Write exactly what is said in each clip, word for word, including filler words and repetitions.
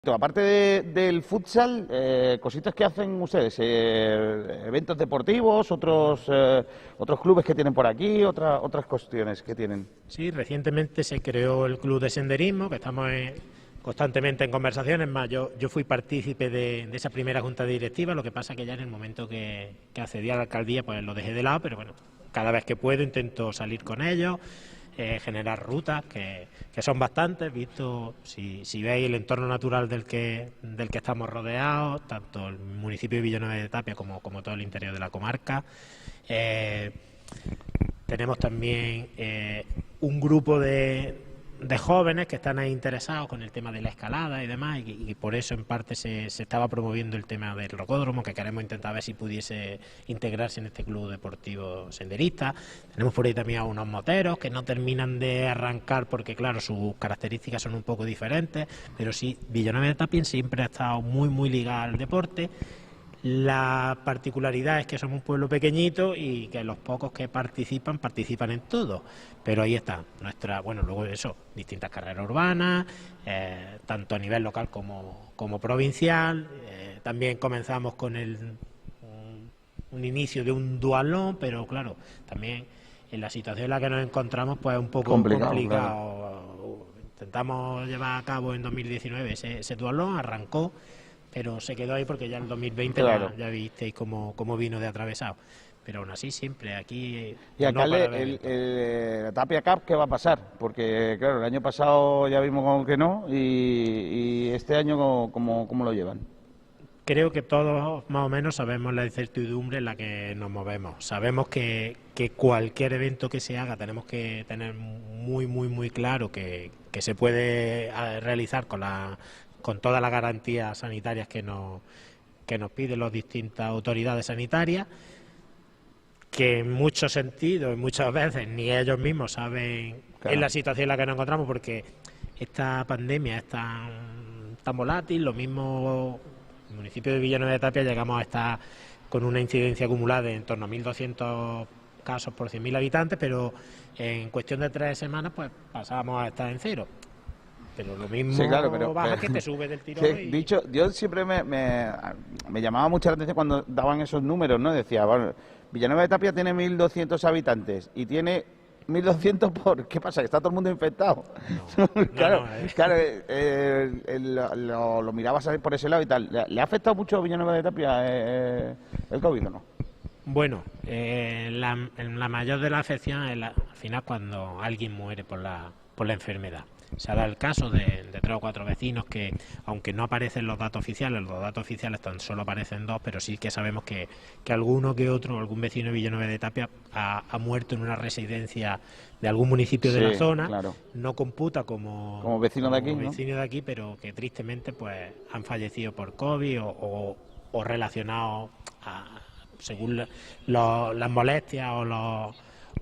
Aparte de, del futsal, eh, cositas que hacen ustedes, eh, eventos deportivos, otros eh, otros clubes que tienen por aquí, otra, otras cuestiones que tienen. Sí, recientemente se creó el Club de Senderismo, que estamos en, constantemente en conversaciones, más yo, yo fui partícipe de, de esa primera junta directiva, lo que pasa que ya en el momento que, que accedí a la alcaldía pues lo dejé de lado, pero bueno, cada vez que puedo intento salir con ellos. Eh, generar rutas, que, que son bastantes, visto si, si veis el entorno natural del que, del que estamos rodeados, tanto el municipio de Villanueva de Tapia como, como todo el interior de la comarca. Eh, tenemos también eh, un grupo de, de jóvenes que están ahí interesados con el tema de la escalada y demás, y, y por eso en parte se, se estaba promoviendo el tema del rocódromo, que queremos intentar ver si pudiese integrarse en este club deportivo senderista. Tenemos por ahí también a unos moteros que no terminan de arrancar porque claro, sus características son un poco diferentes, pero sí, Villanueva de Tapia siempre ha estado muy muy ligada al deporte. La particularidad es que somos un pueblo pequeñito y que los pocos que participan, participan en todo. Pero ahí está, nuestra, bueno, luego eso, distintas carreras urbanas, eh, tanto a nivel local como, como provincial. Eh, también comenzamos con el, un, un inicio de un dualón, pero claro, también en la situación en la que nos encontramos, pues es un poco complicado. complicado. Claro. Intentamos llevar a cabo en dos mil diecinueve ese, ese dualón, arrancó, pero se quedó ahí porque ya en dos mil veinte claro. ya, ya visteis cómo, cómo vino de atravesado. Pero aún así siempre aquí... Y acá no el, el, el, la Tapia Cup, ¿qué va a pasar? Porque claro, el año pasado ya vimos que no, y, y este año ¿cómo, cómo lo llevan? Creo que todos más o menos sabemos la incertidumbre en la que nos movemos. Sabemos que, que cualquier evento que se haga tenemos que tener muy, muy, muy claro que, que se puede realizar con la... con todas las garantías sanitarias que nos, que nos piden las distintas autoridades sanitarias, que en muchos sentidos, y muchas veces, ni ellos mismos saben claro. en la situación en la que nos encontramos, porque esta pandemia es tan, tan volátil. Lo mismo, en el municipio de Villanueva de Tapia llegamos a estar con una incidencia acumulada de en torno a mil doscientos casos por cien mil habitantes, pero en cuestión de tres semanas pues pasábamos a estar en cero. Pero lo mismo sí, claro, pero, baja pero, que te sube del tirón. Sí, y... Dicho, yo siempre me, me, me llamaba mucho la atención cuando daban esos números, ¿no? Decía, bueno, Villanueva de Tapia tiene mil doscientos habitantes y tiene mil doscientos por... ¿Qué pasa? ¿Que está todo el mundo infectado? No, claro, no, no, eh. claro eh, eh, lo, lo mirabas por ese lado y tal. ¿Le, le ha afectado mucho a Villanueva de Tapia eh, el COVID o no? Bueno, eh, la, la mayor de las afecciones es la, al final cuando alguien muere por la, por la enfermedad. Se ha dado el caso de, de tres o cuatro vecinos que, aunque no aparecen los datos oficiales, los datos oficiales tan solo aparecen dos, pero sí que sabemos que, que alguno que otro, algún vecino de Villanueva de Tapia ha, ha muerto en una residencia de algún municipio sí, de la zona, claro. no computa como, como vecino de aquí, como ¿no? vecino de aquí, pero que tristemente pues han fallecido por COVID o, o, o relacionados a, según la, lo, las molestias o los...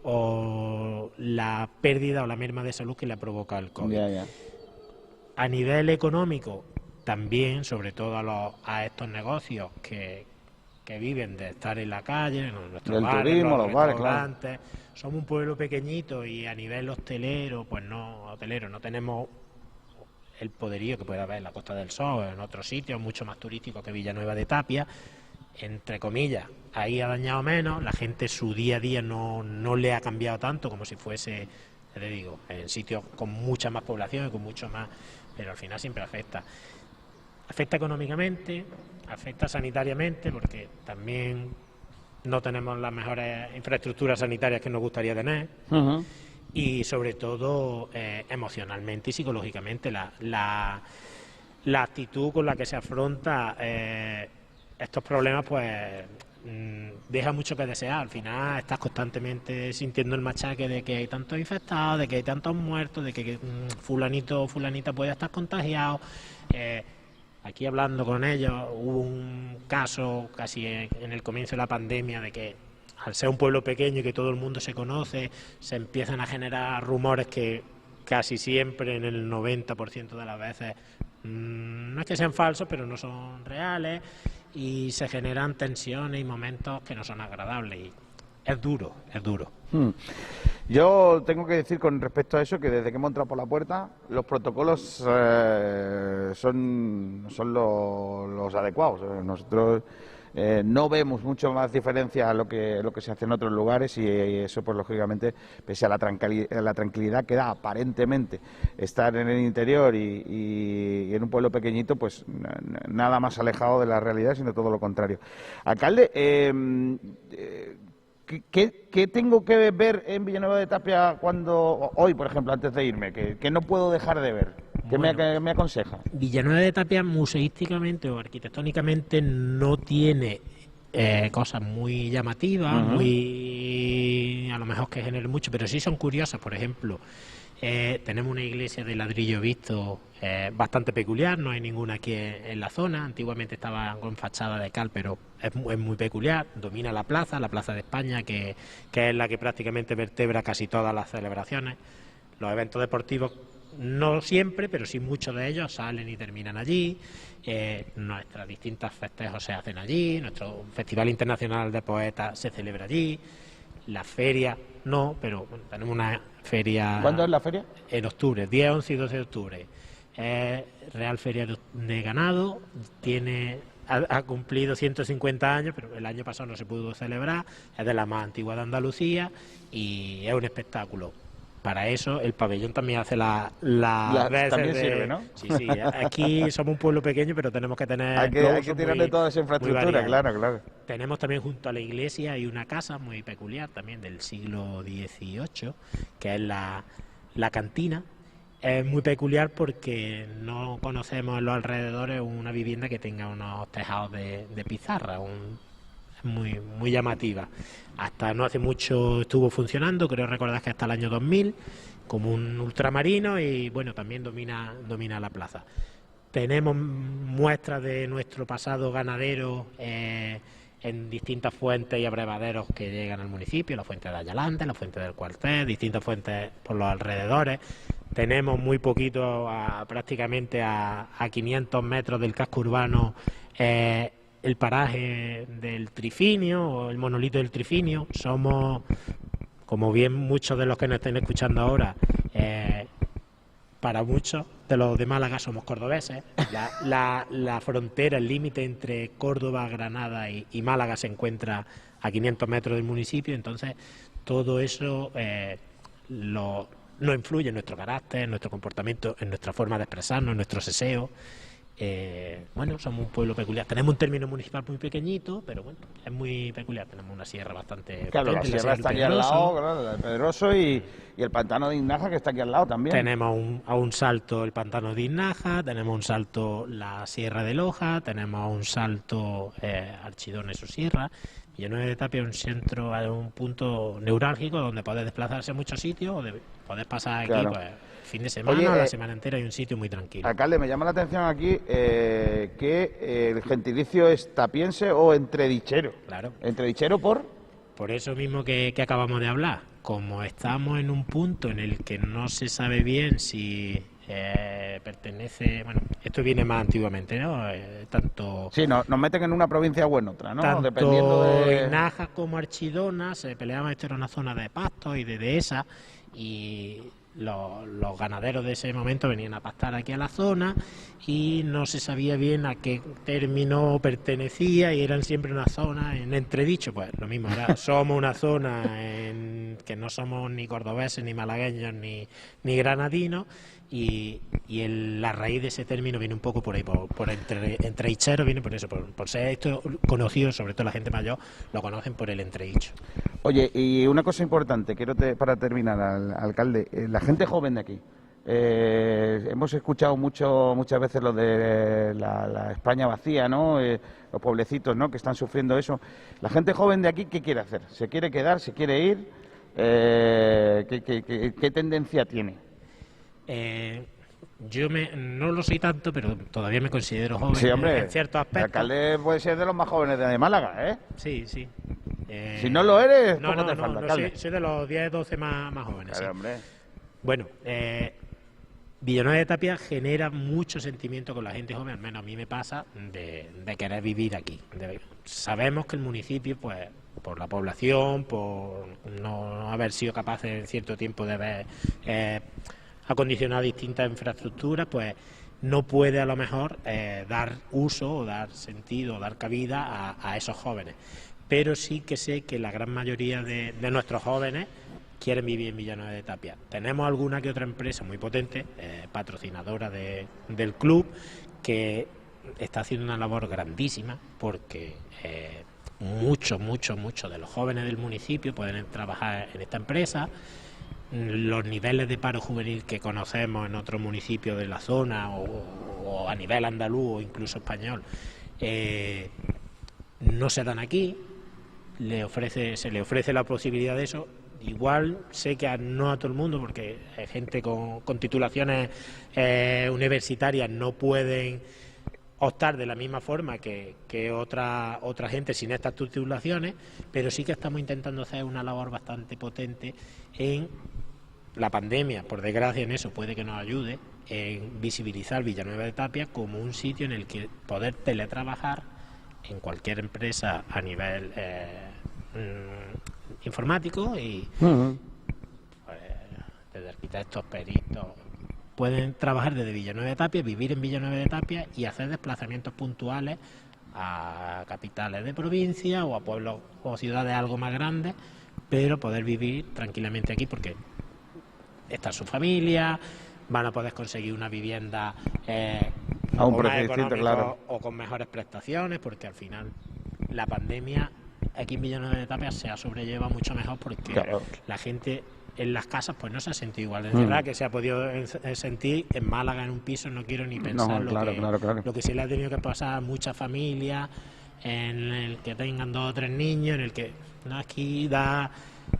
o la pérdida o la merma de salud que le provoca el COVID. Ya, ya. A nivel económico, también, sobre todo a, los, a estos negocios que, que viven de estar en la calle, en nuestros bares, turismo, los, los bares, claro. Somos un pueblo pequeñito y a nivel hostelero, pues no, hotelero, no tenemos el poderío que puede haber en la Costa del Sol, en otros sitios mucho más turísticos que Villanueva de Tapia. Entre comillas, ahí ha dañado menos, la gente su día a día no, no le ha cambiado tanto como si fuese, ya te digo, en sitios con mucha más población y con mucho más, pero al final siempre afecta. Afecta económicamente, afecta sanitariamente, porque también no tenemos las mejores infraestructuras sanitarias que nos gustaría tener, uh-huh. y sobre todo eh, emocionalmente y psicológicamente la, la, la actitud con la que se afronta eh, estos problemas pues mmm, deja mucho que desear. Al final estás constantemente sintiendo el machaque de que hay tantos infectados, de que hay tantos muertos, de que mmm, fulanito o fulanita puede estar contagiado. Eh, aquí hablando con ellos hubo un caso casi en, en el comienzo de la pandemia de que al ser un pueblo pequeño y que todo el mundo se conoce, se empiezan a generar rumores que casi siempre, en el noventa por ciento de las veces, mmm, no es que sean falsos, pero no son reales, y se generan tensiones y momentos que no son agradables. Y es duro, es duro. Hmm. Yo tengo que decir con respecto a eso que desde que hemos entrado por la puerta los protocolos eh, son, son lo- los adecuados. Eh, Nosotros eh, no vemos mucho más diferencia a lo que, lo que se hace en otros lugares y, y eso pues lógicamente pese a la, tranquili- a la tranquilidad que da aparentemente estar en el interior y, y- y en un pueblo pequeñito pues n- nada más alejado de la realidad sino todo lo contrario. Alcalde, eh, eh, ¿Qué, qué, qué tengo que ver en Villanueva de Tapia cuando hoy, por ejemplo, antes de irme? Que, que no puedo dejar de ver. ¿Qué me, Bueno, qué me aconseja? Villanueva de Tapia museísticamente o arquitectónicamente no tiene eh, cosas muy llamativas, Ujú. muy a lo mejor que generen mucho, pero sí son curiosas. Por ejemplo, eh, tenemos una iglesia de ladrillo visto eh, bastante peculiar, no hay ninguna aquí en, en la zona. Antiguamente estaba con fachada de cal, pero es, mu- es muy peculiar. Domina la plaza, la Plaza de España, que, que es la que prácticamente vertebra casi todas las celebraciones. Los eventos deportivos no siempre, pero sí muchos de ellos salen y terminan allí. Eh, nuestras distintas festejos se hacen allí. Nuestro Festival Internacional de Poetas se celebra allí. La feria no, pero bueno, tenemos una feria ¿Cuándo es la feria? en octubre, diez, once y doce de octubre. Es Real Feria de, de Ganado, tiene ha, ha cumplido ciento cincuenta años, pero el año pasado no se pudo celebrar, es de la más antigua de Andalucía y es un espectáculo. Para eso el pabellón también hace la, la La- veces también de- sirve, ¿no? Sí, sí, aquí somos un pueblo pequeño, pero tenemos que tener Hay que, los hay que usos tirarle muy- toda esa muy infraestructura, variados. claro, claro. Tenemos también junto a la iglesia hay una casa muy peculiar también del siglo dieciocho, que es la, la cantina. Es muy peculiar porque no conocemos en los alrededores una vivienda que tenga unos tejados de, de pizarra, un- es muy, muy llamativa. Hasta no hace mucho estuvo funcionando, creo recordar que hasta el año dos mil, como un ultramarino y bueno, también domina, domina la plaza. Tenemos muestras de nuestro pasado ganadero eh, en distintas fuentes y abrevaderos que llegan al municipio, la fuente de Ayalante, la fuente del Cuartel, distintas fuentes por los alrededores. Tenemos muy poquito, a- prácticamente a, a quinientos metros del casco urbano, eh, el paraje del Trifinio o el monolito del Trifinio. Somos, como bien muchos de los que nos estén escuchando ahora, eh, para muchos de los de Málaga somos cordobeses. La, la, la frontera, el límite entre Córdoba, Granada y, y Málaga se encuentra a quinientos metros del municipio, entonces todo eso eh, lo, nos influye en nuestro carácter, en nuestro comportamiento, en nuestra forma de expresarnos, en nuestro seseo. Eh, bueno, somos un pueblo peculiar. Tenemos un término municipal muy pequeñito, pero bueno, es muy peculiar. Tenemos una sierra bastante Claro, la potente, sierra del está aquí al Pedroso. lado, claro, el Pedroso y, y el pantano de Ignaja que está aquí al lado también. Tenemos un- a un salto el pantano de Inaja, tenemos un salto la Sierra de Loja, tenemos a un salto eh, Archidones o Sierra. Villanueva de Tapia es un centro, es un punto neurálgico donde podés desplazarse a muchos sitios o de- podés pasar aquí Claro. pues fin de semana Oye, o la eh, semana entera y un sitio muy tranquilo. Alcalde, me llama la atención aquí eh, que eh, el gentilicio es tapiense o entredichero. Claro. ¿Entredichero por? Por eso mismo que, que acabamos de hablar, como estamos en un punto en el que no se sabe bien si eh, pertenece, bueno, esto viene más antiguamente, ¿no? Eh, tanto Sí, no- nos meten en una provincia o en otra, ¿no? tanto Dependiendo de... Inaja como Archidona se peleaban, esto era una zona de pasto y de dehesa, y los, los ganaderos de ese momento venían a pastar aquí a la zona y no se sabía bien a qué término pertenecía y eran siempre una zona en entredicho. Pues lo mismo, ahora somos una zona en que no somos ni cordobeses, ni malagueños, ni, ni granadinos, y, y el- la raíz de ese término viene un poco por ahí, por, por entre, entredichero, viene por eso, por, por ser esto conocido, sobre todo la gente mayor, lo conocen por el entredicho. Oye, y una cosa importante, quiero te- para terminar, al, alcalde, eh, la gente joven de aquí. Eh, hemos escuchado mucho, muchas veces lo de la, la España vacía, ¿no? Eh, los pueblecitos, ¿no? Que están sufriendo eso. La gente joven de aquí, ¿qué quiere hacer? ¿Se quiere quedar? ¿Se quiere ir? Eh, ¿qué, qué- qué- qué tendencia tiene? Eh, yo me, no lo soy tanto, pero todavía me considero joven Sí, hombre, en ciertos el aspectos. alcalde puede ser de los más jóvenes de Málaga, ¿eh? Sí, sí. Eh, Si no lo eres, no, poco no, te no, falta, no, alcalde. soy, soy de los diez, doce más, más jóvenes. Claro, sí. hombre. Bueno, eh, Villanueva de Tapia genera mucho sentimiento con la gente joven, al menos a mí me pasa, de, de querer vivir aquí. De- sabemos que el municipio, pues, por la población, por no haber sido capaces en cierto tiempo de haber eh, acondicionado distintas infraestructuras, pues no puede a lo mejor eh, dar uso o dar sentido o dar cabida a, a esos jóvenes. Pero sí que sé que la gran mayoría de, de nuestros jóvenes quieren vivir en Villanueva de Tapia. Tenemos alguna que otra empresa muy potente, eh, patrocinadora de, del club, que está haciendo una labor grandísima porque eh, muchos, muchos, muchos de los jóvenes del municipio pueden trabajar en esta empresa. Los niveles de paro juvenil que conocemos en otros municipios de la zona o, o a nivel andaluz o incluso español eh, no se dan aquí. Le ofrece, se le ofrece la posibilidad de eso. Igual sé que a, no a todo el mundo, porque hay gente con, con titulaciones eh, universitarias no pueden optar de la misma forma que, que otra, otra gente sin estas titulaciones, pero sí que estamos intentando hacer una labor bastante potente en la pandemia, por desgracia en eso puede que nos ayude, en visibilizar Villanueva de Tapia como un sitio en el que poder teletrabajar en cualquier empresa a nivel eh, mm, informático y uh-huh. pues, desde arquitectos, peritos, pueden trabajar desde Villanueva de Tapia, vivir en Villanueva de Tapia y hacer desplazamientos puntuales a capitales de provincia o a pueblos o ciudades algo más grandes, pero poder vivir tranquilamente aquí porque está su familia, van a poder conseguir una vivienda eh, a un o más precio distinto, claro, o con mejores prestaciones, porque al final la pandemia aquí en Villanueva de Tapia se ha sobrellevado mucho mejor porque claro, la gente en las casas pues no se ha sentido igual de encerrada mm. que se ha podido sentir en Málaga en un piso, no quiero ni pensar no, claro, lo, que, claro, claro. lo que se le ha tenido que pasar a muchas familias en el que tengan dos o tres niños, en el que no, aquí da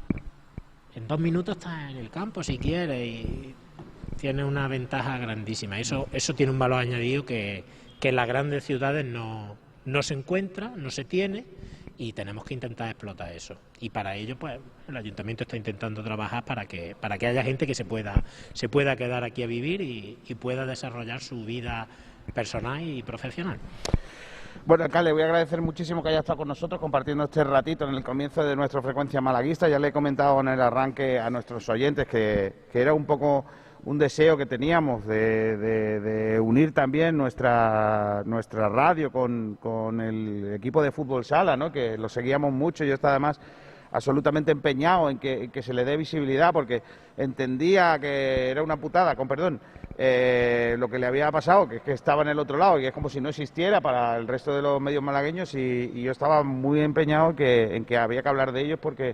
en dos minutos estás en el campo si quieres y tiene una ventaja grandísima. Eso, eso tiene un valor añadido que, que en las grandes ciudades no, no se encuentra, no se tiene y tenemos que intentar explotar eso. Y para ello, pues, el ayuntamiento está intentando trabajar para que, para que haya gente que se pueda, se pueda quedar aquí a vivir y, y pueda desarrollar su vida personal y profesional. Bueno, alcalde, voy a agradecer muchísimo que haya estado con nosotros compartiendo este ratito en el comienzo de nuestra frecuencia malaguista. Ya le he comentado en el arranque a nuestros oyentes que, que era un poco un deseo que teníamos de, de, de unir también nuestra nuestra radio con, con el equipo de fútbol sala, ¿no? Que lo seguíamos mucho. Yo estaba además absolutamente empeñado en que, en que se le dé visibilidad porque entendía que era una putada, con perdón, eh, lo que le había pasado, que es que estaba en el otro lado y es como si no existiera para el resto de los medios malagueños y, y yo estaba muy empeñado en que, en que había que hablar de ellos porque,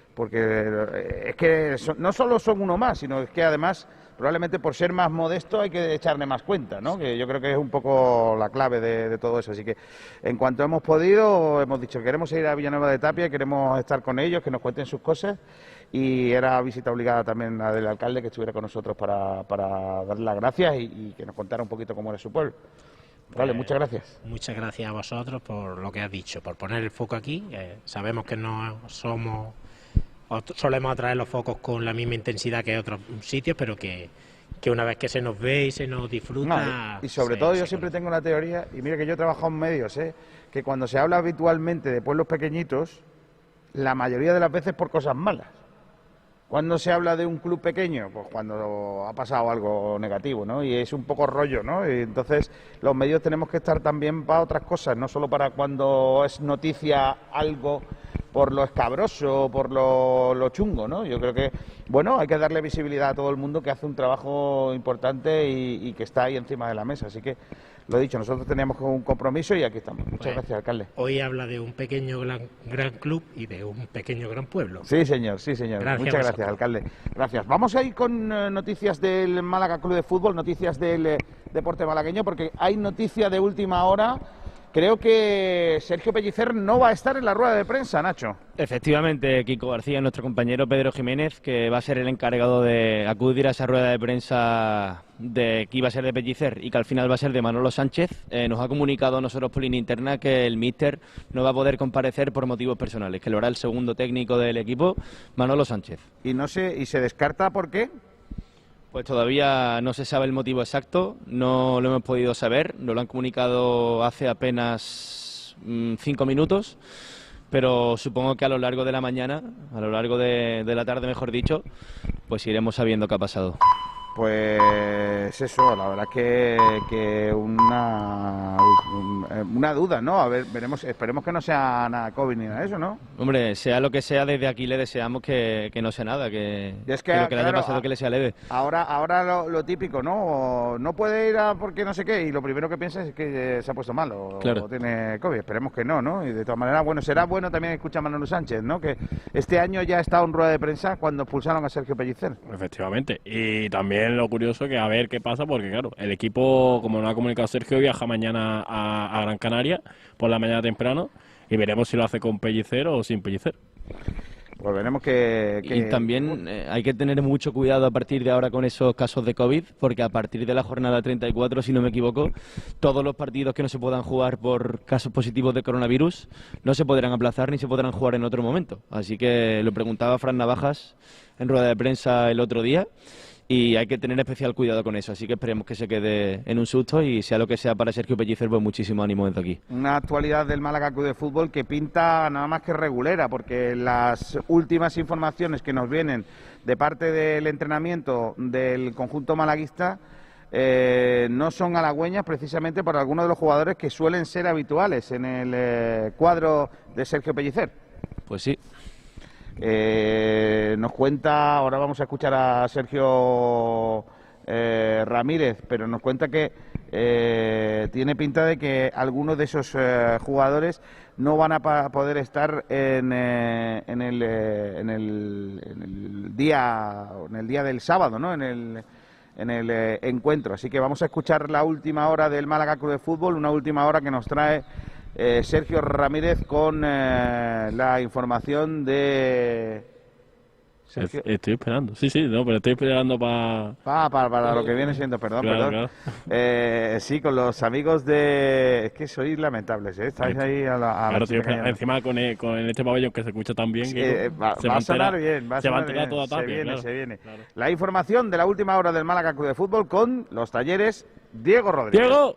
porque es que son, no solo son uno más, sino es que además probablemente por ser más modesto hay que echarle más cuenta, ¿no? Que yo creo que es un poco la clave de, de todo eso. Así que en cuanto hemos podido, hemos dicho que queremos ir a Villanueva de Tapia, queremos estar con ellos, que nos cuenten sus cosas y era visita obligada también la del alcalde que estuviera con nosotros para, para darle las gracias y, y que nos contara un poquito cómo era su pueblo. Vale, pues, muchas gracias. Muchas gracias a vosotros por lo que has dicho, por poner el foco aquí. Eh, sabemos que no somos... solemos atraer los focos con la misma intensidad que otros sitios, pero que, que una vez que se nos ve y se nos disfruta... No, y, y sobre se, todo se yo siempre conoce. tengo una teoría, y mira que yo he trabajado en medios, ¿eh? Que cuando se habla habitualmente de pueblos pequeñitos, la mayoría de las veces por cosas malas. Cuando se habla de un club pequeño, pues cuando ha pasado algo negativo, ¿no? Y es un poco rollo, ¿no? Y entonces los medios tenemos que estar también para otras cosas, no solo para cuando es noticia algo por lo escabroso, por lo, lo chungo, ¿no? Yo creo que, bueno, hay que darle visibilidad a todo el mundo que hace un trabajo importante y, y que está ahí encima de la mesa. Así que, lo dicho, nosotros teníamos un compromiso y aquí estamos. Muchas pues, gracias, alcalde. Hoy habla de un pequeño gran, gran club y de un pequeño gran pueblo. Sí, señor, sí, señor. Gracias Muchas gracias, alcalde. Gracias. Vamos a ir con eh, noticias del Málaga Club de Fútbol, noticias del eh, deporte malagueño, porque hay noticia de última hora. Creo que Sergio Pellicer no va a estar en la rueda de prensa, Nacho. Efectivamente, Kiko García, nuestro compañero Pedro Jiménez, que va a ser el encargado de acudir a esa rueda de prensa de que iba a ser de Pellicer y que al final va a ser de Manolo Sánchez, eh, nos ha comunicado a nosotros por línea interna que el míster no va a poder comparecer por motivos personales, que lo hará el segundo técnico del equipo, Manolo Sánchez. ¿Y no se, y se descarta por qué? Pues todavía no se sabe el motivo exacto, no lo hemos podido saber, nos lo han comunicado hace apenas mmm, cinco minutos, pero supongo que a lo largo de la mañana, a lo largo de, de la tarde, mejor dicho, pues iremos sabiendo qué ha pasado. Pues eso, la verdad que, que una, una duda, ¿no? A ver, veremos, esperemos que no sea nada COVID ni nada de eso, ¿no? Hombre, sea lo que sea, desde aquí le deseamos que, que no sea nada, que, es que, que lo que claro, le haya pasado que le sea leve. Ahora, ahora lo, lo típico, ¿no? No puede ir a porque no sé qué, y lo primero que piensa es que se ha puesto mal o, claro. o tiene COVID. Esperemos que no, ¿no? Y de todas maneras, bueno, será bueno también escuchar a Manolo Sánchez, ¿no? Que este año ya ha estado en rueda de prensa cuando expulsaron a Sergio Pellicer. Efectivamente, y también lo curioso que a ver qué pasa, porque claro, el equipo, como nos ha comunicado Sergio, viaja mañana a, a Gran Canaria por la mañana temprano y veremos si lo hace con Pellicer o sin Pellicer. Pues veremos que... que... Y también eh, hay que tener mucho cuidado a partir de ahora con esos casos de COVID, porque a partir de la jornada treinta y cuatro, si no me equivoco, todos los partidos que no se puedan jugar por casos positivos de coronavirus no se podrán aplazar ni se podrán jugar en otro momento. Así que lo preguntaba Fran Navajas en rueda de prensa el otro día, y hay que tener especial cuidado con eso, así que esperemos que se quede en un susto y sea lo que sea para Sergio Pellicer, pues muchísimo ánimo desde aquí. Una actualidad del Málaga Club de Fútbol que pinta nada más que regulera, porque las últimas informaciones que nos vienen de parte del entrenamiento del conjunto malaguista eh, no son halagüeñas precisamente para algunos de los jugadores que suelen ser habituales en el eh, cuadro de Sergio Pellicer. Pues sí. Eh, nos cuenta, ahora vamos a escuchar a Sergio eh, Ramírez, pero nos cuenta que eh, tiene pinta de que algunos de esos eh, jugadores no van a pa poder estar en, eh, en, el, eh, en, el, en el día en el día del sábado, ¿no? En el en el eh, encuentro. Así que vamos a escuchar la última hora del Málaga Club de Fútbol, una última hora que nos trae Eh, Sergio Ramírez con eh, la información de Sergio. Estoy esperando, sí, sí, no, pero estoy esperando para... Pa, para, para lo que viene siendo, perdón, claro, perdón. Claro. Eh, sí, con los amigos de... Es que sois lamentables, ¿eh? Estáis ahí a la... A claro, la tío, encima con, el, con este pabellón que se escucha tan bien, sí, que eh, va, se va va a sonar enterar, bien, va a se va a sonar enterar bien. toda Tapia, se viene, claro, se viene. Claro. La información de la última hora del Málaga Club de Fútbol con los talleres Diego Rodríguez. ¡Diego!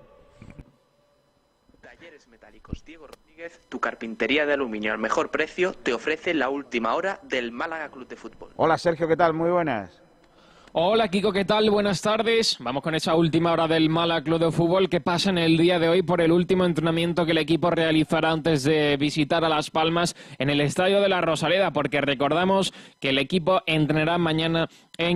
Talleres Metálicos Diego Rodríguez, tu carpintería de aluminio al mejor precio, te ofrece la última hora del Málaga Club de Fútbol. Hola Sergio, ¿qué tal? Muy buenas. Hola Kiko, ¿qué tal? Buenas tardes. Vamos con esa última hora del Málaga Club de Fútbol que pasa en el día de hoy por el último entrenamiento que el equipo realizará antes de visitar a Las Palmas en el Estadio de la Rosaleda, porque recordamos que el equipo entrenará mañana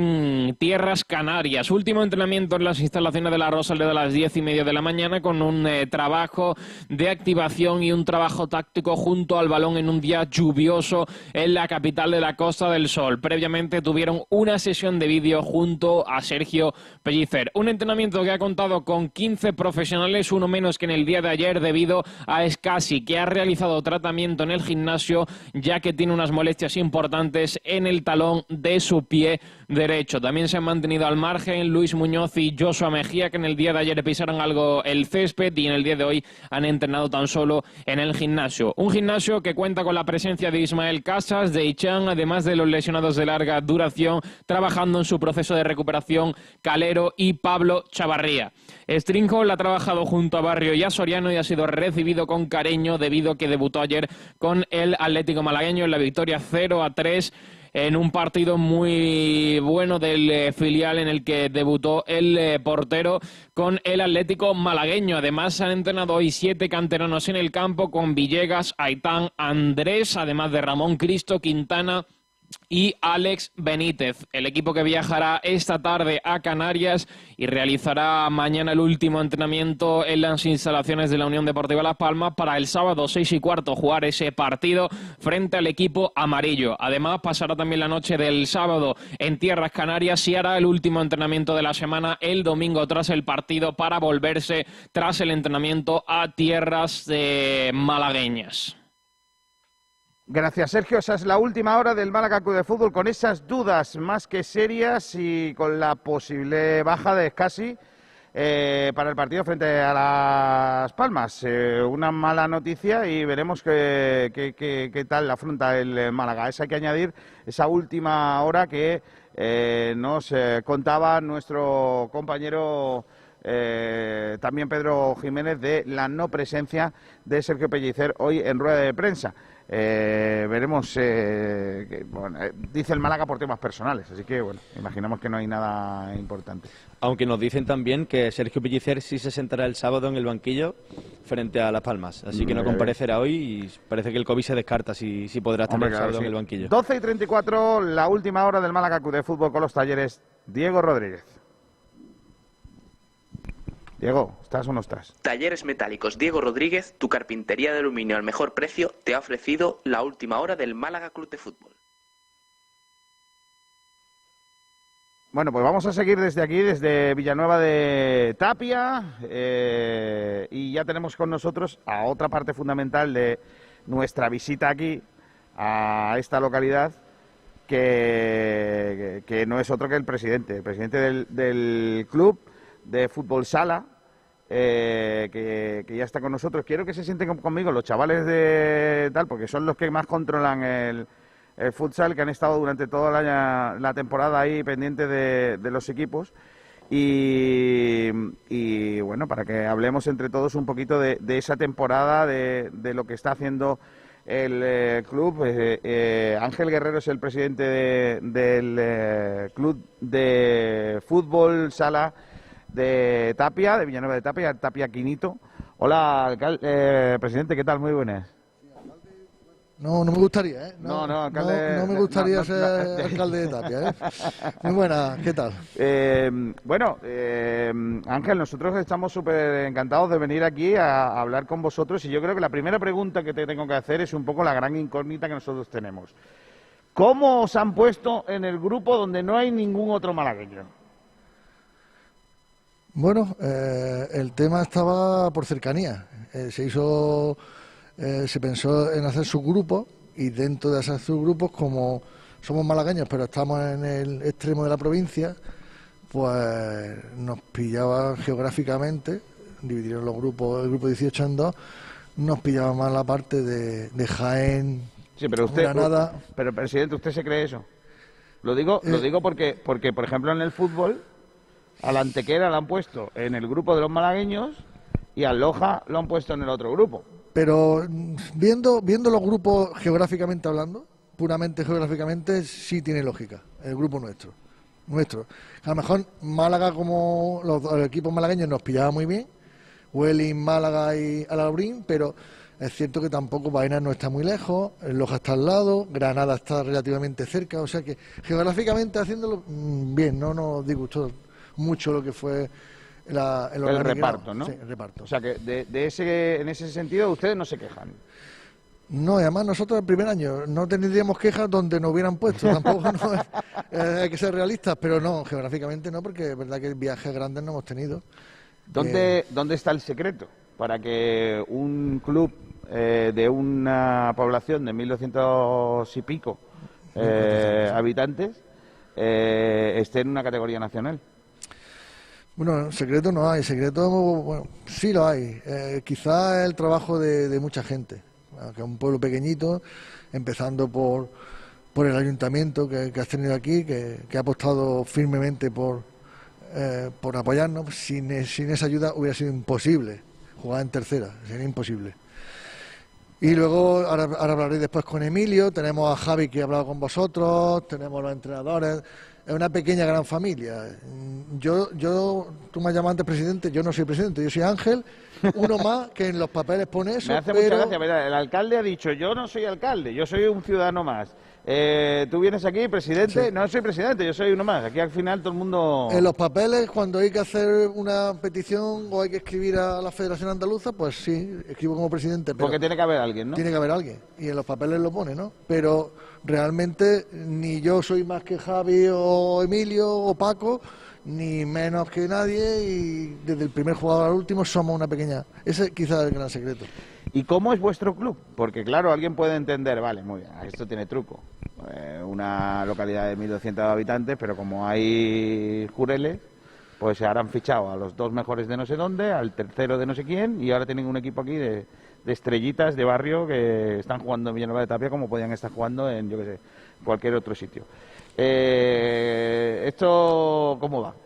en Tierras Canarias. Último entrenamiento en las instalaciones de la Rosaleda a las diez y media de la mañana, con un eh, trabajo de activación y un trabajo táctico junto al balón en un día lluvioso en la capital de la Costa del Sol. Previamente tuvieron una sesión de vídeo junto a Sergio Pellicer. Un entrenamiento que ha contado con quince profesionales, uno menos que en el día de ayer debido a Escasi, que ha realizado tratamiento en el gimnasio ya que tiene unas molestias importantes en el talón de su pie derecho. También se han mantenido al margen Luis Muñoz y Joshua Mejía, que en el día de ayer pisaron algo el césped y en el día de hoy han entrenado tan solo en el gimnasio. Un gimnasio que cuenta con la presencia de Ismael Casas, de Ichan, además de los lesionados de larga duración, trabajando en su proceso de recuperación Calero y Pablo Chavarría. Stringhol ha trabajado junto a Barrio y a Soriano y ha sido recibido con cariño debido a que debutó ayer con el Atlético malagueño en la victoria cero a tres en un partido muy bueno del eh, filial en el que debutó el eh, portero con el Atlético malagueño. Además han entrenado hoy siete canteranos en el campo con Villegas, Aitán, Andrés, además de Ramón Cristo, Quintana y Alex Benítez. El equipo que viajará esta tarde a Canarias y realizará mañana el último entrenamiento en las instalaciones de la Unión Deportiva Las Palmas para el sábado seis y cuarto jugar ese partido frente al equipo amarillo. Además pasará también la noche del sábado en Tierras Canarias y hará el último entrenamiento de la semana el domingo tras el partido para volverse tras el entrenamiento a tierras eh, malagueñas. Gracias, Sergio. Esa es la última hora del Málaga Club de Fútbol, con esas dudas más que serias y con la posible baja de Escasi eh, para el partido frente a Las Palmas. Eh, una mala noticia y veremos qué, qué, qué, qué tal la afronta el Málaga. Eso hay que añadir esa última hora que eh, nos eh, contaba nuestro compañero eh, también Pedro Jiménez, de la no presencia de Sergio Pellicer hoy en rueda de prensa. Eh, veremos, eh, que, bueno, eh, dice el Málaga por temas personales, así que bueno, imaginamos que no hay nada importante. Aunque nos dicen también que Sergio Pellicer sí se sentará el sábado en el banquillo frente a Las Palmas, así que no comparecerá hoy y parece que el COVID se descarta si, si podrá estar Hombre, el claro, sábado sí. en el banquillo. doce y treinta y cuatro, la última hora del Málaga Club de Fútbol con los Talleres. Diego Rodríguez. Diego, ¿estás o no estás? Talleres Metálicos Diego Rodríguez, tu carpintería de aluminio al mejor precio, te ha ofrecido la última hora del Málaga Club de Fútbol. Bueno, pues vamos a seguir desde aquí, desde Villanueva de Tapia, eh, y ya tenemos con nosotros a otra parte fundamental de nuestra visita aquí, a esta localidad, que, que, que no es otro que el presidente, el presidente del, del club de fútbol sala, eh, que, que ya está con nosotros. Quiero que se sienten conmigo los chavales de tal, porque son los que más controlan el, el futsal, que han estado durante toda la, la temporada ahí pendientes de, de los equipos. Y, y bueno, para que hablemos entre todos un poquito de, de esa temporada, de, de lo que está haciendo el eh, club. Eh, eh, Ángel Guerrero es el presidente de, del eh, club de fútbol sala de Tapia, de Villanueva de Tapia, Tapia Quinito. Hola, alcalde, eh, presidente, ¿qué tal? Muy buenas. No, no me gustaría, ¿eh? No, no, alcalde... No, no me gustaría no, no, ser no, alcalde de Tapia, ¿eh? Muy buena, ¿qué tal? Eh, bueno, eh, Ángel, nosotros estamos súper encantados de venir aquí a, a hablar con vosotros, y yo creo que la primera pregunta que te tengo que hacer es un poco la gran incógnita que nosotros tenemos. ¿Cómo os han puesto en el grupo donde no hay ningún otro malagueño? Bueno, eh, el tema estaba por cercanía. Eh, se hizo, eh, se pensó en hacer subgrupos, y dentro de esos subgrupos, como somos malagueños pero estamos en el extremo de la provincia, pues nos pillaba geográficamente, dividieron los grupos, el grupo dieciocho en dos, nos pillaba más la parte de, de Jaén, sí, pero usted, Granada. Pero, presidente, ¿usted se cree eso? Lo digo, eh, lo digo porque, porque, por ejemplo, en el fútbol, a la Antequera lo han puesto en el grupo de los malagueños y al Loja lo han puesto en el otro grupo. Pero viendo, viendo los grupos geográficamente hablando, puramente geográficamente, sí tiene lógica, el grupo nuestro. nuestro. A lo mejor Málaga, como los, los equipos malagueños, nos pillaba muy bien, Huelin, Málaga y Alaurín, pero es cierto que tampoco Baena no está muy lejos, el Loja está al lado, Granada está relativamente cerca, o sea que geográficamente haciéndolo bien, no nos disgustó mucho lo que fue la, el, el reparto, ¿no? Sí, el reparto. O sea que de, de ese, en ese sentido ustedes no se quejan. No, y además nosotros el primer año no tendríamos quejas donde nos hubieran puesto, tampoco no, eh, hay que ser realistas, pero no, geográficamente no, porque es verdad que viajes grandes no hemos tenido. ¿Dónde, eh, ¿dónde está el secreto para que un club eh, de una población de mil doscientos y pico eh, habitantes eh, esté en una categoría nacional? Bueno, secreto no hay, secreto, bueno, sí lo hay. Eh, quizá el trabajo de, de mucha gente, que es un pueblo pequeñito, empezando por, por el ayuntamiento que, que has tenido aquí, que, que ha apostado firmemente por, eh, por apoyarnos. Sin, sin esa ayuda hubiera sido imposible jugar en tercera, sería imposible. Y luego, ahora, ahora hablaré después con Emilio, tenemos a Javi que ha hablado con vosotros, tenemos los entrenadores. Es una pequeña gran familia. Yo, yo, tú me has llamado antes presidente, yo no soy presidente, yo soy Ángel, uno más que en los papeles pone eso. Me hace pero... mucha gracia, ¿verdad? El alcalde ha dicho, yo no soy alcalde, yo soy un ciudadano más. Eh, tú vienes aquí, presidente, sí. No soy presidente, yo soy uno más. Aquí al final todo el mundo... En los papeles, cuando hay que hacer una petición o hay que escribir a la Federación Andaluza, pues sí, escribo como presidente. Pero porque tiene que haber alguien, ¿no? Tiene que haber alguien, y en los papeles lo pone, ¿no? Pero realmente ni yo soy más que Javi o Emilio o Paco, ni menos que nadie, y desde el primer jugador al último somos una pequeña... Ese quizás es el gran secreto. ¿Y cómo es vuestro club? Porque claro, alguien puede entender, vale, muy bien, esto tiene truco. Eh, una localidad de mil doscientos habitantes, pero como hay jureles, pues se habrán fichado a los dos mejores de no sé dónde, al tercero de no sé quién, y ahora tienen un equipo aquí de, de estrellitas de barrio que están jugando en Villanueva de Tapia como podían estar jugando en, yo qué sé, cualquier otro sitio. Eh, ¿Esto cómo va?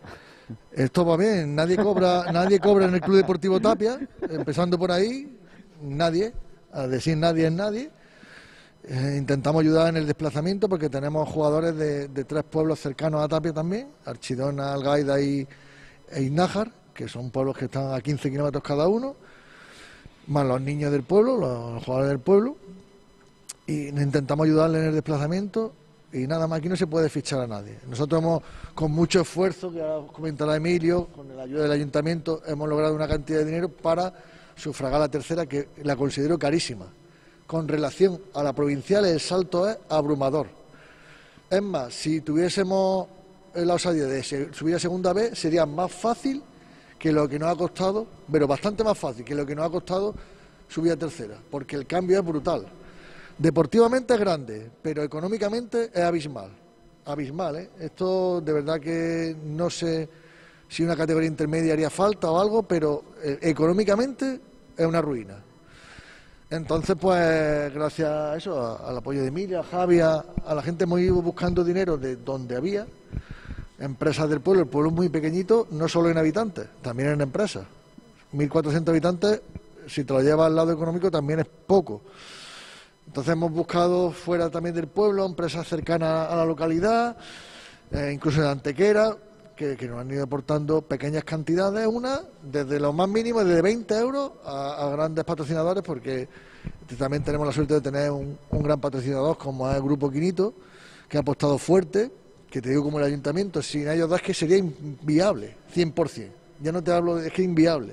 Esto va bien, nadie cobra, nadie cobra en el Club Deportivo Tapia, empezando por ahí, nadie, a decir nadie es nadie. Eh, intentamos ayudar en el desplazamiento porque tenemos jugadores de, de tres pueblos cercanos a Tapia también, Archidona, Algaida y e Iznájar, que son pueblos que están a quince kilómetros cada uno, más los niños del pueblo, los, los jugadores del pueblo, y intentamos ayudarles en el desplazamiento. Y nada más, aquí no se puede fichar a nadie. Nosotros hemos, con mucho esfuerzo, que ahora comentará Emilio, con la ayuda del ayuntamiento, hemos logrado una cantidad de dinero para sufragar la tercera, que la considero carísima. Con relación a la provincial, el salto es abrumador. Es más, si tuviésemos la osadía de subir a segunda B, sería más fácil que lo que nos ha costado, pero bastante más fácil que lo que nos ha costado subir a tercera, porque el cambio es brutal. Deportivamente es grande, pero económicamente es abismal. Abismal, ¿eh? Esto de verdad que no sé si una categoría intermedia haría falta o algo, pero eh, económicamente es una ruina. Entonces, pues, gracias a eso, a, al apoyo de Emilia, a Javi, a, a la gente hemos ido buscando dinero de donde había. Empresas del pueblo, el pueblo es muy pequeñito, no solo en habitantes, también en empresas. mil cuatrocientos habitantes, si te lo llevas al lado económico, también es poco. Entonces hemos buscado fuera también del pueblo, empresas cercanas a la localidad, eh, incluso en Antequera, que, que nos han ido aportando pequeñas cantidades, una desde los más mínimos, desde veinte euros a, a grandes patrocinadores, porque también tenemos la suerte de tener un, un gran patrocinador como es el Grupo Quinito, que ha apostado fuerte, que te digo como el ayuntamiento, sin ellos dos es que sería inviable, cien por cien. Ya no te hablo, es que es inviable.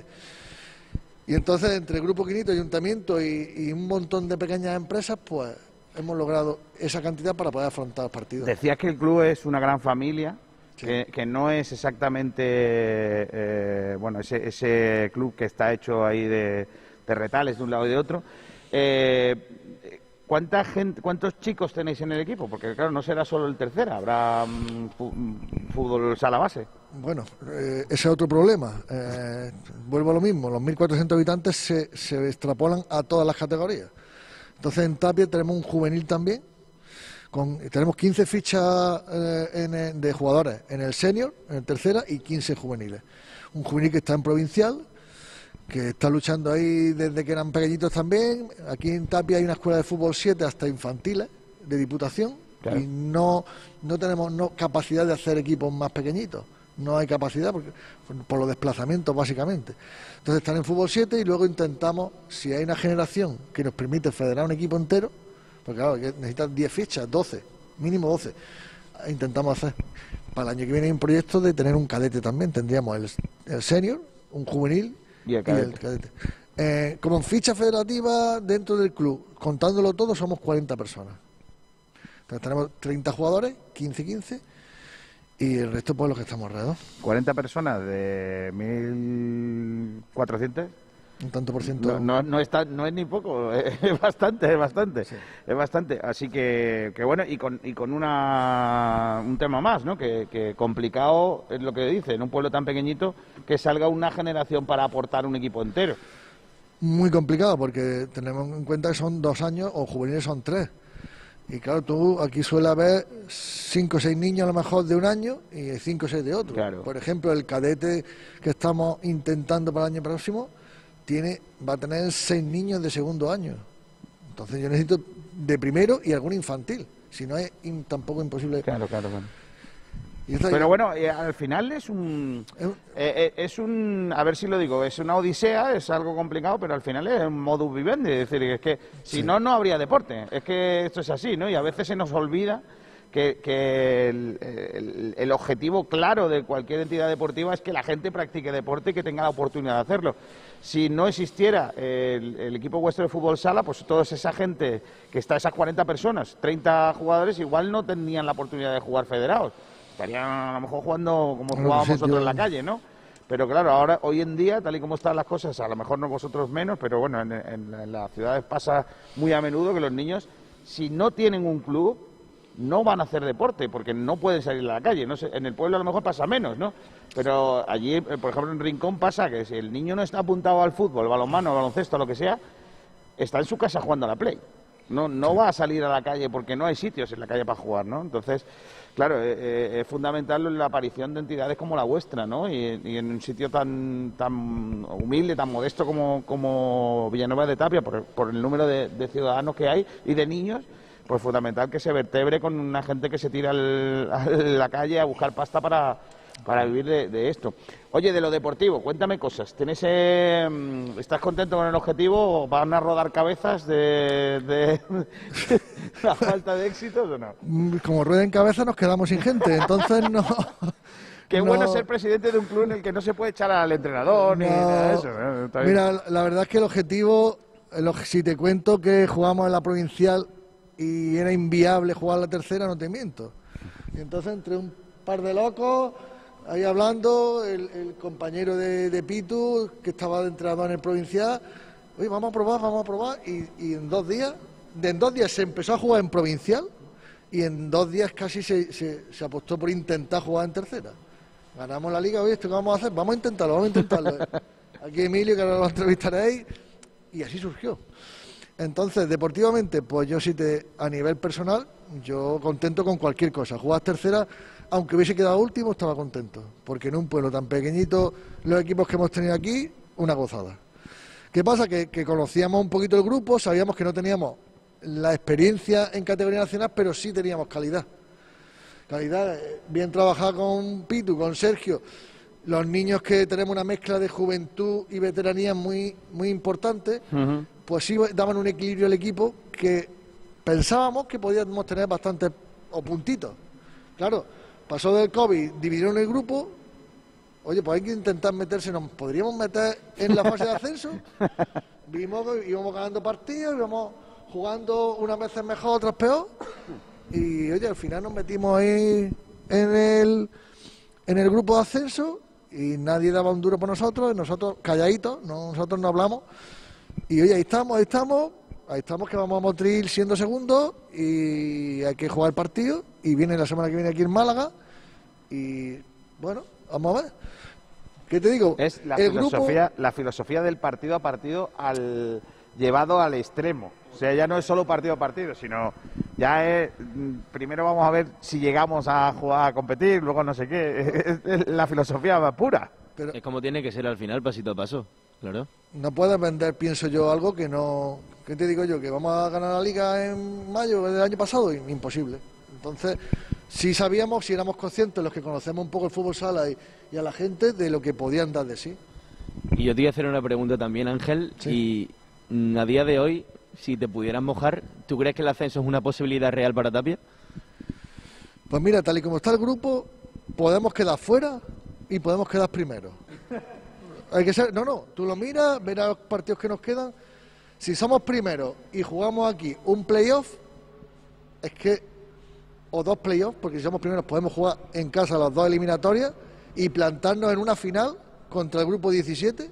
Y entonces, entre el Grupo Quinito, Ayuntamiento y, y un montón de pequeñas empresas, pues hemos logrado esa cantidad para poder afrontar los partidos. Decías que el club es una gran familia, sí. que, que no es exactamente eh, bueno ese, ese club que está hecho ahí de, de retales de un lado y de otro. Eh, ¿cuánta gente, ¿Cuántos chicos tenéis en el equipo? Porque claro, no será solo el tercera, habrá um, fútbol sala base. Bueno, eh, ese es otro problema. Eh, vuelvo a lo mismo, los mil cuatrocientos habitantes se, se extrapolan a todas las categorías. Entonces en Tapia tenemos un juvenil también, con, tenemos quince fichas eh, en, de jugadores en el senior, en el tercera, y quince juveniles. Un juvenil que está en provincial, que está luchando ahí desde que eran pequeñitos también. Aquí en Tapia hay una escuela de fútbol siete hasta infantiles, de Diputación, claro. Y no, no tenemos no, capacidad de hacer equipos más pequeñitos. No hay capacidad porque, por los desplazamientos básicamente. Entonces están en fútbol siete y luego intentamos, si hay una generación que nos permite federar un equipo entero, porque claro, necesitan diez fichas, doce, mínimo doce, intentamos hacer. Para el año que viene hay un proyecto de tener un cadete también, tendríamos el, el senior, un juvenil y el cadete. Y el cadete. Eh, como en ficha federativa dentro del club, contándolo todo, somos cuarenta personas. Entonces tenemos treinta jugadores, quince quince, y el resto pues los que estamos alrededor. ¿cuarenta personas de mil cuatrocientos? Un tanto por ciento. No, no, no, está, no es ni poco, es bastante, es bastante, sí. es bastante. Así que, que bueno, y con, y con una, un tema más, ¿no? Que, que complicado es lo que dice, en un pueblo tan pequeñito, que salga una generación para aportar un equipo entero. Muy complicado, porque tenemos en cuenta que son dos años, o juveniles son tres. Y claro, tú aquí suele haber cinco o seis niños a lo mejor de un año y cinco o seis de otro. Claro. Por ejemplo, el cadete que estamos intentando para el año próximo tiene va a tener seis niños de segundo año. Entonces yo necesito de primero y algún infantil. Si no es in, tampoco imposible. Claro, claro, claro. Y Pero ahí, bueno, eh, al final es un, eh, eh, es un, a ver si lo digo, es una odisea, es algo complicado, pero al final es un modus vivendi, es decir, es que si sí. no, no habría deporte, es que esto es así, ¿no? Y a veces se nos olvida que, que el, el, el objetivo claro de cualquier entidad deportiva es que la gente practique deporte y que tenga la oportunidad de hacerlo. Si no existiera el, el equipo vuestro de fútbol sala, pues toda esa gente que está, esas cuarenta personas, treinta jugadores, igual no tenían la oportunidad de jugar federados. Estarían a lo mejor jugando como jugábamos nosotros en la calle, ¿no? Pero claro, ahora, hoy en día, tal y como están las cosas, a lo mejor no vosotros menos, pero bueno, en, en, en las ciudades pasa muy a menudo que los niños, si no tienen un club, no van a hacer deporte, porque no pueden salir a la calle. No sé, en el pueblo a lo mejor pasa menos, ¿no? Pero allí, por ejemplo, en Rincón pasa que si el niño no está apuntado al fútbol, balonmano, baloncesto, lo que sea, está en su casa jugando a la Play. No, no va a salir a la calle porque no hay sitios en la calle para jugar, ¿no? Entonces, claro, eh, eh, es fundamental la aparición de entidades como la vuestra, ¿no? Y, y en un sitio tan tan humilde, tan modesto como, como Villanueva de Tapia, por, por el número de, de ciudadanos que hay y de niños, pues fundamental que se vertebre con una gente que se tira al, a la calle a buscar pasta para, para vivir de, de esto. Oye, de lo deportivo, cuéntame cosas. ¿Tienes, eh, ¿Estás contento con el objetivo? ¿Van a rodar cabezas de, de la falta de éxitos o no? Como rueden cabeza nos quedamos sin gente, entonces no... Qué no, bueno ser presidente de un club en el que no se puede echar al entrenador no, ni nada de eso. ¿no? Está bien. Mira, la verdad es que el objetivo, el, si te cuento que jugamos en la provincial y era inviable jugar la tercera, no te miento. Y entonces entre un par de locos, ahí hablando, el, el compañero de, de Pitu, que estaba de entrenador en el provincial, oye, vamos a probar, vamos a probar, y, y en dos días, de en dos días se empezó a jugar en provincial, y en dos días casi se, se, se apostó por intentar jugar en tercera. Ganamos la liga, oye, ¿esto qué vamos a hacer? Vamos a intentarlo, vamos a intentarlo. Aquí Emilio, que ahora lo entrevistaréis, y así surgió. Entonces, deportivamente, pues yo sí te, a nivel personal, yo contento con cualquier cosa. Jugar tercera, aunque hubiese quedado último, estaba contento. Porque en un pueblo tan pequeñito, los equipos que hemos tenido aquí, una gozada. ¿Qué pasa? Que, que conocíamos un poquito el grupo, sabíamos que no teníamos la experiencia en categoría nacional, pero sí teníamos calidad. Calidad, bien trabajada con Pitu, con Sergio. Los niños que tenemos una mezcla de juventud y veteranía muy, muy importante, uh-huh. pues sí daban un equilibrio al equipo que pensábamos que podíamos tener bastantes o puntitos. Claro, pasó del COVID, dividieron el grupo, oye, pues hay que intentar meterse, ¿nos podríamos meter en la fase de ascenso? Vimos que íbamos ganando partidos, íbamos jugando unas veces mejor, otras peor, y oye, al final nos metimos ahí en el, en el grupo de ascenso, y nadie daba un duro por nosotros, y nosotros calladitos, no, nosotros no hablamos, y oye, ahí estamos, ahí estamos, ahí estamos que vamos a Motril siendo segundos, y hay que jugar el partido, y viene la semana que viene aquí en Málaga, y bueno, vamos a ver. ¿Qué te digo? Es la el filosofía, grupo... la filosofía del partido a partido al llevado al extremo. O sea, ya no es solo partido a partido, sino ya es, primero vamos a ver si llegamos a jugar, a competir, luego no sé qué. Es, es la filosofía pura. Pero es como tiene que ser al final, pasito a paso, claro. No puedes vender, pienso yo, algo que no... ¿Qué te digo yo? ¿Que vamos a ganar la Liga en mayo del año pasado? Imposible. Entonces, sí sabíamos, si éramos conscientes, los que conocemos un poco el fútbol sala y, y a la gente, de lo que podían dar de sí. Y yo te iba a hacer una pregunta también, Ángel, sí. Y a día de hoy, si te pudieras mojar, ¿tú crees que el ascenso es una posibilidad real para Tapia? Pues mira, tal y como está el grupo, podemos quedar fuera y podemos quedar primero. Hay que ser, no, no, tú lo miras, verás los partidos que nos quedan. Si somos primeros y jugamos aquí un playoff, es que, o dos playoffs, porque si somos primeros podemos jugar en casa las dos eliminatorias y plantarnos en una final contra el grupo diecisiete.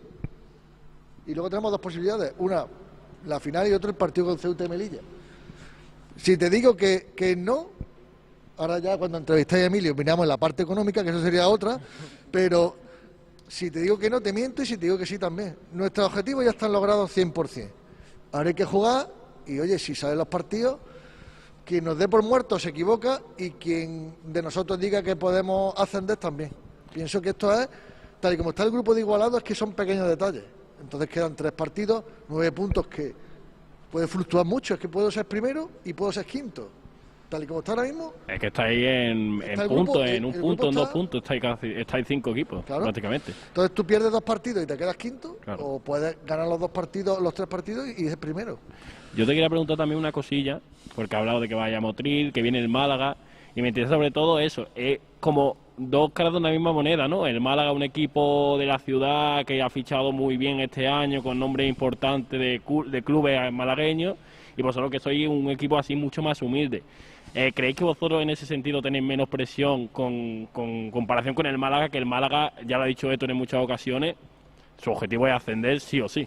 Y luego tenemos dos posibilidades, una la final y otro el partido con Ceuta y Melilla. Si te digo que, que no, ahora ya cuando entrevistáis a Emilio miramos en la parte económica, que eso sería otra, pero si te digo que no, te miento, y si te digo que sí también. Nuestros objetivos ya están logrados cien por cien. Ahora hay que jugar y, oye, si salen los partidos, quien nos dé por muertos se equivoca y quien de nosotros diga que podemos ascender también. Pienso que esto es, tal y como está el grupo de igualados, es que son pequeños detalles. Entonces quedan tres partidos, nueve puntos que puede fluctuar mucho. Es que puedo ser primero y puedo ser quinto. Tal y como está ahora mismo. Es que está ahí en, en puntos, en un punto, en dos puntos, está ahí, casi, está ahí cinco equipos, claro, prácticamente. Entonces tú pierdes dos partidos y te quedas quinto, claro, o puedes ganar los dos partidos, los tres partidos y es primero. Yo te quería preguntar también una cosilla, porque ha hablado de que vaya a Motril, que viene el Málaga, y me interesa sobre todo eso. Es como dos caras de una misma moneda, ¿no? El Málaga, un equipo de la ciudad que ha fichado muy bien este año, con nombres importantes de, de clubes malagueños, y vosotros que sois un equipo así mucho más humilde. Eh, ¿Creéis que vosotros en ese sentido tenéis menos presión con, con comparación con el Málaga? Que el Málaga, ya lo ha dicho Héctor en muchas ocasiones, su objetivo es ascender sí o sí.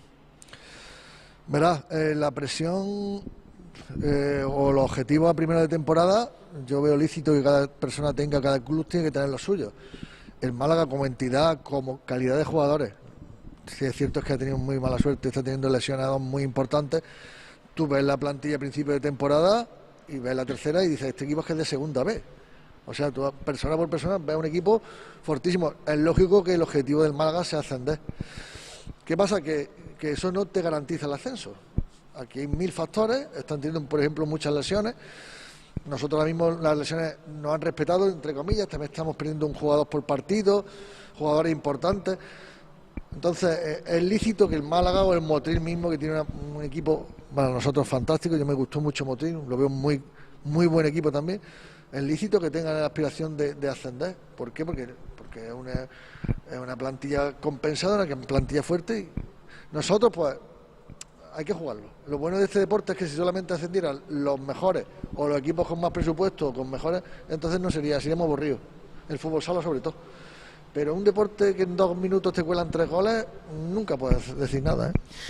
Verás, eh, la presión eh, o los objetivos a primera de temporada, yo veo lícito que cada persona tenga, cada club tiene que tener los suyos. El Málaga como entidad, como calidad de jugadores, si es cierto es que ha tenido muy mala suerte, está teniendo lesionados muy importantes, tú ves la plantilla a principio de temporada y ves la tercera y dices, este equipo es que es de segunda vez. O sea, tú persona por persona ves un equipo fortísimo. Es lógico que el objetivo del Málaga sea ascender. ¿Qué pasa? Que, que eso no te garantiza el ascenso. Aquí hay mil factores, están teniendo, por ejemplo, muchas lesiones. Nosotros ahora mismo las lesiones nos han respetado, entre comillas, también estamos perdiendo un jugador por partido, jugadores importantes. Entonces, es lícito que el Málaga o el Motril mismo, que tiene una, un equipo para nosotros fantástico, yo me gustó mucho Motril, lo veo muy, muy buen equipo también. Es lícito que tengan la aspiración de, de ascender. ¿Por qué? Porque, porque es, una, es una plantilla compensadora, que es plantilla fuerte. Y nosotros, pues, hay que jugarlo. Lo bueno de este deporte es que si solamente ascendieran los mejores o los equipos con más presupuesto o con mejores, entonces no sería, seríamos aburridos. El fútbol sala sobre todo. Pero un deporte que en dos minutos te cuelan tres goles, nunca puedes decir nada, ¿eh?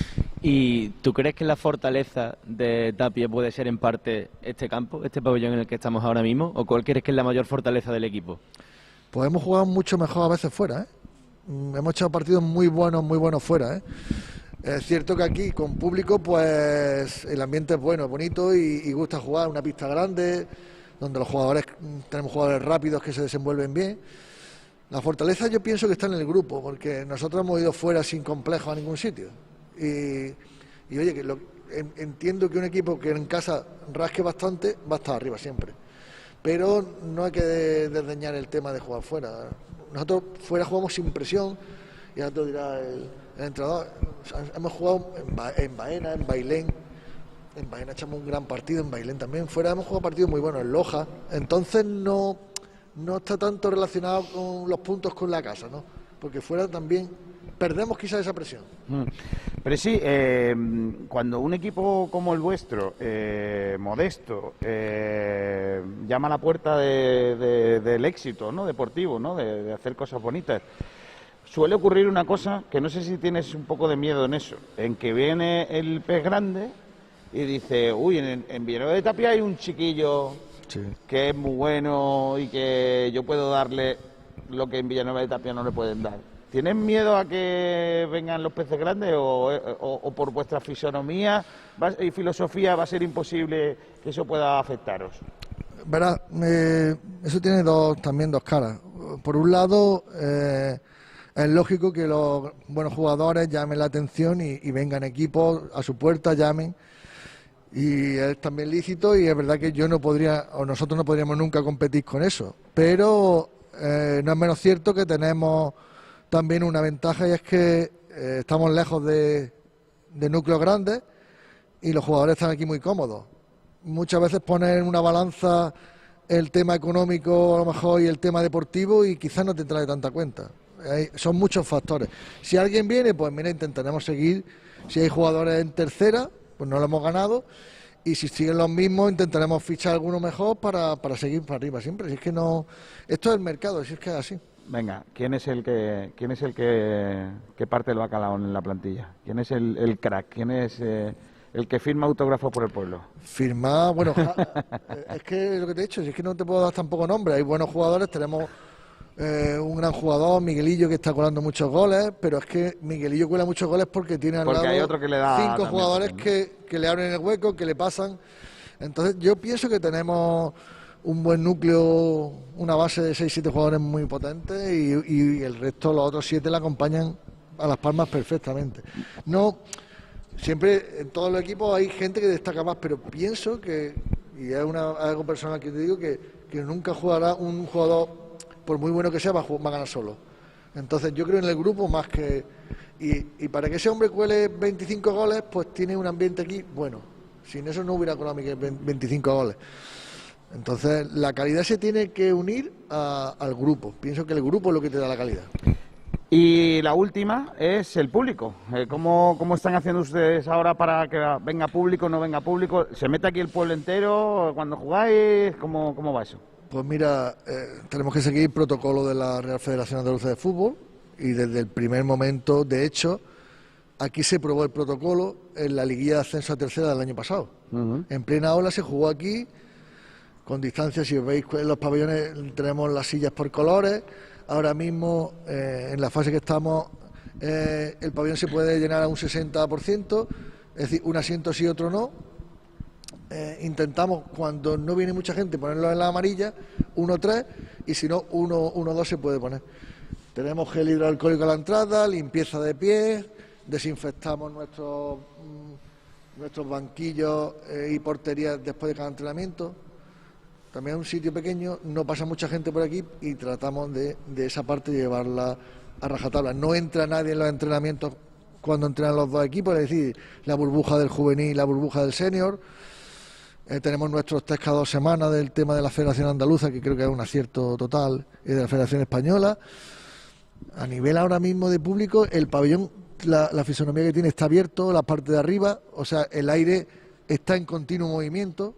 ¿Y tú crees que la fortaleza de Tapia puede ser en parte este campo, este pabellón en el que estamos ahora mismo? ¿O cuál crees que es la mayor fortaleza del equipo? Pues hemos jugado mucho mejor a veces fuera, ¿eh? Hemos echado partidos muy buenos, muy buenos fuera, ¿eh? Es cierto que aquí con público pues el ambiente es bueno, es bonito y, y gusta jugar, una pista grande, donde los jugadores, tenemos jugadores rápidos que se desenvuelven bien. La fortaleza yo pienso que está en el grupo, porque nosotros hemos ido fuera sin complejos a ningún sitio. Y, y oye, que lo, entiendo que un equipo que en casa rasque bastante va a estar arriba siempre. Pero no hay que desdeñar el tema de jugar fuera. Nosotros fuera jugamos sin presión, y ahora te dirá el, el entrenador. Hemos jugado en, ba, en Baena, en Bailén. En Baena echamos un gran partido, en Bailén también. Fuera hemos jugado partidos muy buenos, en Loja. Entonces no... no está tanto relacionado con los puntos con la casa, ¿no? Porque fuera también perdemos quizás esa presión. Pero sí, eh, cuando un equipo como el vuestro, eh, modesto, eh, llama a la puerta de, de, del éxito, ¿no?, deportivo, ¿no?, de, de hacer cosas bonitas, suele ocurrir una cosa que no sé si tienes un poco de miedo en eso, en que viene el pez grande y dice, uy, en, en Villanueva de Tapia hay un chiquillo... Sí. Que es muy bueno y que yo puedo darle lo que en Villanueva de Tapia no le pueden dar. ¿Tienes miedo a que vengan los peces grandes o, o, o por vuestra fisonomía y filosofía va a ser imposible que eso pueda afectaros? Verás, eh, eso tiene dos, también dos caras. Por un lado, eh, es lógico que los buenos jugadores llamen la atención y, y vengan equipos a su puerta, llamen. Y es también lícito y es verdad que yo no podría, o nosotros no podríamos nunca competir con eso. Pero eh, no es menos cierto que tenemos también una ventaja y es que eh, estamos lejos de, de núcleos grandes y los jugadores están aquí muy cómodos. Muchas veces ponen en una balanza el tema económico a lo mejor y el tema deportivo y quizás no te trae tanta cuenta. Hay, son muchos factores. Si alguien viene, pues mira, intentaremos seguir. Si hay jugadores en tercera, pues no lo hemos ganado, y si siguen los mismos intentaremos fichar alguno mejor para, para seguir para arriba siempre. Si es que no, esto es el mercado, si es que es así. Venga, ¿quién es el que quién es el que, que parte el bacalao en la plantilla? ¿Quién es el, el crack? ¿Quién es eh, el que firma autógrafos por el pueblo? Firma, bueno, ja, es que lo que te he dicho, si es que no te puedo dar tampoco nombre, hay buenos jugadores, tenemos Eh, un gran jugador, Miguelillo, que está colando muchos goles, pero es que Miguelillo cuela muchos goles porque tiene al porque lado hay otro que le da cinco también, jugadores ¿no? que, que le abren el hueco, que le pasan. Entonces yo pienso que tenemos un buen núcleo, una base de seis siete jugadores muy potentes y, y el resto, los otros siete, le acompañan a Las Palmas perfectamente. No, siempre en todos los equipos hay gente que destaca más, pero pienso que, y es una, algo personal que te digo, que, que nunca jugará un jugador, por muy bueno que sea, va a, va a ganar solo. Entonces yo creo en el grupo más que... Y, y para que ese hombre cuele veinticinco goles, pues tiene un ambiente aquí bueno. Sin eso no hubiera colado veinticinco goles. Entonces la calidad se tiene que unir a, al grupo. Pienso que el grupo es lo que te da la calidad. Y la última es el público. Eh, ¿cómo, ¿Cómo están haciendo ustedes ahora para que venga público o no venga público? ¿Se mete aquí el pueblo entero cuando jugáis? ¿Cómo, cómo va eso? Pues mira, eh, tenemos que seguir el protocolo de la Real Federación Andaluza de Fútbol y desde el primer momento, de hecho, aquí se probó el protocolo en la liguilla de ascenso a tercera del año pasado. Uh-huh. En plena ola se jugó aquí, con distancia, si veis en los pabellones tenemos las sillas por colores. Ahora mismo, eh, en la fase que estamos, eh, el pabellón se puede llenar a un sesenta por ciento, es decir, un asiento sí, otro no, eh, intentamos, cuando no viene mucha gente, ponerlo en la amarilla, uno tres, y si no, uno dos se puede poner. Tenemos gel hidroalcohólico a la entrada, limpieza de pies, desinfectamos nuestros, mmm, nuestros banquillos eh, y porterías después de cada entrenamiento. También es un sitio pequeño, no pasa mucha gente por aquí y tratamos de, de esa parte llevarla a rajatabla. No entra nadie en los entrenamientos cuando entrenan los dos equipos, es decir, la burbuja del juvenil y la burbuja del senior. Eh, tenemos nuestros test cada dos semanas del tema de la Federación Andaluza, que creo que es un acierto total, y de la Federación Española. A nivel ahora mismo de público, el pabellón, la, la fisonomía que tiene está abierto, la parte de arriba, o sea, el aire está en continuo movimiento.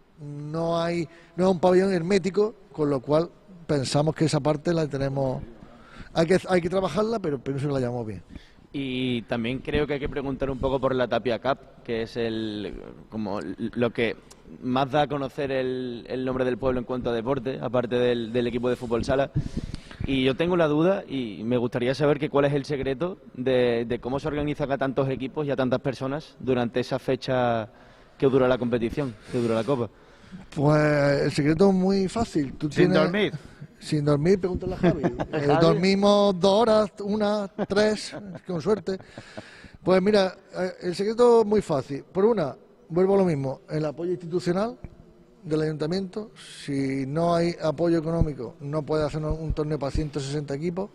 No hay, no es un pabellón hermético, con lo cual pensamos que esa parte la tenemos, hay que, hay que trabajarla, pero, pero eso la llamamos bien. Y también creo que hay que preguntar un poco por la Tapia Cup, que es el como lo que más da a conocer el, el nombre del pueblo en cuanto a deporte, aparte del, del equipo de fútbol sala. Y yo tengo la duda y me gustaría saber que cuál es el secreto de, de cómo se organizan a tantos equipos y a tantas personas durante esa fecha que dura la competición, que dura la Copa. Pues el secreto es muy fácil. Tú Sin tienes... dormir. Sin dormir, pregúntale a Javi. Eh, dormimos dos horas, una, tres, con suerte. Pues mira, eh, el secreto es muy fácil. Por una, vuelvo a lo mismo, el apoyo institucional del ayuntamiento. Si no hay apoyo económico, no puede hacer un torneo para ciento sesenta equipos.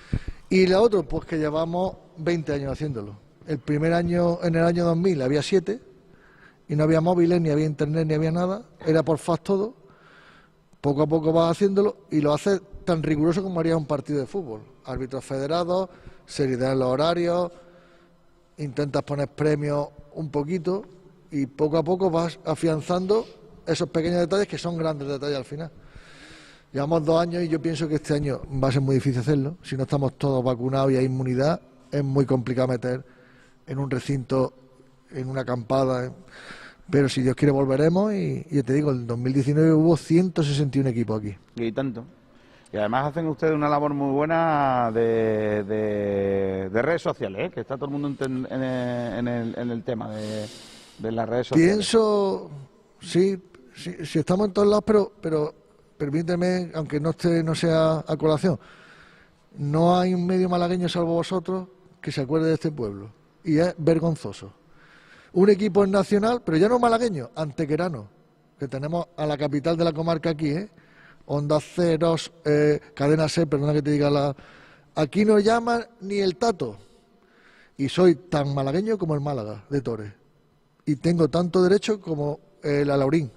Y la otra, pues que llevamos veinte años haciéndolo. El primer año, en el año dos mil, había siete. Y no había móviles, ni había internet, ni había nada, era por fax todo. Poco a poco vas haciéndolo y lo haces tan riguroso como haría un partido de fútbol. Árbitros federados, seriedad en los horarios, intentas poner premios un poquito y poco a poco vas afianzando esos pequeños detalles que son grandes detalles al final. Llevamos dos años y yo pienso que este año va a ser muy difícil hacerlo. Si no estamos todos vacunados y hay inmunidad, es muy complicado meter en un recinto, en una acampada, pero si Dios quiere volveremos y, y te digo, en dos mil diecinueve hubo ciento sesenta y uno equipos aquí. Y tanto. Y además hacen ustedes una labor muy buena de, de, de redes sociales, ¿eh? Que está todo el mundo en, en, en, el, en el tema de, de las redes sociales. Pienso, sí, sí, sí estamos en todos lados, pero, pero permíteme, aunque no esté, no sea a colación, no hay un medio malagueño salvo vosotros que se acuerde de este pueblo. Y es vergonzoso. Un equipo es nacional, pero ya no malagueño, antequerano, que tenemos a la capital de la comarca aquí, ¿eh? Onda Ceros, eh, Cadena C, perdona que te diga la... Aquí no llaman ni el Tato. Y soy tan malagueño como el Málaga, de Torres. Y tengo tanto derecho como el Alaurín.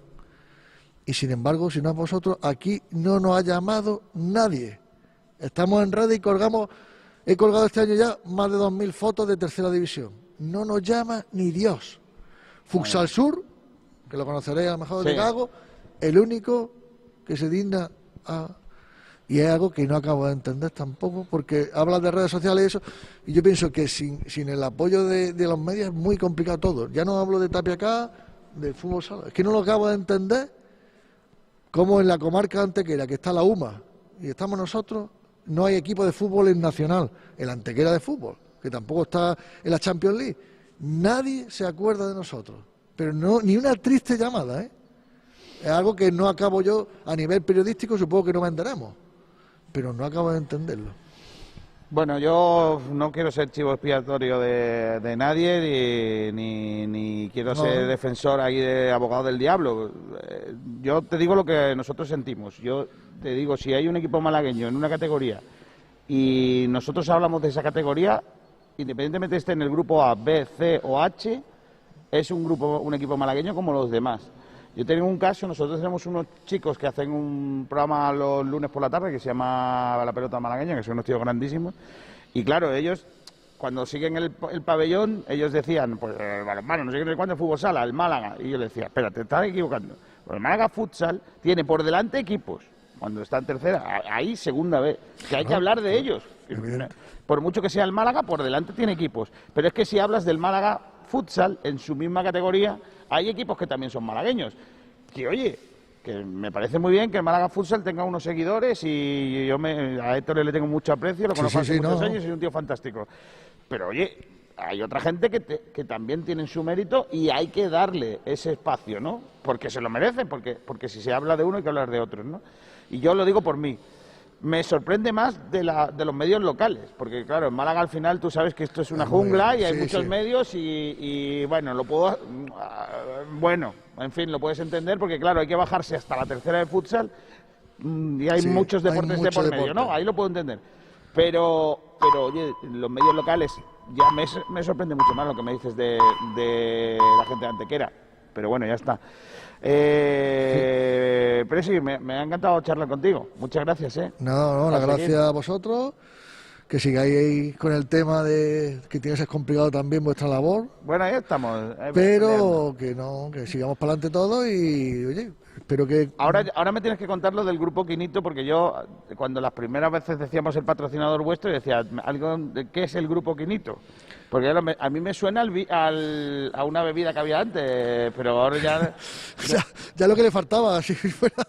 Y sin embargo, si no es vosotros, aquí no nos ha llamado nadie. Estamos en red y colgamos, he colgado este año ya más de dos mil fotos de tercera división. No nos llama ni Dios. Futsal Sur, que lo conoceréis a lo mejor de Gago, el único que se digna a... Y es algo que no acabo de entender tampoco, porque hablas de redes sociales y eso, y yo pienso que sin, sin el apoyo de, de los medios es muy complicado todo. Ya no hablo de Tapia acá, de fútbol sala, es que no lo acabo de entender, cómo en la comarca Antequera, que está la U M A, y estamos nosotros, no hay equipo de fútbol en nacional, el Antequera de fútbol, que tampoco está en la Champions League. Nadie se acuerda de nosotros, pero no ni una triste llamada, ¿eh? Es algo que no acabo yo, a nivel periodístico supongo que no venderemos, pero no acabo de entenderlo. Bueno, yo no quiero ser chivo expiatorio de, de nadie, ni, ni, ni quiero no. ser defensor ahí de abogado del diablo. Eh, yo te digo lo que nosotros sentimos. Yo te digo, si hay un equipo malagueño en una categoría y nosotros hablamos de esa categoría, independientemente esté en el grupo A, B, C o H, es un grupo, un equipo malagueño como los demás. Yo tengo un caso, nosotros tenemos unos chicos que hacen un programa los lunes por la tarde que se llama La Pelota Malagueña, que son unos tíos grandísimos, y claro, ellos, cuando siguen el, el pabellón, ellos decían, pues el balonmano, no sé qué, cuándo, el fútbol sala, el Málaga, y yo les decía, espera, te estás equivocando, pues el Málaga Futsal tiene por delante equipos, cuando está en tercera, ahí segunda vez, que hay que hablar de ellos. Por mucho que sea el Málaga, por delante tiene equipos. Pero es que si hablas del Málaga Futsal, en su misma categoría, hay equipos que también son malagueños. Que oye, que me parece muy bien que el Málaga Futsal tenga unos seguidores y yo me, a Héctor le tengo mucho aprecio, lo conozco sí, sí, hace sí, muchos no. años y es un tío fantástico. Pero oye, hay otra gente que, te, que también tienen su mérito y hay que darle ese espacio, ¿no? Porque se lo merecen, porque, porque si se habla de uno hay que hablar de otros, ¿no? Y yo lo digo por mí. Me sorprende más de, la, de los medios locales, porque claro, en Málaga al final tú sabes que esto es una jungla y hay sí, muchos sí. medios y, y bueno, lo puedo, bueno, en fin, lo puedes entender porque claro, hay que bajarse hasta la tercera de futsal y hay Sí, muchos hay deportes de mucho por medio, deporte. ¿no? Ahí lo puedo entender. Pero, pero oye, los medios locales, ya me, me sorprende mucho más lo que me dices de, de la gente de Antequera, pero bueno, ya está. Eh, sí. Pero sí, me, me ha encantado charlar contigo. Muchas gracias, ¿eh? No, no, las gracias a vosotros, que sigáis ahí con el tema de que tiene que ser complicado también vuestra labor. Bueno, ahí estamos. Eh, pero que no, que sigamos para adelante todos y, oye, espero que... Ahora, ahora me tienes que contar lo del Grupo Quinito, porque yo, cuando las primeras veces decíamos el patrocinador vuestro, decía, algo de, ¿qué es el Grupo Quinito? Porque ahora me, a mí me suena al, al, a una bebida que había antes, pero ahora ya... ya, ya lo que le faltaba, si fuera...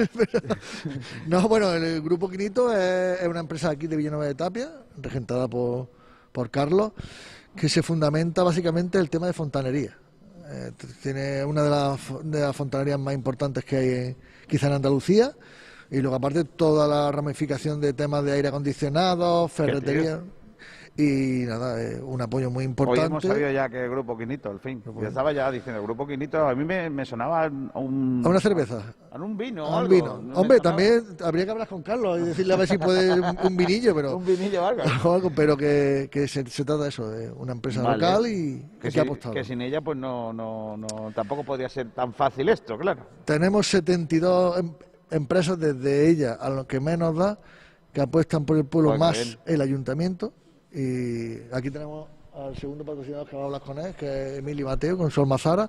No, bueno, el Grupo Quinito es, es una empresa aquí de Villanueva de Tapia, regentada por, por Carlos, que se fundamenta básicamente en el tema de fontanería. Eh, tiene una de las, de las fontanerías más importantes que hay en, quizá en Andalucía, y luego aparte toda la ramificación de temas de aire acondicionado, ferretería... Y nada, eh, un apoyo muy importante. Hoy hemos sabido ya que el Grupo Quinito, al fin. Yo estaba ya diciendo, el Grupo Quinito, a mí me, me sonaba a un... ¿A una cerveza? A un vino, A un algo. vino. No Hombre, sonaba... también habría que hablar con Carlos y decirle a ver si puede un, un vinillo, pero... un vinillo, algo. algo pero que, que se, se trata de eso, de una empresa vale. local y que, que si, ha apostado. Que sin ella, pues no, no, no, tampoco podría ser tan fácil esto, claro. Tenemos setenta y dos em, empresas desde ella a lo que menos da, que apuestan por el pueblo, pues más bien. El ayuntamiento. Y aquí tenemos al segundo patrocinador que va a hablar con él, que es Emilio Mateo, con su almazara,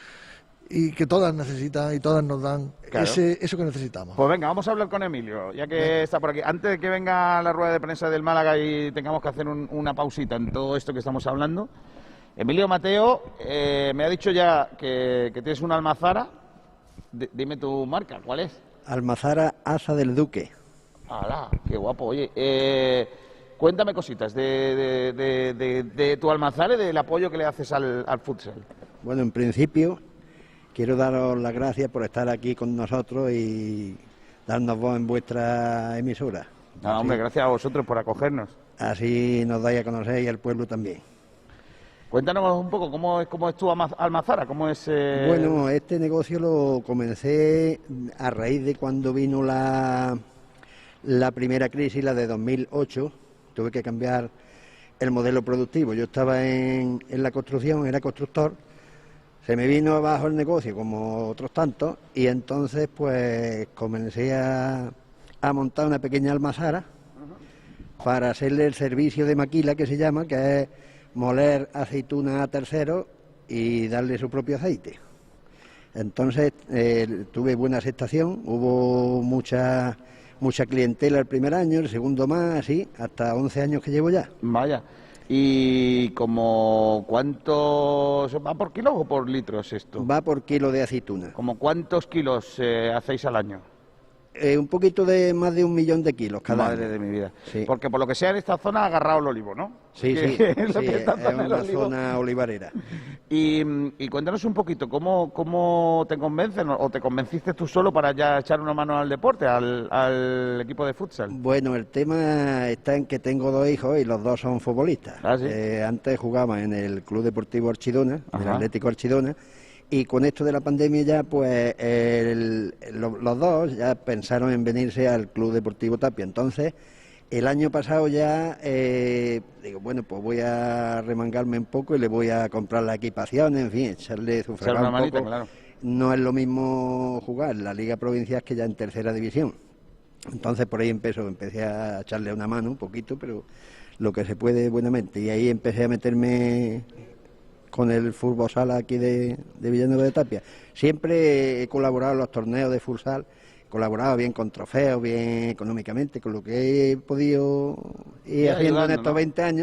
y que todas necesitan y todas nos dan claro. ese, eso que necesitamos. Pues venga, vamos a hablar con Emilio, ya que Bien. está por aquí. Antes de que venga la rueda de prensa del Málaga y tengamos que hacer un, una pausita en todo esto que estamos hablando, Emilio Mateo eh, me ha dicho ya que, que tienes una almazara. D dime tu marca, ¿cuál es? Almazara Asa del Duque. ¡Hala! ¡Qué guapo! Oye, eh... cuéntame cositas de, de, de, de, de tu almazara y del apoyo que le haces al, al futsal. Bueno, en principio quiero daros las gracias por estar aquí con nosotros y darnos voz en vuestra emisora. Ah, hombre, gracias a vosotros por acogernos. Así nos dais a conocer y al pueblo también. Cuéntanos un poco, ¿cómo es, cómo es tu almazara? ¿Cómo es, eh... Bueno, este negocio lo comencé a raíz de cuando vino la, la primera crisis, la de dos mil ocho. Tuve que cambiar el modelo productivo. Yo estaba en, en la construcción, era constructor, se me vino abajo el negocio como otros tantos y entonces pues comencé a, a montar una pequeña almazara uh-huh. para hacerle el servicio de maquila que se llama, que es moler aceituna a terceros y darle su propio aceite. Entonces eh, tuve buena aceptación, hubo mucha... mucha clientela el primer año, el segundo más, así, hasta once años que llevo ya. Vaya. ¿Y como cuántos... va por kilos o por litros esto? Va por kilo de aceituna. ¿Como cuántos kilos eh, hacéis al año? Eh, un poquito de más de un millón de kilos cada Madre año. de mi vida. Sí. Porque por lo que sea en esta zona ha agarrado el olivo, ¿no? Sí, sí, es, sí, es una zona olivarera. Y, y cuéntanos un poquito, ¿cómo, cómo te convencen o te convenciste tú solo para ya echar una mano al deporte, al, al equipo de futsal? Bueno, el tema está en que tengo dos hijos y los dos son futbolistas. ¿Ah, sí? eh, antes jugaba en el Club Deportivo Archidona, el Atlético Archidona, y con esto de la pandemia ya, pues, el, lo, los dos ya pensaron en venirse al Club Deportivo Tapia. Entonces, el año pasado ya, eh, digo, bueno, pues voy a remangarme un poco y le voy a comprar la equipación, en fin, echarle su fregado un manita, poco. Claro. No es lo mismo jugar en la Liga Provincial que ya en Tercera División. Entonces, por ahí empezó, empecé a echarle una mano un poquito, pero lo que se puede buenamente. Y ahí empecé a meterme con el fútbol sala aquí de, de Villanueva de Tapia. Siempre he colaborado en los torneos de futsal, he colaborado bien con trofeos, bien económicamente, con lo que he podido ir haciendo en estos ¿no? veinte años.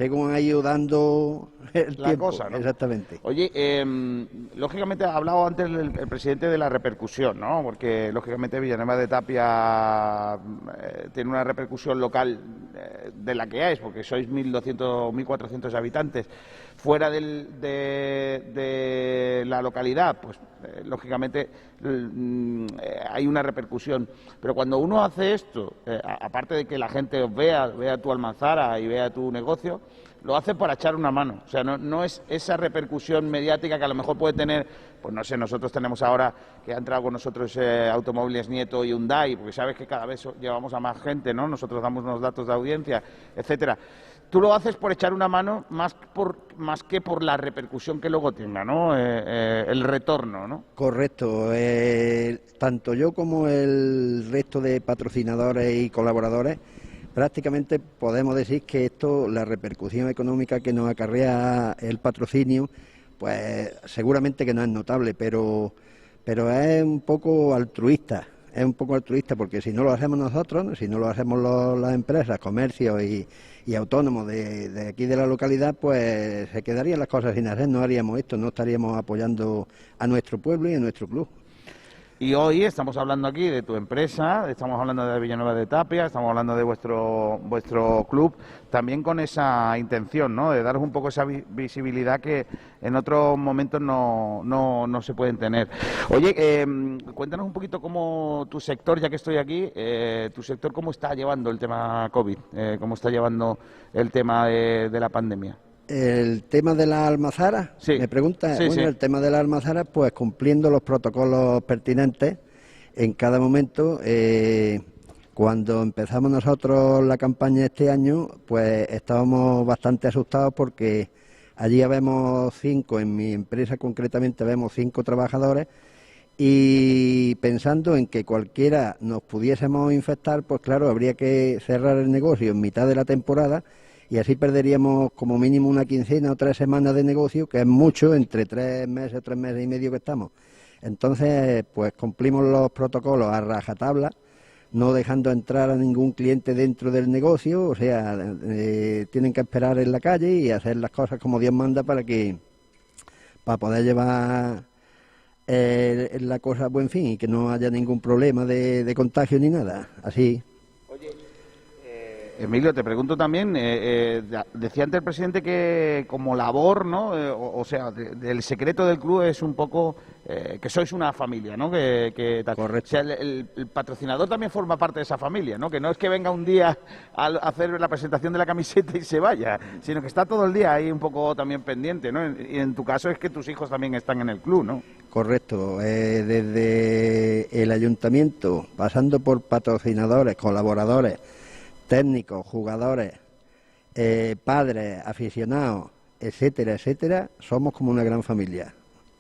según ha ido dando el la tiempo. cosa, ¿no? Exactamente. Oye, eh, lógicamente ha hablado antes el, el presidente de la repercusión, ¿no? Porque lógicamente Villanueva de Tapia eh, tiene una repercusión local eh, de la que es, porque sois mil doscientos, mil cuatrocientos habitantes. Fuera del, de, de la localidad, pues eh, lógicamente mm, eh, hay una repercusión. Pero cuando uno hace esto, eh, aparte de que la gente os vea, vea tu almanzara y vea tu negocio, lo hace para echar una mano. O sea, no, no es esa repercusión mediática que a lo mejor puede tener, pues no sé, nosotros tenemos ahora que ha entrado con nosotros eh, Automóviles Nieto y Hyundai, porque sabes que cada vez llevamos a más gente, ¿no? Nosotros damos unos datos de audiencia, etcétera. Tú lo haces por echar una mano más, por, más que por la repercusión que luego tenga, ¿no? Eh, eh, el retorno, ¿no? Correcto. Eh, tanto yo como el resto de patrocinadores y colaboradores, prácticamente podemos decir que esto, la repercusión económica que nos acarrea el patrocinio, pues seguramente que no es notable, pero, pero es un poco altruista. Es un poco altruista porque si no lo hacemos nosotros, si no lo hacemos los, las empresas, comercios y, y autónomos de, de aquí de la localidad, pues se quedarían las cosas sin hacer, no haríamos esto, no estaríamos apoyando a nuestro pueblo y a nuestro club. Y hoy estamos hablando aquí de tu empresa, estamos hablando de Villanueva de Tapia, estamos hablando de vuestro vuestro club, también con esa intención, ¿no?, de daros un poco esa vi visibilidad que en otros momentos no, no, no se pueden tener. Oye, eh, cuéntanos un poquito cómo tu sector, ya que estoy aquí, eh, tu sector cómo está llevando el tema COVID, eh, cómo está llevando el tema de, de la pandemia. El tema de la almazara, sí. me pregunta, sí, bueno, sí. el tema de la almazara, pues cumpliendo los protocolos pertinentes en cada momento. Eh, cuando empezamos nosotros la campaña este año, pues estábamos bastante asustados porque allí habemos cinco, en mi empresa concretamente vemos cinco trabajadores, y pensando en que cualquiera nos pudiésemos infectar, pues claro, habría que cerrar el negocio en mitad de la temporada, y así perderíamos como mínimo una quincena o tres semanas de negocio, que es mucho, entre tres meses o tres meses y medio que estamos. Entonces, pues cumplimos los protocolos a rajatabla, no dejando entrar a ningún cliente dentro del negocio, o sea, eh, tienen que esperar en la calle y hacer las cosas como Dios manda para que para poder llevar eh, la cosa a buen fin y que no haya ningún problema de, de contagio ni nada, así. Emilio, te pregunto también, eh, eh, decía antes el presidente que como labor, ¿no? Eh, o, o sea, de, de, el secreto del club es un poco eh, que sois una familia, ¿no? Que, que tal. Correcto. O sea, el, el, el patrocinador también forma parte de esa familia, ¿no? Que no es que venga un día a hacer la presentación de la camiseta y se vaya, sino que está todo el día ahí un poco también pendiente, ¿no? Y en tu caso es que tus hijos también están en el club, ¿no? Correcto. Eh, desde el ayuntamiento, pasando por patrocinadores, colaboradores, técnicos, jugadores, eh, padres, aficionados, etcétera, etcétera, somos como una gran familia.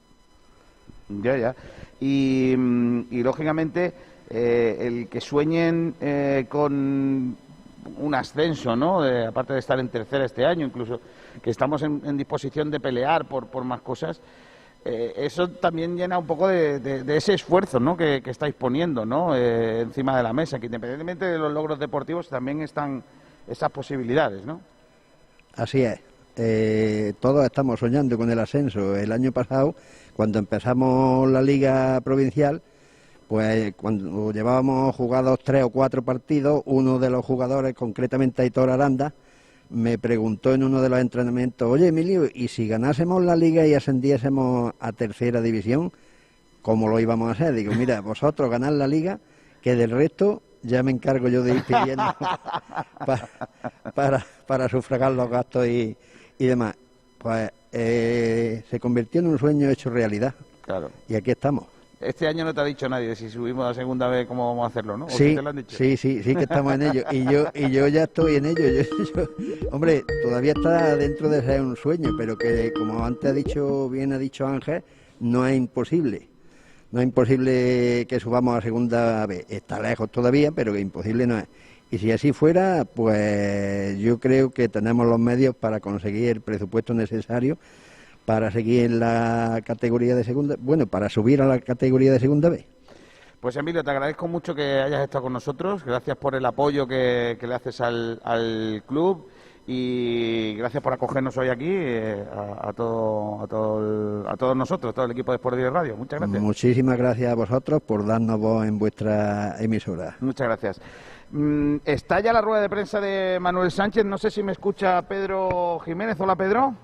Ya, ya. Y, y lógicamente, eh, el que sueñen eh, con un ascenso, ¿no? Eh, aparte de estar en tercera este año, incluso que estamos en, en disposición de pelear por, por más cosas, eh, eso también llena un poco de, de, de ese esfuerzo, ¿no?, que, que estáis poniendo, ¿no?, eh, encima de la mesa, que independientemente de los logros deportivos también están esas posibilidades, ¿no? Así es. Eh, todos estamos soñando con el ascenso. El año pasado, cuando empezamos la liga provincial, pues cuando llevábamos jugados tres o cuatro partidos, uno de los jugadores, concretamente Aitor Aranda, me preguntó en uno de los entrenamientos: oye, Emilio, ¿y si ganásemos la liga y ascendiésemos a tercera división, cómo lo íbamos a hacer? Digo, mira, vosotros ganad la liga, que del resto ya me encargo yo de ir pidiendo para, para, para sufragar los gastos y, y demás. Pues eh, se convirtió en un sueño hecho realidad. Claro. Y aquí estamos. Este año no te ha dicho nadie si subimos la segunda vez cómo vamos a hacerlo, ¿no? ¿O sí, sí te lo han dicho? sí, sí, sí que estamos en ello. Y yo y yo ya estoy en ello. Yo, yo, hombre, todavía está dentro de ser un sueño, pero que, como antes ha dicho, bien ha dicho Ángel, no es imposible. No es imposible que subamos a segunda vez. Está lejos todavía, pero que imposible no es. Y si así fuera, pues yo creo que tenemos los medios para conseguir el presupuesto necesario para seguir en la categoría de segunda, bueno, para subir a la categoría de segunda vez. Pues Emilio, te agradezco mucho que hayas estado con nosotros, gracias por el apoyo que, que le haces al, al club Y gracias por acogernos hoy aquí, eh, a, a, todo, a, todo el, a todos nosotros, todo el equipo de Sport Direct Radio. Muchas gracias. Muchísimas gracias a vosotros por darnos voz en vuestra emisora. Muchas gracias. Mm, está ya la rueda de prensa de Manuel Sánchez. No sé si me escucha Pedro Jiménez. Hola, Pedro.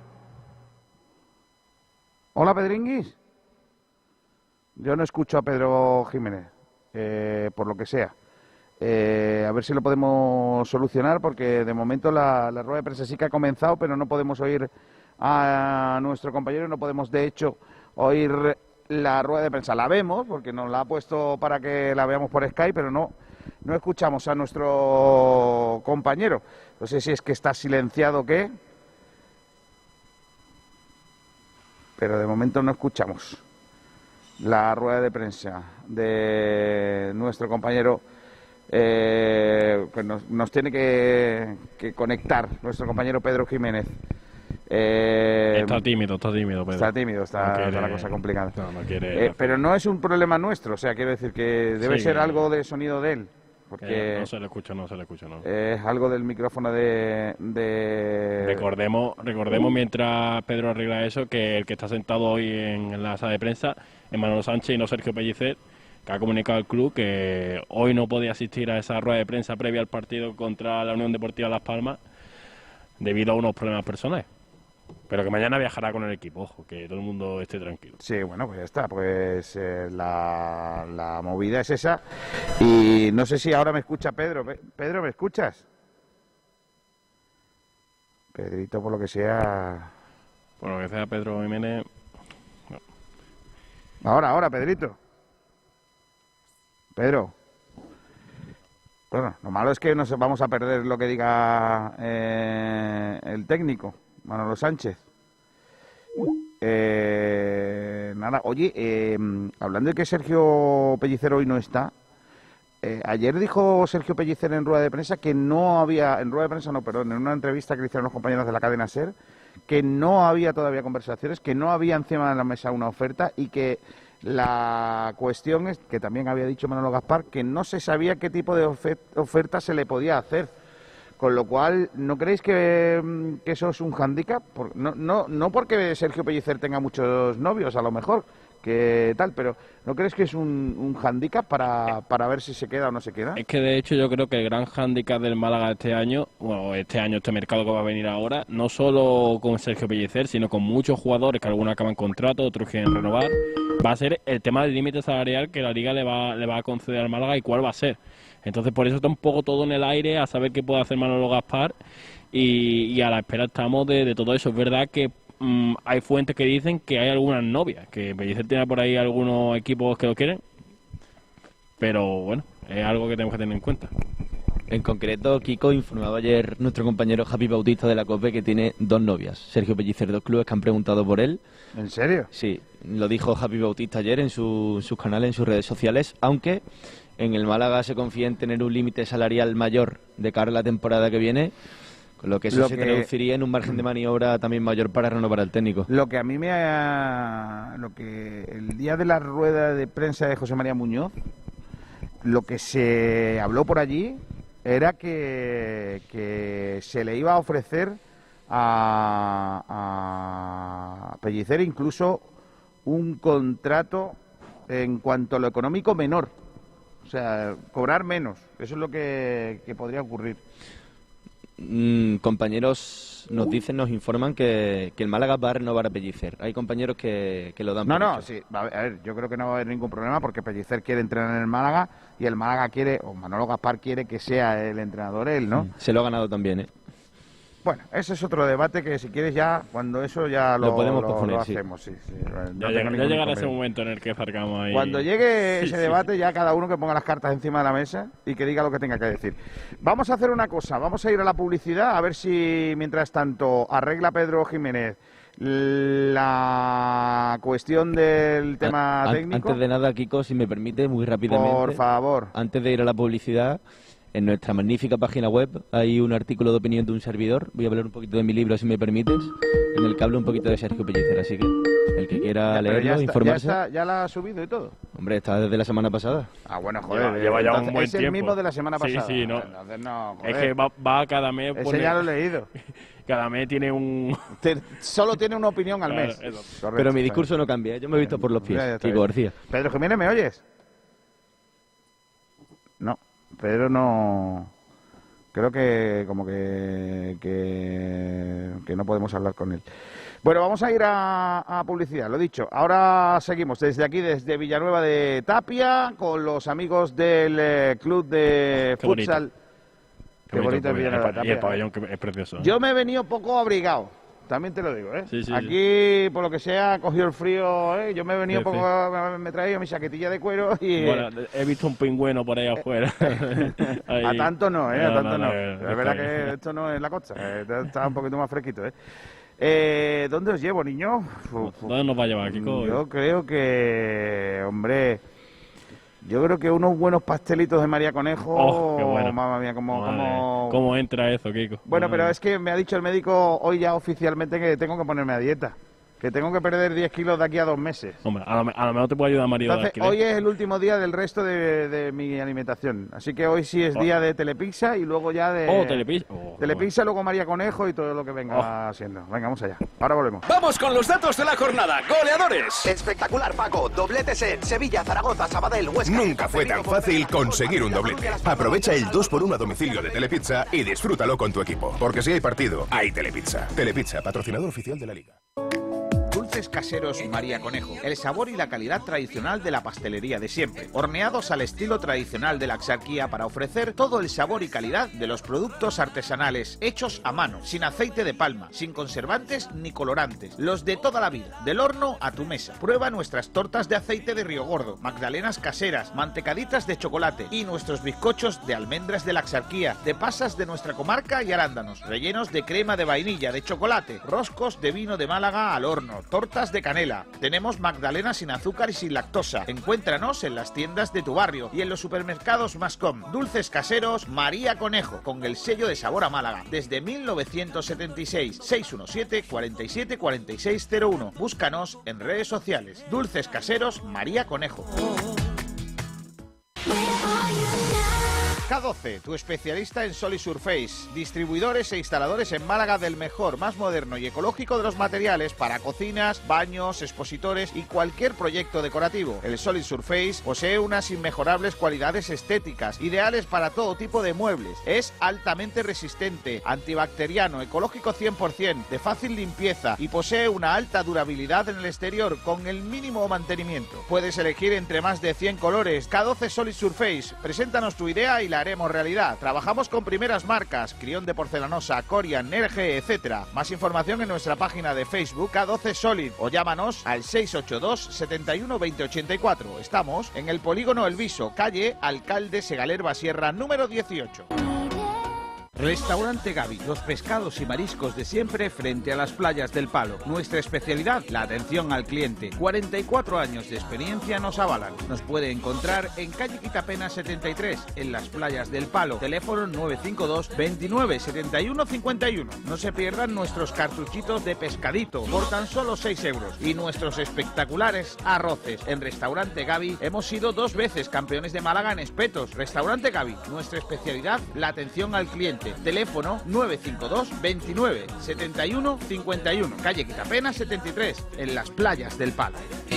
Hola, Pedringuis. Yo no escucho a Pedro Jiménez, eh, por lo que sea. Eh, a ver si lo podemos solucionar, porque de momento la, la rueda de prensa sí que ha comenzado, pero no podemos oír a nuestro compañero, no podemos de hecho oír la rueda de prensa. La vemos, porque nos la ha puesto para que la veamos por Skype, pero no, no escuchamos a nuestro compañero. No sé si es que está silenciado o qué, pero de momento no escuchamos la rueda de prensa de nuestro compañero. Eh, pues nos, nos tiene que, que conectar nuestro compañero Pedro Jiménez. Eh, está tímido, está tímido, Pedro. Está tímido, está, no quiere, está la cosa complicada. No, no quiere eh, pero no es un problema nuestro, o sea, quiero decir que debe sí, ser que, algo de sonido de él. Porque no se le escucha, no se le escucha, no. Es algo del micrófono de... de... Recordemos, recordemos mientras Pedro arregla eso, que el que está sentado hoy en la sala de prensa es Manolo Sánchez y no Sergio Pellicer, que ha comunicado al club que hoy no podía asistir a esa rueda de prensa previa al partido contra la Unión Deportiva Las Palmas debido a unos problemas personales. Pero que mañana viajará con el equipo, ojo, que todo el mundo esté tranquilo. Sí, bueno, pues ya está, pues eh, la, la movida es esa. Y no sé si ahora me escucha Pedro. Pedro, ¿me escuchas? Pedrito, por lo que sea... Por lo que sea, Pedro Jiménez... No. Ahora, ahora, Pedrito. Pedro. Bueno, lo malo es que nos vamos a perder lo que diga eh, el técnico, Manolo Sánchez. Eh, nada, oye, eh, hablando de que Sergio Pellicer hoy no está, eh, ayer dijo Sergio Pellicer en rueda de prensa que no había, en rueda de prensa no, perdón, en una entrevista que le hicieron los compañeros de la cadena SER, que no había todavía conversaciones, que no había encima de la mesa una oferta y que la cuestión es, que también había dicho Manolo Gaspar, que no se sabía qué tipo de oferta se le podía hacer. Con lo cual, ¿no creéis que, que eso es un hándicap? Por, no, no, no porque Sergio Pellicer tenga muchos novios, a lo mejor, que tal, pero ¿no crees que es un, un hándicap para, para ver si se queda o no se queda? Es que de hecho yo creo que el gran hándicap del Málaga este año, bueno, este año, este mercado que va a venir ahora, no solo con Sergio Pellicer, sino con muchos jugadores que algunos acaban contrato, otros quieren renovar, va a ser el tema del límite salarial que la Liga le va, le va a conceder al Málaga y cuál va a ser. Entonces por eso está un poco todo en el aire, a saber qué puede hacer Manolo Gaspar y, y a la espera estamos de, de todo eso. Es verdad que mmm, hay fuentes que dicen que hay algunas novias, que Pellicer tiene por ahí algunos equipos que lo quieren, pero bueno, es algo que tenemos que tener en cuenta. En concreto, Kiko informaba ayer nuestro compañero Javi Bautista de la COPE que tiene dos novias. Sergio Pellicer, dos clubes que han preguntado por él. ¿En serio? Sí, lo dijo Javi Bautista ayer en, su, en sus canales, en sus redes sociales, aunque en el Málaga se confía en tener un límite salarial mayor de cara a la temporada que viene, con lo que eso lo se que... traduciría en un margen de maniobra también mayor para renovar al técnico. Lo que a mí me ha... lo que el día de la rueda de prensa de José María Muñoz, lo que se habló por allí era que, que se le iba a ofrecer a, a Pellicer incluso un contrato en cuanto a lo económico menor. O sea, cobrar menos. Eso es lo que, que podría ocurrir. Mm, compañeros nos dicen, nos informan que, que el Málaga va a renovar a Pellicer. Hay compañeros que, que lo dan no, por no, hecho. sí. A ver, a ver, yo creo que no va a haber ningún problema porque Pellicer quiere entrenar en el Málaga y el Málaga quiere, o Manolo Gaspar quiere que sea el entrenador él, ¿no? Mm, se lo ha ganado también, ¿eh? Bueno, ese es otro debate que si quieres ya, cuando eso ya lo, lo podemos lo, posponer, lo sí. hacemos. Sí, sí. No ya llega, ya llegará ese momento en el que zarcamos ahí. Cuando llegue ese sí, debate, sí. ya cada uno que ponga las cartas encima de la mesa y que diga lo que tenga que decir. Vamos a hacer una cosa, vamos a ir a la publicidad, a ver si mientras tanto arregla Pedro Jiménez la cuestión del tema An técnico. Antes de nada, Kiko, si me permite, muy rápidamente. Por favor. Antes de ir a la publicidad, en nuestra magnífica página web hay un artículo de opinión de un servidor. Voy a hablar un poquito de mi libro, si me permites, en el que hablo un poquito de Sergio Pellicer, así que el que quiera. quiera Ya, pero leerlo, ya está, informarse. Ya, está, ya la ha subido y todo. Hombre, está desde la semana pasada. Ah, bueno, joder. Lleva, lleva ya entonces, un buen es el tiempo. mismo de la semana pasada. Sí, sí, no. Entonces, no, joder. Es que va, va cada mes. Ese pone- ya lo he leído. Cada mes tiene un. Te- solo tiene una opinión al Claro, mes. eso. Correcto. Pero mi discurso no cambia, ¿eh? Yo me he visto por los pies, Ya, ya está Kiko bien. García. Pedro Jiménez, ¿me oyes? No, Pedro no. Creo que como que, que, que no podemos hablar con él. Bueno, vamos a ir a, a publicidad, lo dicho. Ahora seguimos desde aquí, desde Villanueva de Tapia, con los amigos del eh, club de Qué bonito. futsal. Qué bonito es Villanueva de el, pa- y el Tapia. pabellón que es precioso. Yo me he venido poco abrigado, también te lo digo, ¿eh? Sí, sí, Aquí, por lo que sea, ha cogido el frío, ¿eh? Yo me he venido Sí, poco, sí. me, me he traído mi chaquetilla de cuero y... Bueno, he visto un pingüino por ahí afuera. Ahí. A tanto no, ¿eh? A No, tanto no, no. no, Pero está es verdad bien. que esto no es la costa, eh, está un poquito más fresquito, ¿eh? Eh, ¿Dónde os llevo, niño? Uf, uf. ¿Dónde nos va a llevar, Kiko? Yo creo que, hombre, yo creo que unos buenos pastelitos de María Conejo, Oh, qué bueno. mamma mía, como... Madre, como... ¿Cómo entra eso, Kiko? Bueno, Madre. pero es que me ha dicho el médico hoy ya oficialmente que tengo que ponerme a dieta, que tengo que perder diez kilos de aquí a dos meses. Hombre, a lo, a lo mejor te puede ayudar María de Entonces, alquiler. hoy es el último día del resto de, de mi alimentación. Así que hoy sí es Oh. día de Telepizza y luego ya de... Oh, Telepizza. Oh, Telepizza, luego María Conejo y todo lo que venga siendo. Venga, vamos allá. Ahora volvemos. Vamos con los datos de la jornada. ¡Goleadores! Espectacular, Paco. Dobletes en Sevilla, Zaragoza, Sabadell, Huesca. Nunca fue tan fácil conseguir un doblete. Aprovecha el dos por uno a domicilio de Telepizza y disfrútalo con tu equipo. Porque si hay partido, hay Telepizza. Telepizza, patrocinador oficial de la Liga. Dulces caseros María Conejo. El sabor y la calidad tradicional de la pastelería de siempre. Horneados al estilo tradicional de la Axarquía para ofrecer todo el sabor y calidad de los productos artesanales hechos a mano, sin aceite de palma, sin conservantes ni colorantes. Los de toda la vida, del horno a tu mesa. Prueba nuestras tortas de aceite de Río Gordo, magdalenas caseras, mantecaditas de chocolate y nuestros bizcochos de almendras de la Axarquía, de pasas de nuestra comarca y arándanos, rellenos de crema de vainilla, de chocolate, roscos de vino de Málaga al horno, tortas de canela. Tenemos magdalenas sin azúcar y sin lactosa. Encuéntranos en las tiendas de tu barrio y en los supermercados Mascom. Dulces caseros María Conejo, con el sello de sabor a Málaga. Desde mil novecientos setenta y seis, seis uno siete, cuatro siete cuatro seis cero uno. Búscanos en redes sociales. Dulces caseros María Conejo. K doce, tu especialista en Solid Surface, distribuidores e instaladores en Málaga del mejor, más moderno y ecológico de los materiales para cocinas, baños, expositores y cualquier proyecto decorativo. El Solid Surface posee unas inmejorables cualidades estéticas, ideales para todo tipo de muebles. Es altamente resistente, antibacteriano, ecológico cien por cien, de fácil limpieza y posee una alta durabilidad en el exterior con el mínimo mantenimiento. Puedes elegir entre más de cien colores. K doce Solid Surface, preséntanos tu idea y la haremos realidad. Trabajamos con primeras marcas, Crión de Porcelanosa, Corian, Nerge, etcétera. Más información en nuestra página de Facebook K doce Solid o llámanos al seis ocho dos, setenta y uno, veinte ochenta y cuatro. Estamos en el Polígono El Viso, calle Alcalde Segalerba Sierra, número dieciocho. Restaurante Gaby, los pescados y mariscos de siempre frente a las playas del Palo. Nuestra especialidad, la atención al cliente. cuarenta y cuatro años de experiencia nos avalan. Nos puede encontrar en calle Quitapena setenta y tres, en las playas del Palo. Teléfono nueve cinco dos, veintinueve, setenta y uno, cincuenta y uno. No se pierdan nuestros cartuchitos de pescadito por tan solo seis euros. Y nuestros espectaculares arroces. En Restaurante Gaby hemos sido dos veces campeones de Málaga en espetos. Restaurante Gaby, nuestra especialidad, la atención al cliente. Teléfono nueve cinco dos, veintinueve, setenta y uno, cincuenta y uno. Calle Quitapena setenta y tres, en las playas del Palo.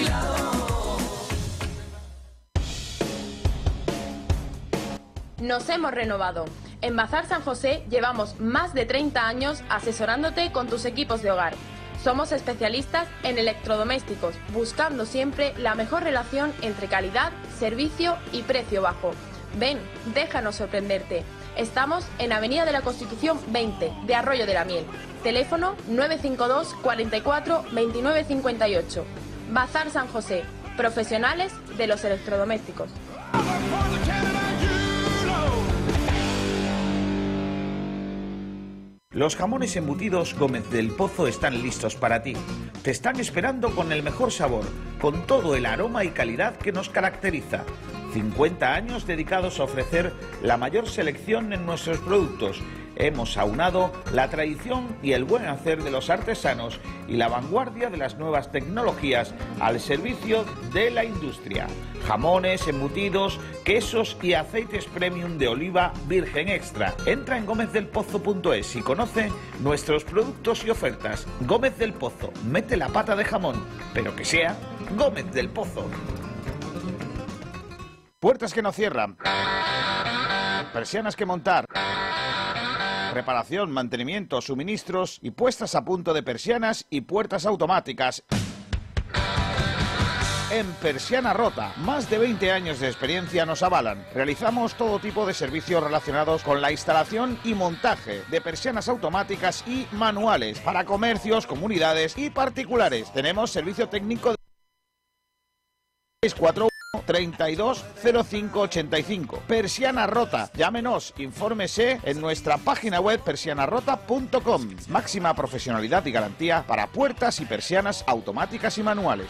Nos hemos renovado. En Bazar San José llevamos más de treinta años asesorándote con tus equipos de hogar. Somos especialistas en electrodomésticos, buscando siempre la mejor relación entre calidad, servicio y precio bajo. Ven, déjanos sorprenderte. Estamos en Avenida de la Constitución veinte, de Arroyo de la Miel. Teléfono nueve cinco dos, cuarenta y cuatro, veintinueve cincuenta y ocho. Bazar San José, profesionales de los electrodomésticos. Los jamones embutidos Gómez del Pozo están listos para ti. Te están esperando con el mejor sabor, con todo el aroma y calidad que nos caracteriza. cincuenta años dedicados a ofrecer la mayor selección en nuestros productos hemos aunado la tradición y el buen hacer de los artesanos y la vanguardia de las nuevas tecnologías al servicio de la industria. Jamones, embutidos, quesos y aceites premium de oliva virgen extra. Entra en gómez del pozo punto es y conoce nuestros productos y ofertas. Gómez del Pozo, mete la pata de jamón, pero que sea Gómez del Pozo. Puertas que no cierran, persianas que montar, reparación, mantenimiento, suministros y puestas a punto de persianas y puertas automáticas. En Persiana Rota, más de veinte años de experiencia nos avalan. Realizamos todo tipo de servicios relacionados con la instalación y montaje de persianas automáticas y manuales para comercios, comunidades y particulares. Tenemos servicio técnico de seis cuatro uno, treinta y dos, cero cinco ochenta y cinco. Persiana Rota. Llámenos, infórmese en nuestra página web persiana rota punto com. Máxima profesionalidad y garantía para puertas y persianas automáticas y manuales.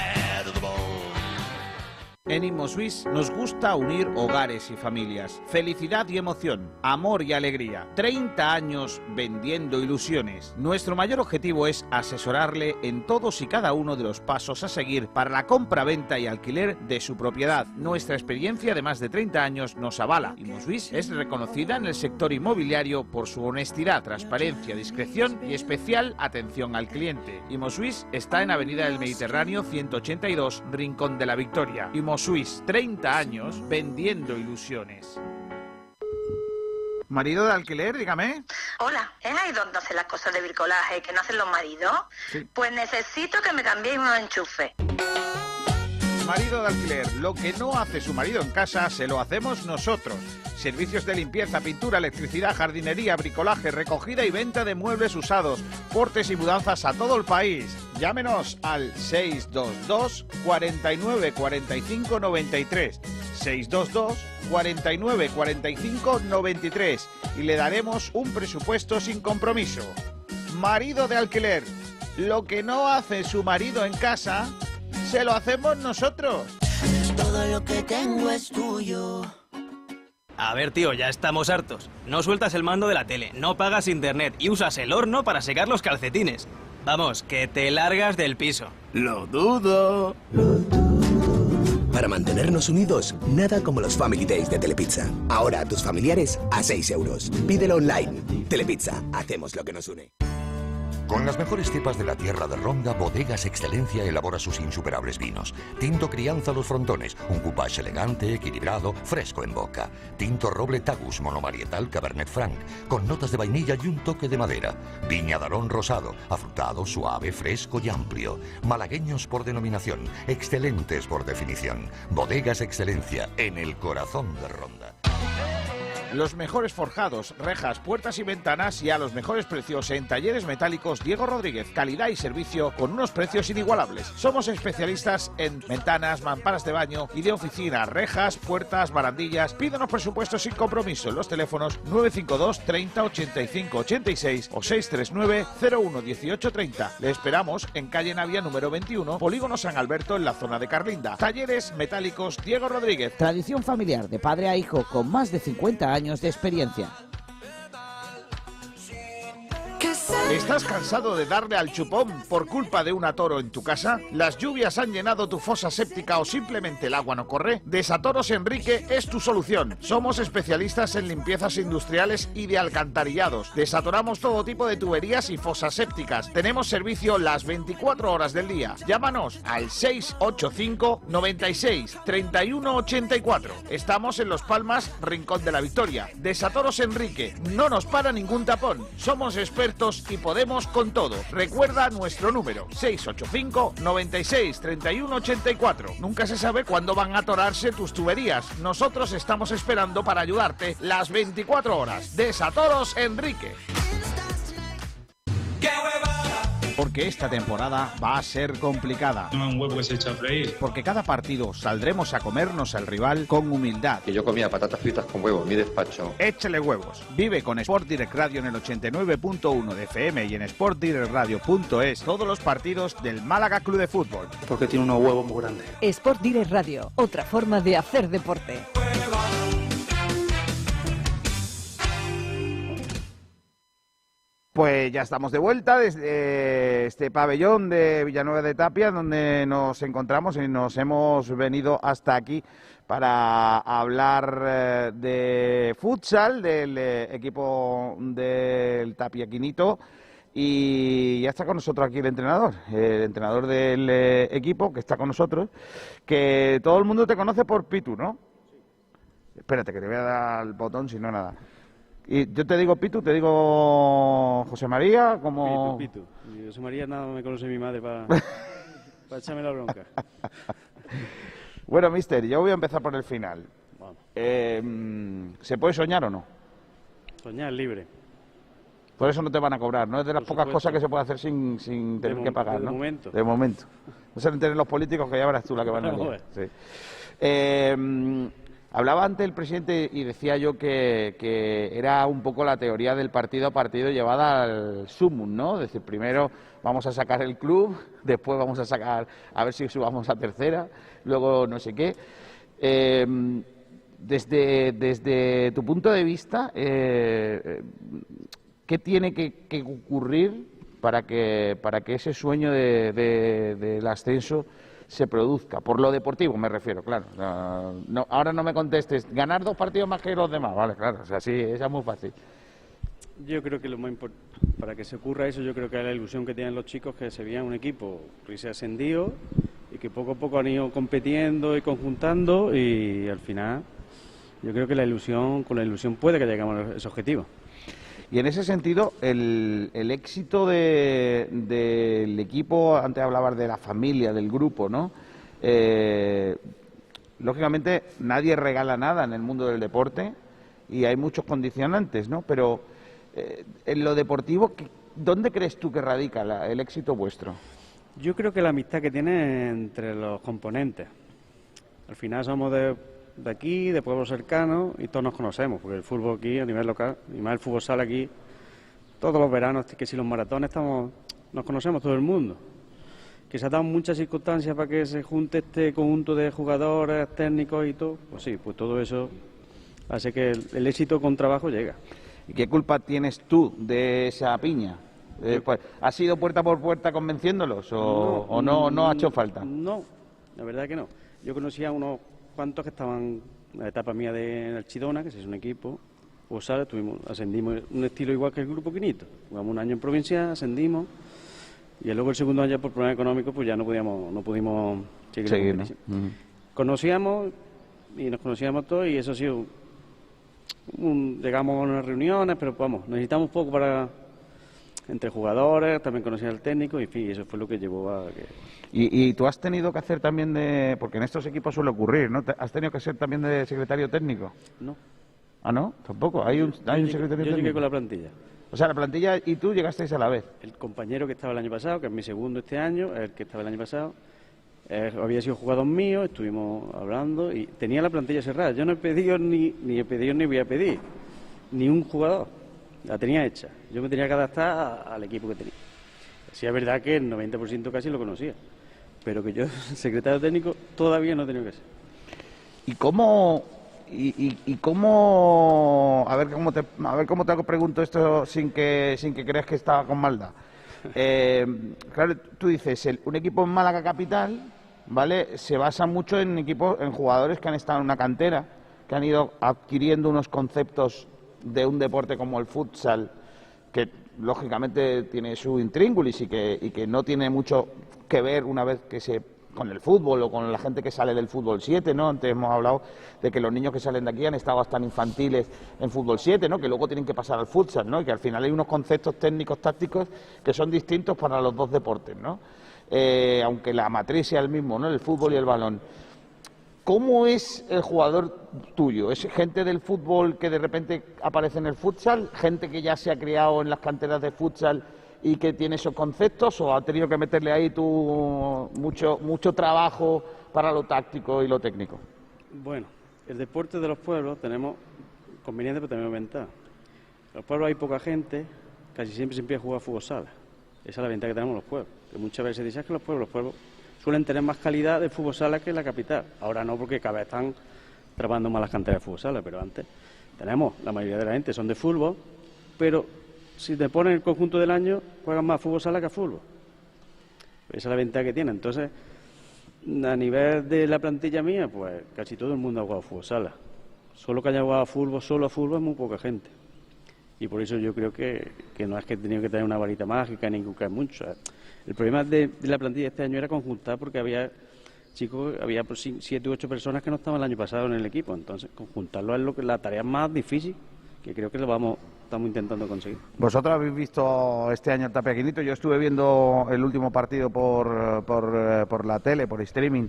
En InmoSuisse nos gusta unir hogares y familias, felicidad y emoción, amor y alegría. treinta años vendiendo ilusiones. Nuestro mayor objetivo es asesorarle en todos y cada uno de los pasos a seguir para la compra, venta y alquiler de su propiedad. Nuestra experiencia de más de treinta años nos avala. InmoSuisse es reconocida en el sector inmobiliario por su honestidad, transparencia, discreción y especial atención al cliente. InmoSuisse está en Avenida del Mediterráneo ciento ochenta y dos, Rincón de la Victoria. InmoSuisse, treinta años vendiendo ilusiones. ¿Marido de alquiler, dígame? Hola, ¿es ahí donde hacen las cosas de bricolaje que no hacen los maridos? Sí. Pues necesito que me cambiéis unos enchufes. Marido de alquiler, lo que no hace su marido en casa, se lo hacemos nosotros. Servicios de limpieza, pintura, electricidad, jardinería, bricolaje, recogida y venta de muebles usados, portes y mudanzas a todo el país. Llámenos al seis dos dos, cuatro nueve cuatro cinco nueve tres, seis dos dos, cuatro nueve cuatro cinco nueve tres y le daremos un presupuesto sin compromiso. Marido de alquiler, lo que no hace su marido en casa, se lo hacemos nosotros. Todo lo que tengo es tuyo. A ver, tío, ya estamos hartos. No sueltas el mando de la tele, no pagas internet y usas el horno para secar los calcetines. Vamos, que te largas del piso. Lo dudo. Para mantenernos unidos, nada como los Family Days de Telepizza. Ahora a tus familiares a seis euros. Pídelo online. Telepizza, hacemos lo que nos une. Con las mejores cepas de la tierra de Ronda, Bodegas Excelencia elabora sus insuperables vinos. Tinto Crianza Los Frontones, un coupage elegante, equilibrado, fresco en boca. Tinto Roble Tagus monomarietal Cabernet Franc, con notas de vainilla y un toque de madera. Viña Darón Rosado, afrutado, suave, fresco y amplio. Malagueños por denominación, excelentes por definición. Bodegas Excelencia, en el corazón de Ronda. Los mejores forjados, rejas, puertas y ventanas y a los mejores precios en Talleres Metálicos Diego Rodríguez. Calidad y servicio con unos precios inigualables. Somos especialistas en ventanas, mamparas de baño y de oficina, rejas, puertas, barandillas. Pídanos presupuestos sin compromiso en los teléfonos nueve cinco dos, treinta, ochenta y cinco, ochenta y seis o seis tres nueve, cero uno, dieciocho, treinta. Le esperamos en calle Navia número veintiuno, Polígono San Alberto en la zona de Carlinda. Talleres Metálicos Diego Rodríguez. Tradición familiar de padre a hijo con más de cincuenta años de experiencia. ¿Estás cansado de darle al chupón por culpa de un atoro en tu casa? ¿Las lluvias han llenado tu fosa séptica o simplemente el agua no corre? Desatoros Enrique es tu solución. Somos especialistas en limpiezas industriales y de alcantarillados. Desatoramos todo tipo de tuberías y fosas sépticas. Tenemos servicio las veinticuatro horas del día. Llámanos al seis ocho cinco, noventa y seis, treinta y uno, ochenta y cuatro. Estamos en Los Palmas, Rincón de la Victoria. Desatoros Enrique. No nos para ningún tapón. Somos expertos y podemos con todo. Recuerda nuestro número seis ocho cinco, noventa y seis, treinta y uno, ochenta y cuatro. Nunca se sabe cuándo van a atorarse tus tuberías. Nosotros estamos esperando para ayudarte las veinticuatro horas. Desatoros Enrique. Porque esta temporada va a ser complicada. Un huevo que se echa a freír. Porque cada partido saldremos a comernos al rival con humildad. Que yo comía patatas fritas con huevo en mi despacho. Échale huevos. Vive con Sport Direct Radio en el ochenta y nueve punto uno de F M y en sport direct radio punto es todos los partidos del Málaga Club de Fútbol. Porque tiene unos huevos muy grandes. Sport Direct Radio, otra forma de hacer deporte. Pues ya estamos de vuelta desde este pabellón de Villanueva de Tapia, donde nos encontramos y nos hemos venido hasta aquí para hablar eh, de futsal, del eh, equipo del Tapia Quinito. Y ya está con nosotros aquí el entrenador, el entrenador del eh, equipo que está con nosotros, que todo el mundo te conoce por Pitu, ¿no? Sí. Espérate, que te voy a dar el botón, si no nada. Y yo te digo Pitu, te digo José María, como... Pitu, Pitu. Y José María nada me conoce mi madre para pa echarme la bronca. Bueno, mister, yo voy a empezar por el final. Bueno. Eh, ¿Se puede soñar o no? Soñar libre. Por eso no te van a cobrar, ¿no? Es de las Por pocas supuesto. cosas que se puede hacer sin, sin tener De que mom- pagar, de ¿no? momento. De momento. No se enteren los políticos, que ya verás tú la que van a No, liar. Sí. Eh, hablaba antes el presidente y decía yo que, que era un poco la teoría del partido a partido llevada al sumum, ¿no? Es decir, primero vamos a sacar el club, después vamos a sacar, a ver si subamos a tercera, luego no sé qué. Eh, desde, desde tu punto de vista, eh, ¿qué tiene que, que ocurrir para que, para que ese sueño de, de, del ascenso se produzca? Por lo deportivo me refiero, claro. No, no, ahora no me contestes, ganar dos partidos más que los demás, vale, claro, o sea, sí, esa es muy fácil. Yo creo que lo más importante, para que se ocurra eso, yo creo que es la ilusión que tienen los chicos, que se veían un equipo que se ha ascendido y que poco a poco han ido compitiendo y conjuntando, y al final yo creo que la ilusión, con la ilusión puede que lleguemos a ese objetivo. Y en ese sentido, el, el éxito de- del equipo, antes hablabas de la familia, del grupo, ¿no? Eh, lógicamente, nadie regala nada en el mundo del deporte y hay muchos condicionantes, ¿no? Pero eh, en lo deportivo, ¿qué- ¿dónde crees tú que radica la- el éxito vuestro? Yo creo que la amistad que tiene entre los componentes. Al final somos de, de aquí, de pueblos cercanos, y todos nos conocemos, porque el fútbol aquí a nivel local, y más el fútbol sala aquí, todos los veranos, que si los maratones, estamos, nos conocemos todo el mundo. Que se han dado muchas circunstancias para que se junte este conjunto de jugadores, técnicos y todo, pues sí, pues todo eso hace que el, el éxito con trabajo llega. ¿Y qué culpa tienes tú de esa piña? Eh, pues, ¿has ido puerta por puerta convenciéndolos o no, o no, no ha hecho falta? No, la verdad que no. Yo conocía a unos cuantos que estaban en la etapa mía de Archidona, que es un equipo, pues sale, tuvimos, ascendimos un estilo igual que el Grupo Quinito. Jugamos un año en provincia, ascendimos, y luego el segundo año por problemas económicos pues ya no podíamos, no pudimos seguir, la Seguir, ¿no? competición. Ujú. Conocíamos y nos conocíamos todos, y eso ha sido un- llegamos a unas reuniones, pero vamos, necesitamos poco para entre jugadores, también conocía al técnico, y en fin, eso fue lo que llevó a que... Y, y tú has tenido que hacer también de... Porque en estos equipos suele ocurrir, ¿no? ¿Te- ¿Has tenido que ser también de secretario técnico? No. ¿Ah, no? Tampoco. Hay un, hay un Yo llegué- secretario yo técnico. llegué con la plantilla. O sea, la plantilla y tú llegasteis a la vez. El compañero que estaba el año pasado, que es mi segundo este año, el que estaba el año pasado, eh, había sido jugador mío, estuvimos hablando y tenía la plantilla cerrada. Yo no he pedido ni, ni he pedido ni voy a pedir, ni un jugador. La tenía hecha. Yo me tenía que adaptar a- al equipo que tenía. Sí, es verdad que el noventa por ciento casi lo conocía, pero que yo, secretario técnico, todavía no he tenido que ser. ¿Y cómo, y, y- y cómo, a ver cómo te, a ver cómo te pregunto esto sin que, sin que creas que estaba con maldad? Eh, claro, tú dices, el- un equipo en Málaga capital, ¿vale? Se basa mucho en equipos, en jugadores que han estado en una cantera, que han ido adquiriendo unos conceptos de un deporte como el futsal, que lógicamente tiene su intríngulis y que, y que no tiene mucho que ver una vez que se con el fútbol o con la gente que sale del fútbol siete, ¿no? Antes hemos hablado de que los niños que salen de aquí han estado hasta infantiles en fútbol siete, ¿no? Que luego tienen que pasar al futsal, ¿no? Y que al final hay unos conceptos técnicos, tácticos que son distintos para los dos deportes, ¿no? Eh, aunque la matriz sea el mismo, ¿no? El fútbol y el balón. ¿Cómo es el jugador tuyo? ¿Es gente del fútbol que de repente aparece en el futsal? ¿Gente que ya se ha criado en las canteras de futsal y que tiene esos conceptos? ¿O ha tenido que meterle ahí tú mucho, mucho trabajo para lo táctico y lo técnico? Bueno, el deporte de los pueblos tenemos conveniente, pero también ventaja. En los pueblos hay poca gente, casi siempre se empieza a jugar fútbol sala. Esa es la ventaja que tenemos los pueblos. Que muchas veces dicen que los pueblos, los pueblos suelen tener más calidad de fútbol sala que la capital. Ahora no, porque cada vez están trabajando más las canteras de fútbol sala, pero antes tenemos, la mayoría de la gente son de fútbol, pero si te ponen el conjunto del año, juegan más fútbol sala que a fútbol. Esa es la ventaja que tiene. Entonces, a nivel de la plantilla mía, pues casi todo el mundo ha jugado fútbol sala. Solo que haya jugado a fútbol, solo a fútbol, es muy poca gente. Y por eso yo creo que, que no es que he tenido que tener una varita mágica ni que mucho. El problema de, de la plantilla este año era conjuntar, porque había chicos, había siete u ocho personas que no estaban el año pasado en el equipo. Entonces, conjuntarlo es lo que la tarea más difícil, que creo que lo vamos estamos intentando conseguir. Vosotros habéis visto este año el Tapia Quinito. Yo estuve viendo el último partido por, por, por la tele, por streaming.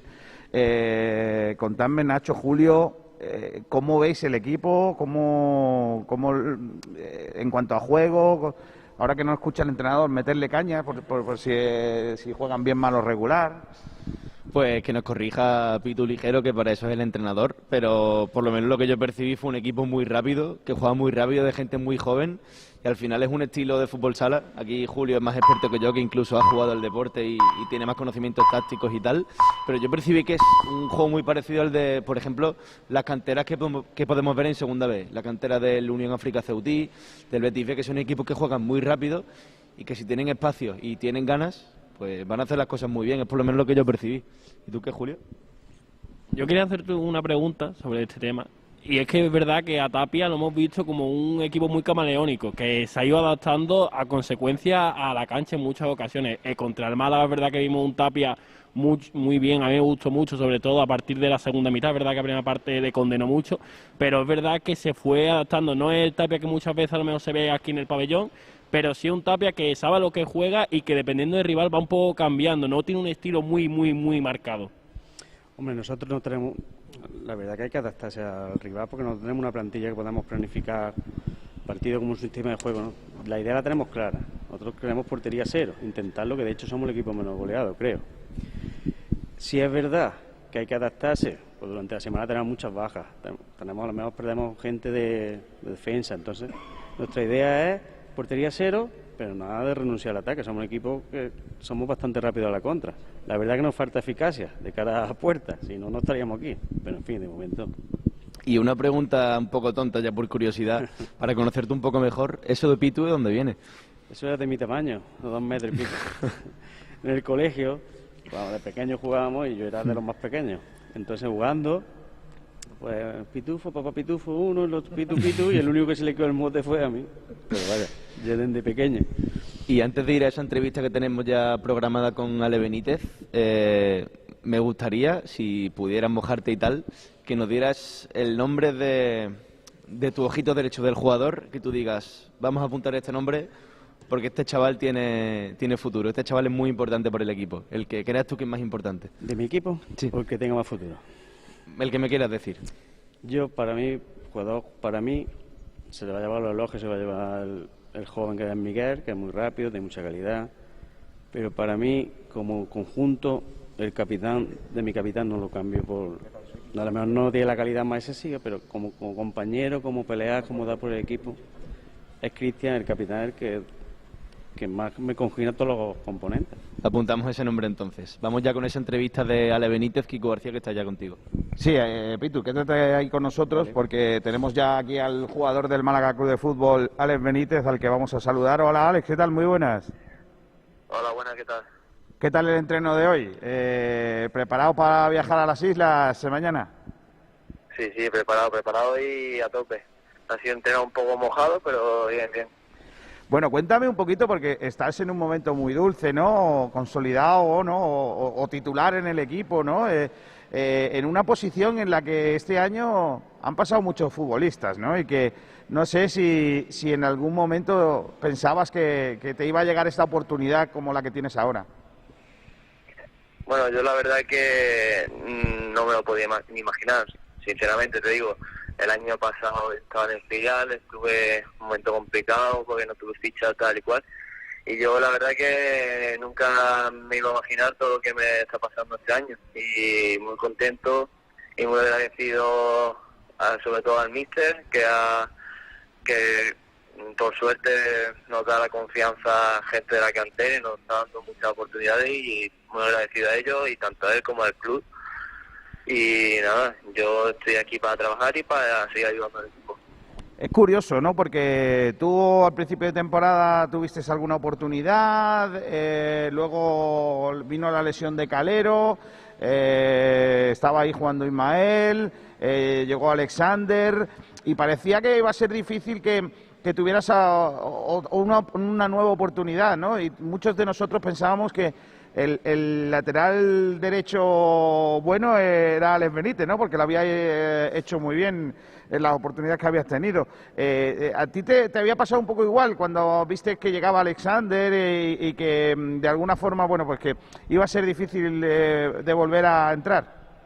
Eh, contadme, Nacho, Julio, eh, ¿cómo veis el equipo? ¿Cómo, cómo eh, en cuanto a juego? Ahora que no escucha el entrenador, meterle caña por, por, por si, eh, si juegan bien, mal o regular. Pues que nos corrija Pitu Ligero, que para eso es el entrenador, pero por lo menos lo que yo percibí fue un equipo muy rápido, que juega muy rápido, de gente muy joven, y al final es un estilo de fútbol sala. Aquí Julio es más experto que yo, que incluso ha jugado el deporte y, y tiene más conocimientos tácticos y tal, pero yo percibí que es un juego muy parecido al de, por ejemplo, las canteras que, que podemos ver en Segunda B, la cantera del Unión África Ceutí, del Betis B, que son equipos que juegan muy rápido y que si tienen espacio y tienen ganas, pues van a hacer las cosas muy bien, es por lo menos lo que yo percibí. ¿Y tú qué, Julio? Yo quería hacerte una pregunta sobre este tema, y es que es verdad que a Tapia lo hemos visto como un equipo muy camaleónico, que se ha ido adaptando a consecuencia a la cancha en muchas ocasiones. Eh, contra el Málaga es verdad que vimos un Tapia muy, muy bien, a mí me gustó mucho, sobre todo a partir de la segunda mitad. Es verdad que la primera parte le condenó mucho, pero es verdad que se fue adaptando. No es el Tapia que muchas veces a lo mejor se ve aquí en el pabellón, pero sí un Tapia que sabe lo que juega y que dependiendo del rival va un poco cambiando, no tiene un estilo muy, muy, muy marcado. Hombre, nosotros no tenemos, la verdad que hay que adaptarse al rival porque no tenemos una plantilla que podamos planificar partido como un sistema de juego, ¿no? La idea la tenemos clara, nosotros queremos portería cero, intentarlo, que de hecho somos el equipo menos goleado, creo. Si es verdad que hay que adaptarse, pues durante la semana tenemos muchas bajas, tenemos, a lo mejor perdemos gente de, de defensa, entonces nuestra idea es portería cero, pero nada de renunciar al ataque. Somos un equipo que somos bastante rápidos a la contra. La verdad que nos falta eficacia de cara a puertas, si no, no estaríamos aquí. Pero en fin, de momento. Y una pregunta un poco tonta, ya por curiosidad, para conocerte un poco mejor. ¿Eso de Pitu de dónde viene? Eso era de mi tamaño, de dos metros y pico. En el colegio, cuando de pequeño jugábamos y yo era de los más pequeños. Entonces jugando, pues Pitufo, papá Pitufo, uno, los Pitu Pitu, y el único que se le quedó el mote fue a mí. Pero vaya, yo desde pequeño. Y antes de ir a esa entrevista que tenemos ya programada con Ale Benítez, eh, me gustaría, si pudieras mojarte y tal, que nos dieras el nombre de, de tu ojito derecho del jugador, que tú digas, vamos a apuntar este nombre porque este chaval tiene, tiene futuro, este chaval es muy importante por el equipo. El que creas tú que es más importante. ¿De mi equipo? Sí. ¿O el que tenga más futuro? El que me quieras decir. Yo, para mí, jugador, para mí, se le va a llevar los elogios, se va a llevar el, el joven que es Miguel, que es muy rápido, tiene mucha calidad. Pero para mí, como conjunto, el capitán de mi capitán no lo cambio por... A lo mejor no tiene la calidad más excesiva, pero como, como compañero, como pelear, como dar por el equipo, es Cristian, el capitán, el que, que más me congina todos los componentes. Apuntamos ese nombre entonces. Vamos ya con esa entrevista de Ale Benítez, Kiko García, que está ya contigo. Sí, eh, Pitu, quédate ahí con nosotros, vale, porque tenemos ya aquí al jugador del Málaga Club de Fútbol, Alex Benítez, al que vamos a saludar. Hola, Alex, ¿qué tal? Muy buenas. Hola, buenas, ¿qué tal? ¿Qué tal el entreno de hoy? Eh, ¿Preparado para viajar a las islas mañana? Sí, sí, preparado, preparado y a tope. Ha sido un entreno un poco mojado, pero bien, bien. Bueno, cuéntame un poquito, porque estás en un momento muy dulce, ¿no? Consolidado, ¿no? O, o titular en el equipo, ¿no? Eh, eh, en una posición en la que este año han pasado muchos futbolistas, ¿no? Y que no sé si, si en algún momento pensabas que, que te iba a llegar esta oportunidad como la que tienes ahora. Bueno, yo la verdad es que mmm, no me lo podía ni imaginar, sinceramente te digo. El año pasado estaba en el filial, estuve en un momento complicado porque no tuve ficha tal y cual. Y yo la verdad que nunca me iba a imaginar todo lo que me está pasando este año. Y muy contento y muy agradecido a, sobre todo al míster, que, ha, que por suerte nos da la confianza gente de la cantera y nos está dando muchas oportunidades y muy agradecido a ellos y tanto a él como al club. Y nada, yo estoy aquí para trabajar y para seguir ayudando al equipo. Es curioso, ¿no? Porque tú al principio de temporada tuviste alguna oportunidad, eh, luego vino la lesión de Calero, eh, estaba ahí jugando Ismael, eh, llegó Alexander y parecía que iba a ser difícil que, que tuvieras a, o, o una, una nueva oportunidad, ¿no? Y muchos de nosotros pensábamos que el, el lateral derecho bueno era Alex Benítez, ¿no? Porque lo había eh, hecho muy bien en las oportunidades que habías tenido. Eh, eh, ¿A ti te, te había pasado un poco igual cuando viste que llegaba Alexander y, y que de alguna forma, bueno, pues que iba a ser difícil eh, de volver a entrar?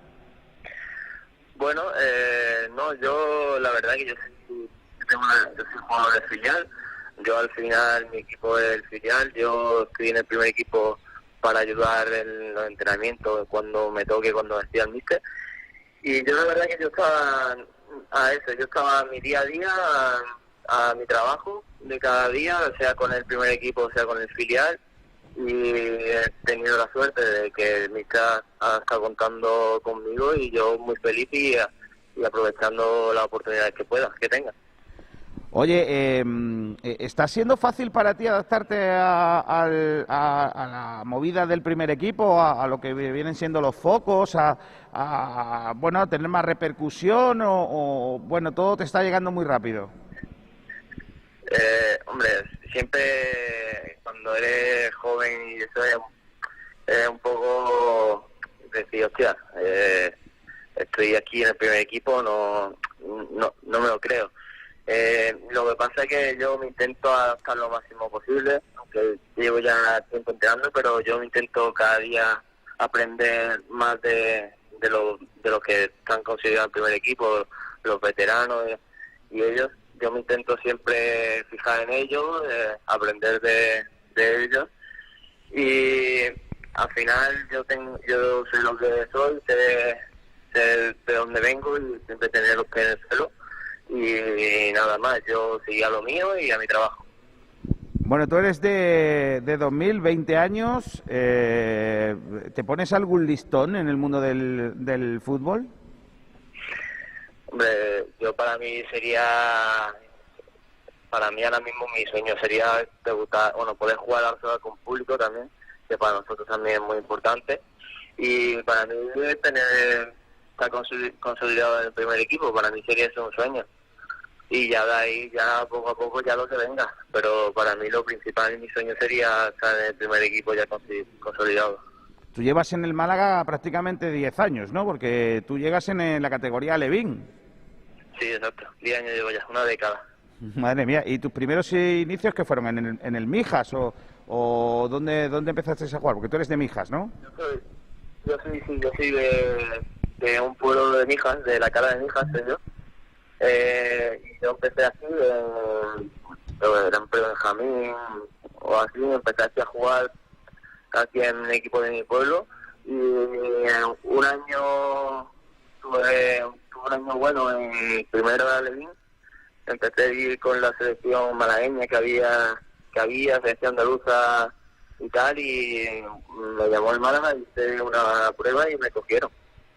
Bueno, eh, no, yo la verdad que yo soy, tengo una, yo soy jugador de filial. Yo al final, mi equipo es el filial. Yo estoy en el primer equipo para ayudar en los entrenamientos cuando me toque, cuando me decía el míster. Y yo la verdad que yo estaba a eso, yo estaba a mi día a día, a, a mi trabajo de cada día, sea con el primer equipo, sea con el filial, y he tenido la suerte de que el míster ha estado contando conmigo y yo muy feliz y, y aprovechando las oportunidades que pueda, que tenga. Oye, eh, ¿está siendo fácil para ti adaptarte a, a, a, a la movida del primer equipo, a, a lo que vienen siendo los focos, a, a bueno, a tener más repercusión o, o, bueno, todo te está llegando muy rápido? Eh, hombre, siempre cuando eres joven y eso es, es un poco decir, hostia, eh, estoy aquí en el primer equipo, no, no, no me lo creo. Eh, lo que pasa es que yo me intento adaptar lo máximo posible, aunque llevo ya tiempo entrenando, pero yo me intento cada día aprender más de, de lo de los que están considerados el primer equipo, los veteranos y, y ellos. Yo me intento siempre fijar en ellos, eh, aprender de, de ellos y al final yo tengo, yo sé lo que soy, sé, sé de dónde vengo y siempre tener los pies en el suelo. Y nada más, yo seguía a lo mío y a mi trabajo. Bueno, tú eres de, de dos mil, veinte años, eh, ¿te pones algún listón en el mundo del, del fútbol? Hombre, yo para mí sería, para mí ahora mismo mi sueño sería debutar, bueno, poder jugar al Barcelona con público también, que para nosotros también es muy importante. Y para mí tener, estar consolidado en el primer equipo, para mí sería eso un sueño. Y ya de ahí, ya poco a poco, ya lo que venga. Pero para mí lo principal y mi sueño sería estar en el primer equipo ya consolidado. Tú llevas en el Málaga prácticamente diez años, ¿no? Porque tú llegas en la categoría Alevín. Sí, exacto. diez años llevo ya, una década. Madre mía. ¿Y tus primeros inicios qué fueron? ¿En el, en el Mijas o, o dónde, dónde empezaste a jugar? Porque tú eres de Mijas, ¿no? Yo soy, yo soy, sí, yo soy de, de un pueblo de Mijas, de la Cala de Mijas, soy yo. Eh, yo empecé así, en, era en Benjamín o así, empecé así a jugar casi en un equipo de mi pueblo y en un año tuve, tuve un año bueno en primero de Alevín. Empecé a ir con la selección malagueña que había, que había, selección andaluza y tal, y me llamó el Málaga, hice una prueba y me cogieron.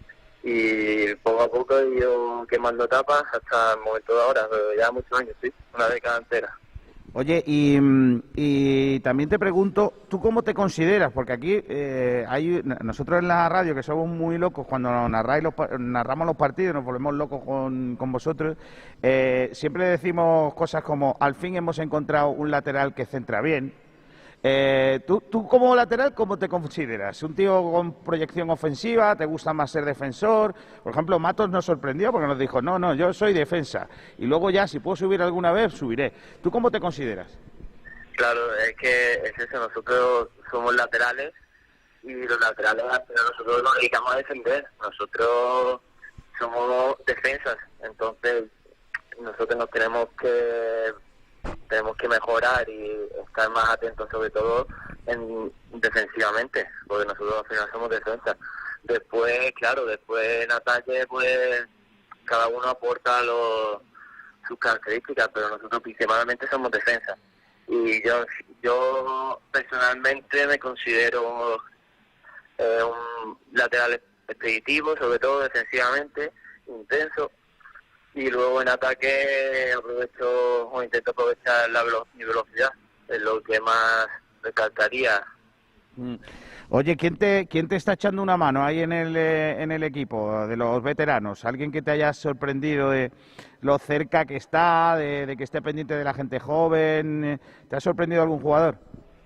Y poco a poco he ido quemando etapas hasta el momento de ahora, pero ya muchos años, sí, una década entera. Oye, y, y también te pregunto, ¿tú cómo te consideras? Porque aquí eh, hay nosotros en la radio que somos muy locos cuando narráis los, narramos los partidos, nos volvemos locos con, con vosotros, eh, siempre decimos cosas como, al fin hemos encontrado un lateral que centra bien. Eh, ¿tú, tú como lateral, ¿cómo te consideras? ¿Un tío con proyección ofensiva? ¿Te gusta más ser defensor? Por ejemplo, Matos nos sorprendió porque nos dijo, no, no, yo soy defensa. Y luego ya, si puedo subir alguna vez, subiré. ¿Tú cómo te consideras? Claro, es que es eso, nosotros somos laterales y los laterales, pero nosotros nos dedicamos a defender. Nosotros somos defensas, entonces nosotros nos tenemos que... tenemos que mejorar y estar más atentos sobre todo en defensivamente, porque nosotros al final somos defensa. Después, claro, después en ataque pues cada uno aporta los, sus características, pero nosotros principalmente somos defensa. Y yo yo personalmente me considero eh, un lateral expeditivo, sobre todo defensivamente, intenso, y luego en ataque aprovecho o intento aprovechar la velo- mi velocidad, es lo que más recalcaría. Mm. Oye, ¿quién te, quién te está echando una mano ahí en el, eh, en el equipo de los veteranos? ¿Alguien que te haya sorprendido de lo cerca que está, de, de que esté pendiente de la gente joven? ¿Te ha sorprendido algún jugador?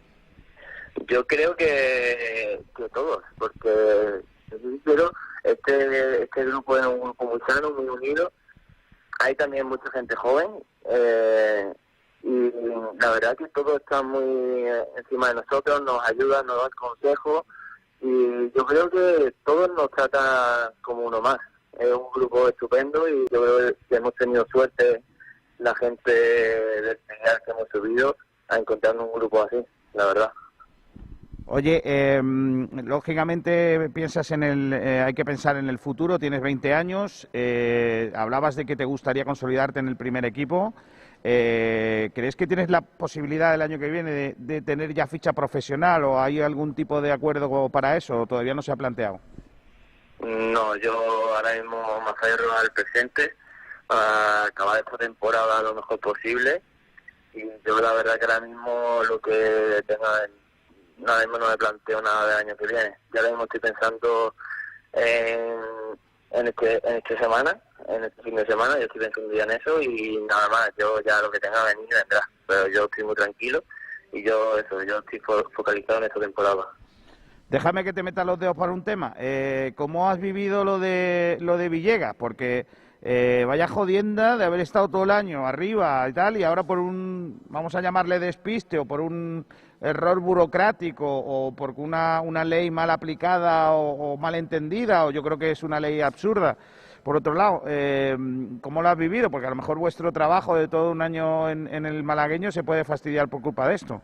Yo creo que, que todos, porque pero este, este grupo es un grupo muy sano, muy unido. Hay también mucha gente joven eh, y la verdad que todos están muy encima de nosotros, nos ayudan, nos dan consejos y yo creo que todos nos tratan como uno más. Es un grupo estupendo y yo creo que hemos tenido suerte la gente del filial que hemos subido a encontrar un grupo así, la verdad. Oye, eh, lógicamente piensas en el, eh, hay que pensar en el futuro, tienes veinte años, eh, hablabas de que te gustaría consolidarte en el primer equipo, eh, ¿crees que tienes la posibilidad el año que viene de, de tener ya ficha profesional o hay algún tipo de acuerdo para eso o todavía no se ha planteado? No, yo ahora mismo me aferro al presente, a acabar esta temporada lo mejor posible y yo la verdad que ahora mismo lo que tenga en Nada mismo no me planteo nada del año que viene. Ya ahora mismo estoy pensando en, en, este, en esta semana, en este fin de semana, yo estoy pensando ya en eso y nada más, yo ya lo que tenga venir vendrá. Pero yo estoy muy tranquilo y yo eso, yo estoy fo- focalizado en esta temporada. Déjame que te meta los dedos para un tema. Eh, ¿Cómo has vivido lo de lo de Villegas? Porque eh, vaya jodienda de haber estado todo el año arriba y tal, y ahora por un, vamos a llamarle despiste, o por un error burocrático, o por una, una ley mal aplicada o, o mal entendida, o yo creo que es una ley absurda. Por otro lado, eh, ¿cómo lo has vivido? Porque a lo mejor vuestro trabajo de todo un año en, en el malagueño se puede fastidiar por culpa de esto.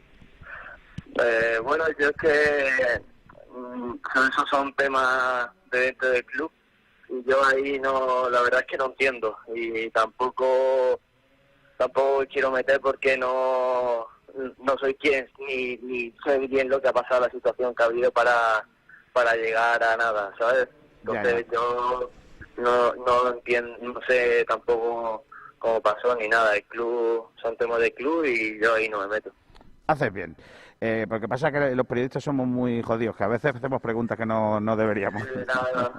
Eh, bueno, yo es que mm, esos son temas de dentro del club y yo ahí no, la verdad es que no entiendo y tampoco tampoco quiero meter porque no no soy quien ni, ni sé bien lo que ha pasado, la situación que ha habido para para llegar a nada, ¿sabes? Entonces yo no no entiendo, no sé tampoco cómo pasó ni nada. El club son temas del club y yo ahí no me meto. Haces bien. Eh, porque pasa que los periodistas somos muy jodidos, que a veces hacemos preguntas que no, no deberíamos. No, no.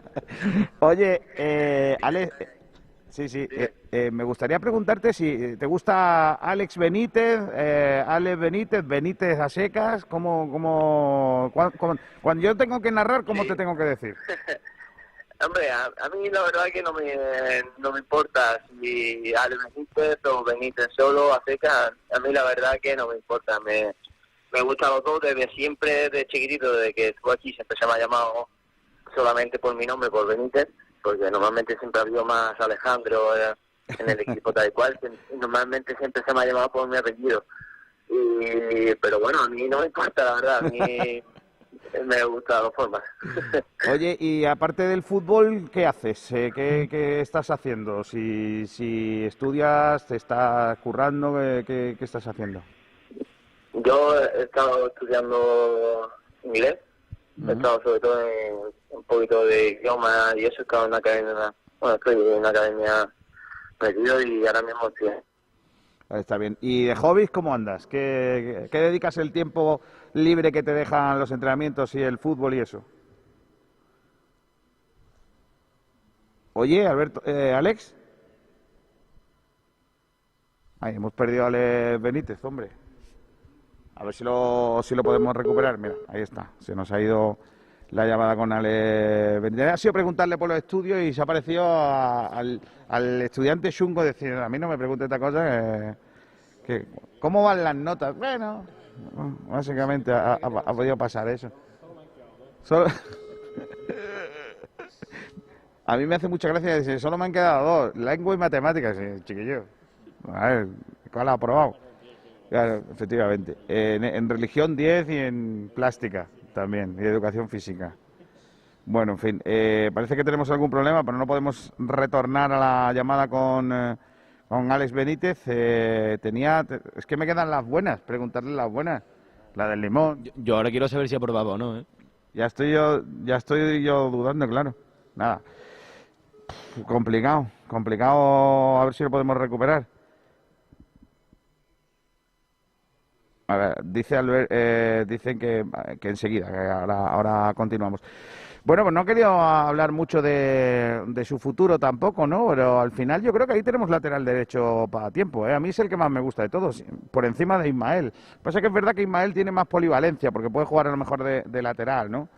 Oye, eh, Alex, sí, sí, eh, eh, me gustaría preguntarte si te gusta Alex Benítez, eh, Alex Benítez, Benítez a secas, ¿cómo, cómo, cuan- cuan- cuando yo tengo que narrar, ¿cómo te tengo que decir? Hombre, a, a mí la verdad es que no me, no me importa si Ale Benítez o Benítez solo, a secas, a mí la verdad es que no me importa, me, me gustan los dos desde siempre, de chiquitito, desde que estuve aquí siempre se me ha llamado solamente por mi nombre, por Benítez, porque normalmente siempre ha habido más Alejandro eh, en el equipo tal y cual, y normalmente siempre se me ha llamado por mi apellido, y pero bueno, a mí no me importa la verdad, a mí me gusta de las formas. Oye, y aparte del fútbol, ¿qué haces? Eh, ¿Qué, qué estás haciendo? Si, si estudias, te estás currando, ¿qué, qué, qué estás haciendo? Yo he estado estudiando inglés, he estado sobre todo en un poquito de idioma y eso, he estado en una academia, bueno, estoy en una academia metido y ahora mismo estoy. Está bien. ¿Y de hobbies cómo andas? ¿Qué, qué dedicas el tiempo libre que te dejan los entrenamientos y el fútbol y eso? Oye, Alberto, eh, Alex. Ay, hemos perdido a Alex Benítez, hombre. A ver si lo, si lo podemos recuperar. Mira, ahí está. Se nos ha ido la llamada con Alex Benítez. Ha sido preguntarle por los estudios y se ha parecido a- al, al estudiante chungo decir, a mí no me pregunte esta cosa, que, que- ¿cómo van las notas? Bueno, básicamente ha, ha- ha podido pasar eso. Solo... A mí me hace mucha gracia decir, solo me han quedado dos, lengua y matemáticas, sí, chiquillo. A ver, ¿cuál ha aprobado? Claro, efectivamente. En, en religión diez y en plástica también, y educación física. Bueno, en fin, eh, parece que tenemos algún problema, pero no podemos retornar a la llamada con, eh, con Alex Benítez. Eh, tenía, te- es que me quedan las buenas, preguntarle las buenas. La del limón. Yo, yo ahora quiero saber si aprobaba o no, ¿eh? Ya estoy yo, ya estoy yo dudando, claro. Nada. Complicado, complicado, a ver si lo podemos recuperar. A ver, dice Albert, eh, dicen que, que enseguida, que ahora, ahora continuamos. Bueno, pues no he querido hablar mucho de, de su futuro tampoco, ¿no? Pero al final yo creo que ahí tenemos lateral derecho para tiempo, ¿eh? A mí es el que más me gusta de todos, por encima de Ismael. Pasa que es verdad que Ismael tiene más polivalencia, porque puede jugar a lo mejor de, de lateral, ¿no?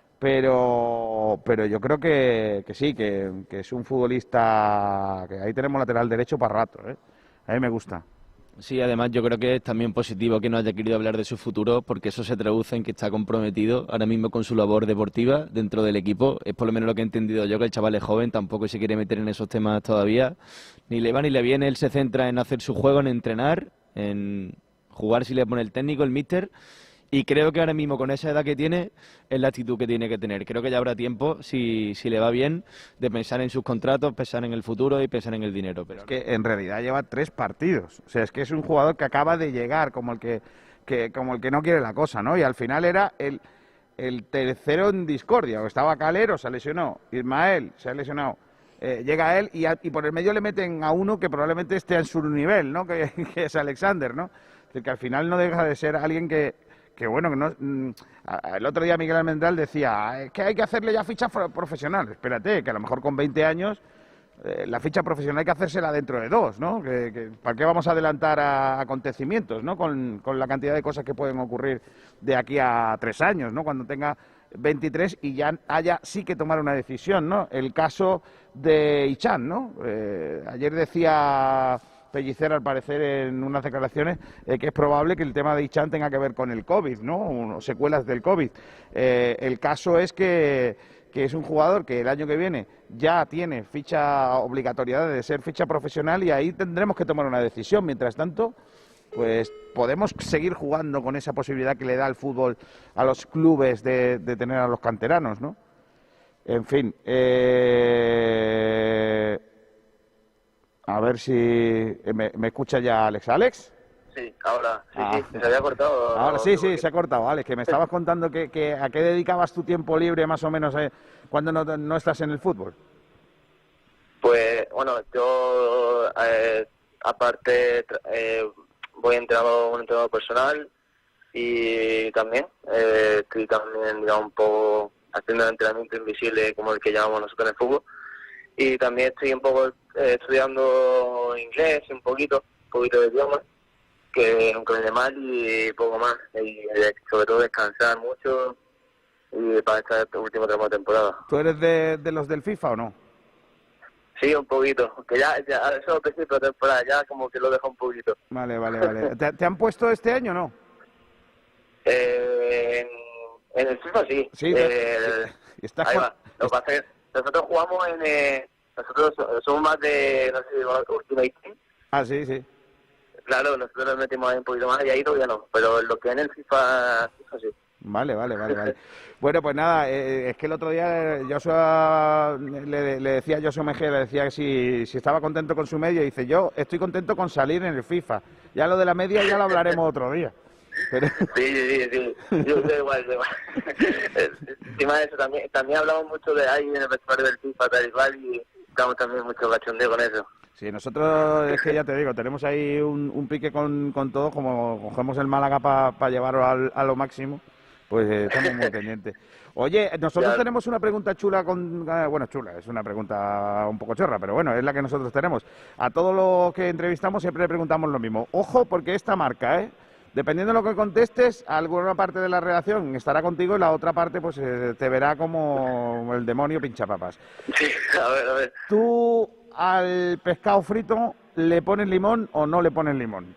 Pero, pero yo creo que, que sí, que, que es un futbolista, que ahí tenemos lateral derecho para rato, ¿eh? A mí me gusta. Sí, además yo creo que es también positivo que no haya querido hablar de su futuro, porque eso se traduce en que está comprometido ahora mismo con su labor deportiva dentro del equipo. Es por lo menos lo que he entendido yo, que el chaval es joven, tampoco se quiere meter en esos temas todavía. Ni le va ni le viene, él se centra en hacer su juego, en entrenar, en jugar si le pone el técnico, el míster. Y creo que ahora mismo, con esa edad que tiene, es la actitud que tiene que tener. Creo que ya habrá tiempo, si, si le va bien, de pensar en sus contratos, pensar en el futuro y pensar en el dinero. Pero es que en realidad lleva tres partidos. O sea, es que es un jugador que acaba de llegar, como el que, que, como el que no quiere la cosa, ¿no? Y al final era el, el tercero en discordia. O estaba Calero, se lesionó. Ismael, se ha lesionado. Eh, llega él y, a, y por el medio le meten a uno que probablemente esté en su nivel, ¿no? Que, que es Alexander, ¿no? Es decir, que al final no deja de ser alguien que... que bueno, que no, el otro día Miguel Almendral decía, es que hay que hacerle ya ficha profesional. Espérate, que a lo mejor con veinte años eh, la ficha profesional hay que hacérsela dentro de dos, ¿no? Que, que, ¿para qué vamos a adelantar a acontecimientos, ¿no? Con, con la cantidad de cosas que pueden ocurrir de aquí a tres años, ¿no? Cuando tenga veintitrés y ya haya sí que tomar una decisión, ¿no? El caso de Ichan, ¿no? Eh, ayer decía Pellicer, al parecer, en unas declaraciones, eh, que es probable que el tema de Ichan tenga que ver con el COVID, ¿no? O secuelas del COVID. Eh, el caso es que, que es un jugador que el año que viene ya tiene ficha obligatoriedad de ser ficha profesional y ahí tendremos que tomar una decisión. Mientras tanto, pues podemos seguir jugando con esa posibilidad que le da el fútbol a los clubes de, de tener a los canteranos, ¿no? En fin, eh... a ver si... ¿Me, me escucha ya Alex? ¿Alex? Sí, ahora, sí, Ah. sí, se había cortado. Ahora sí, sí, se ha cortado, Alex, que me estabas contando que, que a qué dedicabas tu tiempo libre más o menos eh, cuando no, no estás en el fútbol. Pues, bueno, yo, eh, aparte, tra- eh, voy entrenando un entrenador personal y también eh, estoy también, digamos, un poco haciendo el entrenamiento invisible, como el que llamamos nosotros en el fútbol. Y también estoy un poco eh, estudiando inglés, un poquito, un poquito de idioma, que nunca me viene mal, y poco más. Y eh, sobre todo descansar mucho y para esta última tramo de temporada. ¿Tú eres de, de los del FIFA o no? Sí, un poquito, que ya, ya eso al principio de temporada, ya como que lo dejo un poquito. Vale, vale, vale. ¿Te, te han puesto este año o no? Eh, en, en el FIFA sí. Sí, eh, y está ahí ju- va. Lo que pasa es que nosotros jugamos en... Eh, nosotros so- somos más de, no sé, Ultimate Team. Ah, sí, sí. Claro, nosotros nos metimos ahí un poquito más y ahí todavía no. Pero lo que en el FIFA, FIFA sí. Vale, vale, vale, vale. Bueno, pues nada, eh, es que el otro día Joshua, le, le decía a Joshua Mejía, le decía que si, si estaba contento con su media, y dice, yo estoy contento con salir en el FIFA. Ya lo de la media ya lo hablaremos otro día. Pero... Sí, sí, sí, sí. Yo soy igual, soy igual. Encima de eso, también, también hablamos mucho de ahí en el vestuario del FIFA, tal y cual, y estamos también mucho cachondeo con eso. Sí, nosotros, es que ya te digo, tenemos ahí un, un pique con, con todo, como cogemos el Málaga para pa llevarlo al, a lo máximo, pues eh, estamos muy pendientes. Oye, nosotros Ya. tenemos una pregunta chula con... eh, bueno, chula, es una pregunta un poco chorra, pero bueno, es la que nosotros tenemos. A todos los que entrevistamos siempre le preguntamos lo mismo. Ojo, porque esta marca, ¿eh? Dependiendo de lo que contestes, alguna parte de la redacción estará contigo y la otra parte pues eh, te verá como el demonio pinchapapas. Sí, a ver, a ver. ¿Tú al pescado frito le pones limón o no le pones limón?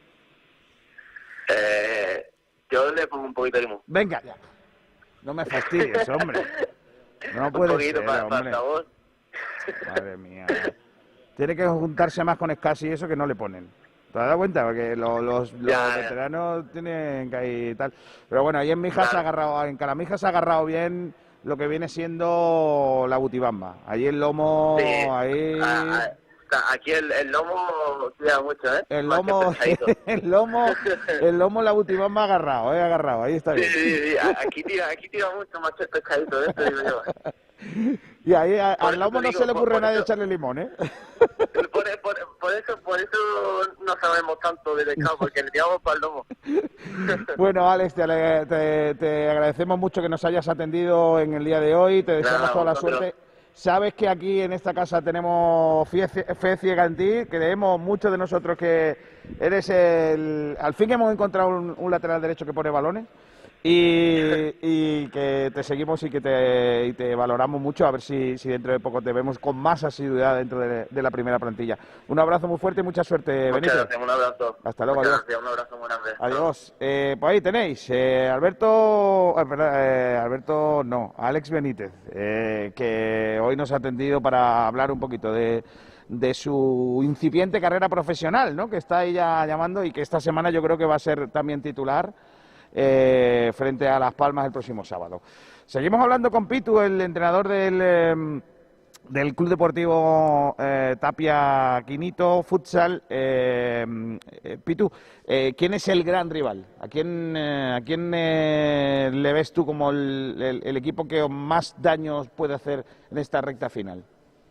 Eh, yo le pongo un poquito de limón. Venga ya. No me fastidies, hombre. No un puede poquito ser, para, para hombre. el sabor. Madre mía. Tiene que juntarse más con Scassi y eso que no le ponen. ¿Te has dado cuenta? Porque lo- los, los Ya, ya. veteranos tienen que ir y tal. Pero bueno, ahí en Mijas se ha agarrado, en Calamijas se ha agarrado bien lo que viene siendo la butibamba. Ahí el lomo, Sí. ahí... Ah, ah, aquí el, el lomo cuida mucho, ¿eh? El Más que lomo, pesadito. el lomo, el lomo, la butibamba agarrado, eh, agarrado, ahí está Sí, bien. sí, sí, a- aquí tira, aquí tira mucho más que el pescadito, ¿eh? Te digo yo. Y ahí a- Por al eso lomo te no digo, se le por- ocurre a por nadie eso- echarle limón, ¿eh? Por, por- por eso, por eso no sabemos tanto de pescado, porque le tiramos para el lomo. Bueno, Alex, te, ale- te- te agradecemos mucho que nos hayas atendido en el día de hoy. Te deseamos Nada, toda la vosotros. suerte. Sabes que aquí en esta casa tenemos fe, fe ciega en ti. Creemos muchos de nosotros que eres el... Al fin hemos encontrado un, un lateral derecho que pone balones. Y, y que te seguimos y que te, y te valoramos mucho, a ver si, si dentro de poco te vemos con más asiduidad dentro de, de la primera plantilla. Un abrazo muy fuerte y mucha suerte, Muchas Benito. gracias, un abrazo. Hasta luego, Muchas adiós. gracias, un abrazo muy grande. Adiós. Eh, pues ahí tenéis, eh, Alberto, eh, perdón, eh, Alberto, no, Alex Benítez, eh, que hoy nos ha atendido para hablar un poquito de, de su incipiente carrera profesional, ¿no? Que está ahí ya llamando y que esta semana yo creo que va a ser también titular eh, frente a Las Palmas el próximo sábado. Seguimos hablando con Pitu, el entrenador del... eh, del Club Deportivo eh, Tapia Quinito Futsal. Eh, eh, Pitu, eh, ¿quién es el gran rival? ¿A quién, eh, a quién eh, le ves tú como el, el- el equipo que más daños puede hacer en esta recta final?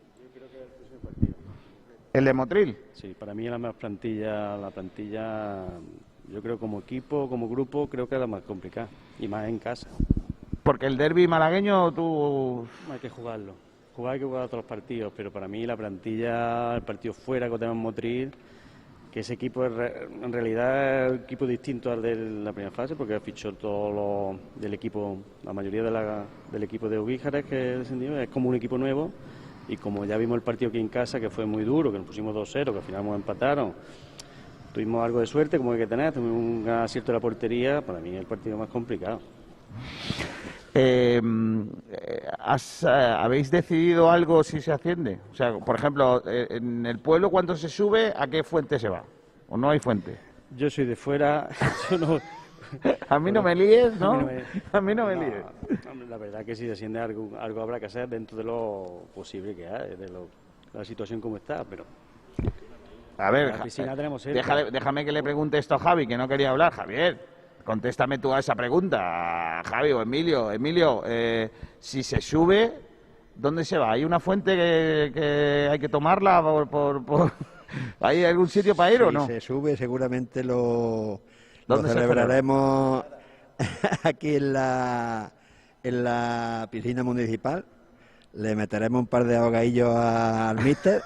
¿El de Motril? Sí, para mí es la más plantilla, la plantilla, yo creo como equipo, como grupo, creo que es la más complicada, y más en casa. Porque el derbi malagueño tú... Hay que jugarlo, jugar hay que jugar todos los partidos, pero para mí la plantilla, el partido fuera que tenemos en Motril, que ese equipo es re- en realidad es un equipo distinto al de la primera fase, porque fichó todo lo del equipo, la mayoría de la- del equipo de Uguíjares que descendió, es como un equipo nuevo. Y como ya vimos el partido aquí en casa, que fue muy duro, que nos pusimos dos cero, que al final nos empataron, tuvimos algo de suerte, como hay que tener, tuvimos un gran acierto de la portería, para mí es el partido más complicado. Eh, eh, has, eh, ¿Habéis decidido algo si se asciende? O sea, por ejemplo, eh, en el pueblo cuando se sube, ¿a qué fuente se va? ¿O no hay fuente? Yo soy de fuera, yo no... A mí no me líes, ¿no? A mí no me, A mí no me líes. hombre, la verdad que si se asciende algo, algo habrá que hacer dentro de lo posible que hay, de lo, la situación como está, pero... A ver, La Ja- piscina tenemos cerca. déjale- déjame que le pregunte esto a Javi, que no quería hablar. Javier, contéstame tú a esa pregunta, Javi o Emilio. Emilio, eh, si se sube, ¿dónde se va? ¿Hay una fuente que, que hay que tomarla por, por, por- ¿Hay algún sitio para ir o Si no? se sube, seguramente lo, lo ¿Dónde se celebraremos aquí en la, en la piscina municipal. Le meteremos un par de ahogadillos al míster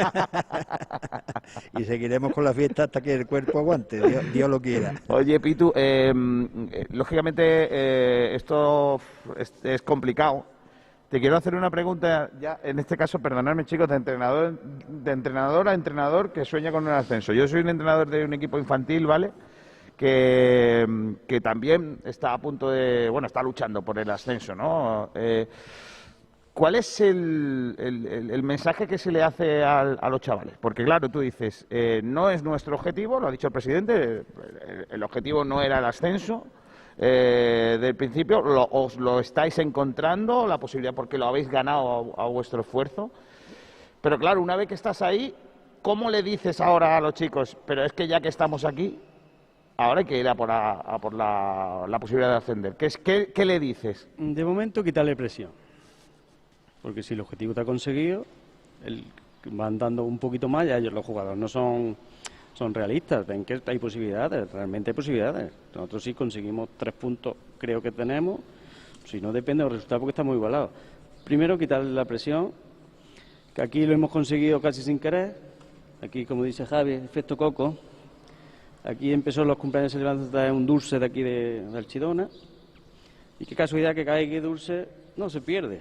y seguiremos con la fiesta hasta que el cuerpo aguante, Dios, Dios lo quiera. Oye, Pitu, eh, eh, lógicamente eh, esto es, es complicado. Te quiero hacer una pregunta, ya en este caso, perdonadme chicos, de entrenador, de entrenador a entrenador que sueña con un ascenso. Yo soy un entrenador de un equipo infantil, ¿vale? Que, que también está a punto de, bueno, está luchando por el ascenso, ¿no? Eh, ¿Cuál es el, el- el- el mensaje que se le hace al- a los chavales? Porque claro, tú dices, eh, no es nuestro objetivo, lo ha dicho el presidente, el, el objetivo no era el ascenso eh, del principio, lo- os lo estáis encontrando, la posibilidad porque lo habéis ganado a, a vuestro esfuerzo. Pero claro, una vez que estás ahí, ¿cómo le dices ahora a los chicos, pero es que ya que estamos aquí, ahora hay que ir a por la, a por la, la posibilidad de ascender? ¿Qué, es, qué, qué le dices? De momento quitarle presión, porque si el objetivo está conseguido, el, van dando un poquito más, ya ellos los jugadores no son, son realistas, ven que hay posibilidades, realmente hay posibilidades. Nosotros sí conseguimos tres puntos, creo que tenemos, si no depende del resultado porque estamos igualados. Primero quitarle la presión, que aquí lo hemos conseguido casi sin querer, aquí como dice Javi, efecto coco, aquí empezó los cumpleaños celebrando un dulce de aquí de, de Archidona, y qué casualidad que cada que dulce no se pierde.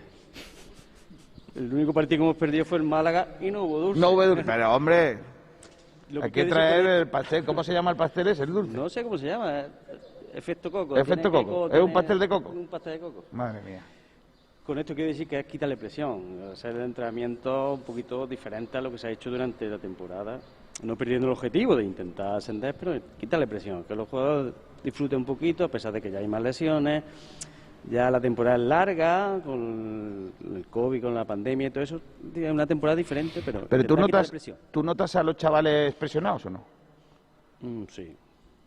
El único partido que hemos perdido fue el Málaga y no hubo dulce. No hubo dulce, pero hombre, Lo hay que que quiere traer decir el pastel. ¿Cómo se llama el pastel ese, el dulce? No sé cómo se llama, eh, efecto coco. Efecto tiene coco, ¿es tiene un pastel de coco? Un pastel de coco. Madre mía. Con esto quiero decir que es quitarle presión, hacer el entrenamiento un poquito diferente a lo que se ha hecho durante la temporada, no perdiendo el objetivo de intentar ascender, pero quitarle presión, que los jugadores disfruten un poquito, a pesar de que ya hay más lesiones, ya la temporada es larga, con el COVID, con la pandemia y todo eso, es una temporada diferente, pero, Pero tú intentar quitarle notas, presión. ¿tú notas a los chavales presionados o no? Mm, sí,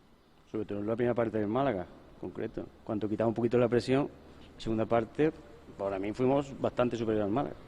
sobre todo en la primera parte del Málaga, concreto. Cuando quitaba un poquito la presión, la segunda parte para mí fuimos bastante superior al Málaga.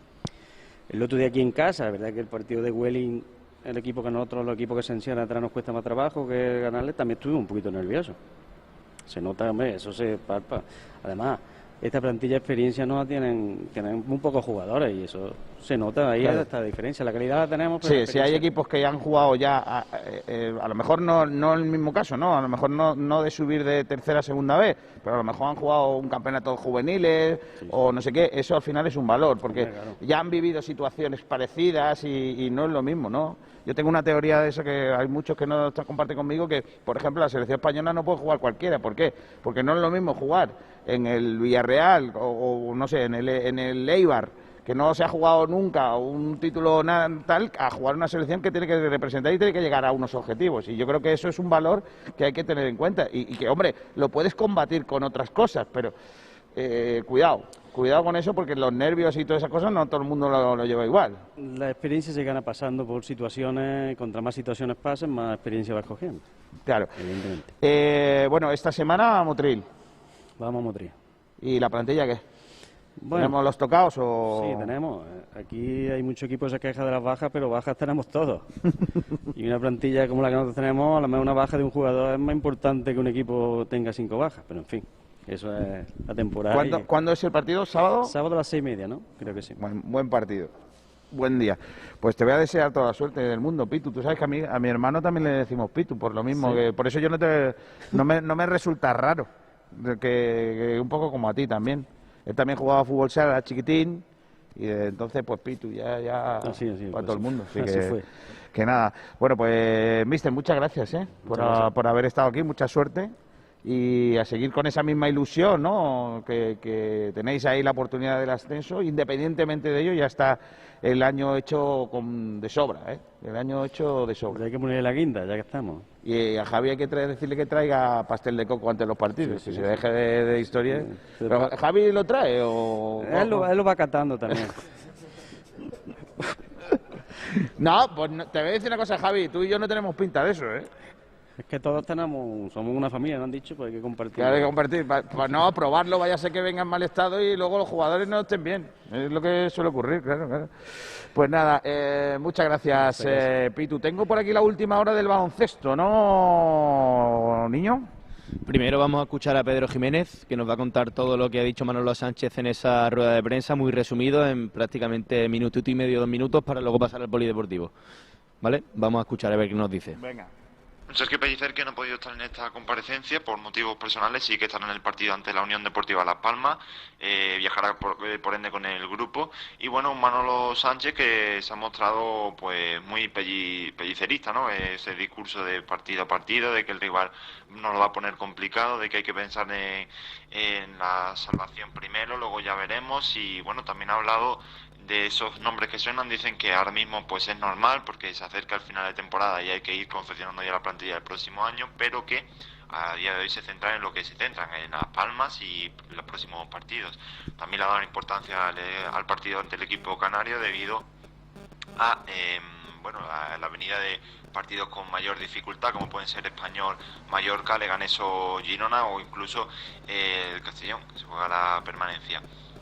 El otro día aquí en casa, la verdad que el partido de Welling, el equipo que nosotros, los equipos que se encierran atrás nos cuesta más trabajo que ganarle, también estuvimos un poquito nerviosos. Se nota, hombre, eso se palpa. Además, esta plantilla de experiencia no la tienen, tienen muy pocos jugadores y eso se nota, ahí Claro. está la diferencia. La calidad la tenemos, pero Sí, la si hay experiencia- equipos que ya han jugado ya, a, eh, eh, a lo mejor no, no el mismo caso, ¿no? A lo mejor no, no de subir de tercera a segunda vez, pero a lo mejor han jugado un campeonato de juveniles o no sé qué, eso al final es un valor, porque Hombre, claro. ya han vivido situaciones parecidas y, y no es lo mismo, ¿no? Yo tengo una teoría de eso que hay muchos que no comparten conmigo, que, por ejemplo, la selección española no puede jugar cualquiera. ¿Por qué? Porque no es lo mismo jugar en el Villarreal o, o no sé, en el, en el Eibar, que no se ha jugado nunca un título na- tal, a jugar una selección que tiene que representar y tiene que llegar a unos objetivos. Y yo creo que eso es un valor que hay que tener en cuenta y, y que, hombre, lo puedes combatir con otras cosas, pero eh, cuidado, cuidado con eso porque los nervios y todas esas cosas no todo el mundo lo, lo lleva igual. La experiencia se gana pasando por situaciones, contra más situaciones pasen, más experiencia vas cogiendo. Claro. Evidentemente. Eh, bueno, esta semana a Motril. Vamos a Motril. ¿Y la plantilla qué? Bueno, ¿Tenemos los tocados o...? Sí, tenemos. Aquí hay mucho equipo que se queja de las bajas, pero bajas tenemos todos. Y una plantilla como la que nosotros tenemos, a lo mejor una baja de un jugador es más importante que un equipo tenga cinco bajas. Pero en fin, eso es la temporada. ¿Cuándo, y- ¿Cuándo es el partido? ¿Sábado? Sábado a las seis y media, ¿no? Creo que sí. Buen, buen partido. Buen día. Pues te voy a desear toda la suerte del mundo, Pitu. Tú sabes que a mí, a mi hermano también le decimos Pitu, por lo mismo. Sí. Que, por eso yo no te, no me, no me resulta raro. de Que, que un poco como a ti también. Él también jugaba fútbol sala, era chiquitín. Y de entonces, pues Pitu, ya, ya Así, así, para pues, todo el mundo. Así, así que, fue. que nada. Bueno, pues, mister, muchas gracias, ¿eh? Por, Muchas gracias. por haber estado aquí. Mucha suerte. Y a seguir con esa misma ilusión, ¿no? Que, que tenéis ahí la oportunidad del ascenso. Independientemente de ello, ya está el año hecho con, de sobra, ¿eh? El año hecho de sobra. Hay que ponerle la guinda, ya que estamos. Y a Javi hay que traer- decirle que traiga pastel de coco antes de los partidos, Sí, que sí, se sí. deje de, de historias. Pero ¿Javi lo trae o...? Él lo, él lo va catando también. No, pues no- te voy a decir una cosa, Javi. Tú y yo no tenemos pinta de eso, ¿eh? Es que todos tenemos, somos una familia, ¿no han dicho? Pues hay que compartir. Que hay que compartir. Para no probarlo, vaya a ser que venga en mal estado y luego los jugadores no estén bien. Es lo que suele ocurrir, claro, claro. Pues nada, eh, muchas gracias, eh, Pitu. Tengo por aquí la última hora del baloncesto, ¿no, niño? Primero vamos a escuchar a Pedro Jiménez, que nos va a contar todo lo que ha dicho Manolo Sánchez en esa rueda de prensa, muy resumido, en prácticamente minutito y medio, dos minutos, para luego pasar al polideportivo. ¿Vale? Vamos a escuchar a ver qué nos dice. Venga. Sergio Pellicer, que no ha podido estar en esta comparecencia por motivos personales, sí que estará en el partido ante la Unión Deportiva Las Palmas, eh, viajará por, eh, por ende con el grupo, y bueno, un Manolo Sánchez que se ha mostrado pues muy pelli, pellicerista, ¿no? Ese discurso de partido a partido, de que el rival no lo va a poner complicado, de que hay que pensar en, en la salvación primero, luego ya veremos, y bueno, también ha hablado de esos nombres que suenan. Dicen que ahora mismo pues es normal porque se acerca el final de temporada y hay que ir confeccionando ya la plantilla del próximo año, pero que a día de hoy se centran en lo que se centran, en Las Palmas y los próximos partidos. También le ha dado importancia al, al partido ante el equipo canario debido a eh, bueno a la venida de partidos con mayor dificultad, como pueden ser Español, Mallorca, Leganés o Girona, o incluso eh, el Castellón, que se juega la permanencia.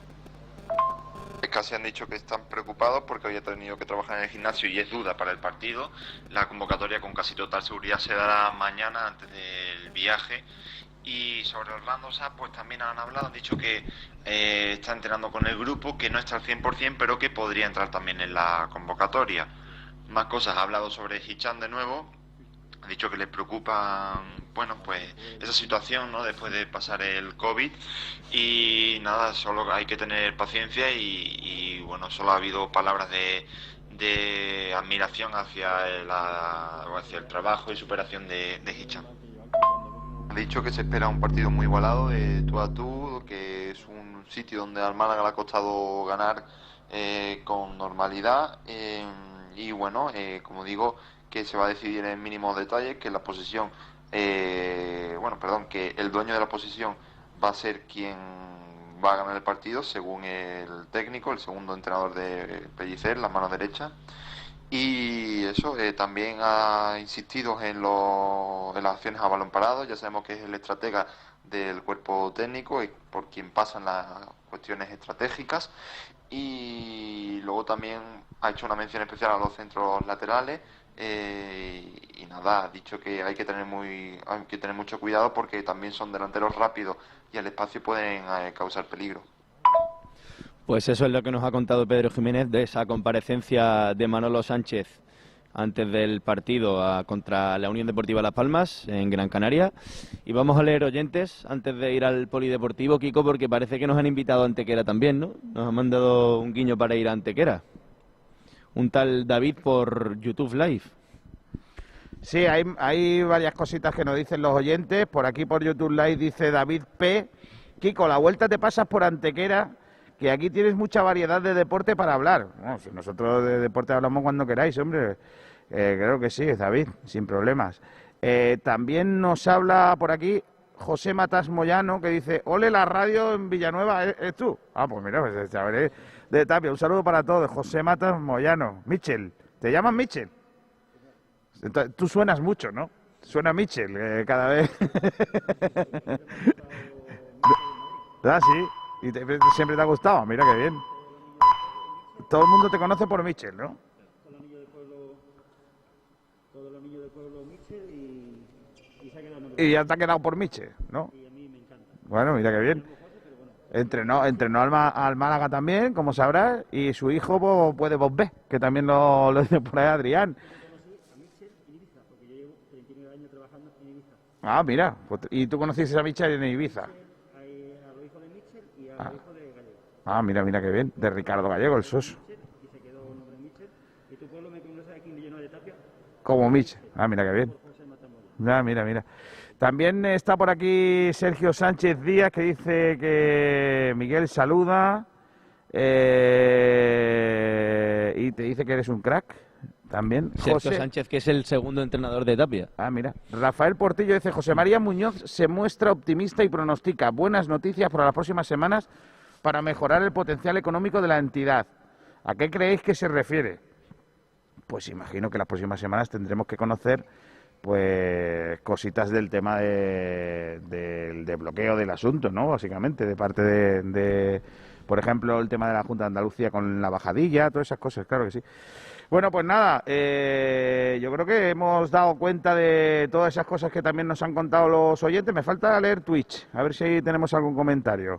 Casi han dicho que están preocupados porque hoy ha tenido que trabajar en el gimnasio y es duda para el partido. La convocatoria con casi total seguridad se dará mañana antes del viaje. Y sobre Orlando Sá, pues también han hablado, han dicho que eh, está entrenando con el grupo, que no está al cien por ciento, pero que podría entrar también en la convocatoria. Más cosas, ha hablado sobre Hichan de nuevo. Ha dicho que le preocupa, bueno, pues esa situación, ¿no? Después de pasar el COVID, y nada, solo hay que tener paciencia y, y bueno, solo ha habido palabras de, de admiración hacia, la, hacia el trabajo y superación de, de Hichan. Ha dicho que se espera un partido muy igualado, de tú a tú, que es un sitio donde al Málaga le ha costado ganar eh, con normalidad, eh, y bueno, eh, como digo, que se va a decidir en mínimos detalles, que la posesión, eh, bueno, perdón, que el dueño de la posesión va a ser quien va a ganar el partido, según el técnico, el segundo entrenador de Pellicer, la mano derecha. Y eso, eh, también ha insistido en, lo, en las acciones a balón parado. Ya sabemos que es el estratega del cuerpo técnico y por quien pasan las cuestiones estratégicas. Y luego también ha hecho una mención especial a los centros laterales. Eh, y nada, ha dicho que hay que tener muy hay que tener mucho cuidado porque también son delanteros rápidos y al espacio pueden eh, causar peligro. Pues eso es lo que nos ha contado Pedro Jiménez de esa comparecencia de Manolo Sánchez antes del partido a, contra la Unión Deportiva Las Palmas en Gran Canaria. Y vamos a leer oyentes antes de ir al polideportivo, Kiko, porque parece que nos han invitado a Antequera también, ¿no? Nos han mandado un guiño para ir a Antequera. Un tal David por YouTube Live. Sí, hay, hay varias cositas que nos dicen los oyentes. Por aquí por YouTube Live dice David P. Kiko, la vuelta te pasas por Antequera, que aquí tienes mucha variedad de deporte para hablar. Bueno, si nosotros de deporte hablamos cuando queráis, hombre. Eh, creo que sí, David, sin problemas. Eh, también nos habla por aquí José Matas Moyano, que dice, ole la radio en Villanueva, ¿es, es tú? Ah, pues mira, pues sabré de Tapia. Un saludo para todos, José Matas Moyano. Michel, ¿te llamas Michel? Entonces, tú suenas mucho, ¿no? Suena Michel eh, cada vez. Ah, sí, y te, siempre te ha gustado, mira qué bien. Todo el mundo te conoce por Michel, ¿no? Y ya te ha quedado por Michel, ¿no? Bueno, mira qué bien. Entrenó, entrenó al, al Málaga también, como sabrás, y su hijo pues, puede vos ver, que también lo, lo dice por ahí Adrián. Ah, mira, pues, ¿y tú conociste a Michel en Ibiza? Ah. ah, mira, mira qué bien, de Ricardo Gallego, el soso. Como Michel, ah, mira qué bien. Ah, mira, mira. También está por aquí Sergio Sánchez Díaz, que dice que Miguel saluda eh, y te dice que eres un crack. También Sergio José Sánchez, que es el segundo entrenador de Tapia. Ah, mira. Rafael Portillo dice, José María Muñoz se muestra optimista y pronostica buenas noticias para las próximas semanas para mejorar el potencial económico de la entidad. ¿A qué creéis que se refiere? Pues imagino que las próximas semanas tendremos que conocer pues cositas del tema de, del desbloqueo del asunto, ¿no? Básicamente, de parte de, de, por ejemplo, el tema de la Junta de Andalucía con la bajadilla, todas esas cosas, claro que sí. Bueno, pues nada, eh, yo creo que hemos dado cuenta de todas esas cosas que también nos han contado los oyentes. Me falta leer Twitch, a ver si ahí tenemos algún comentario.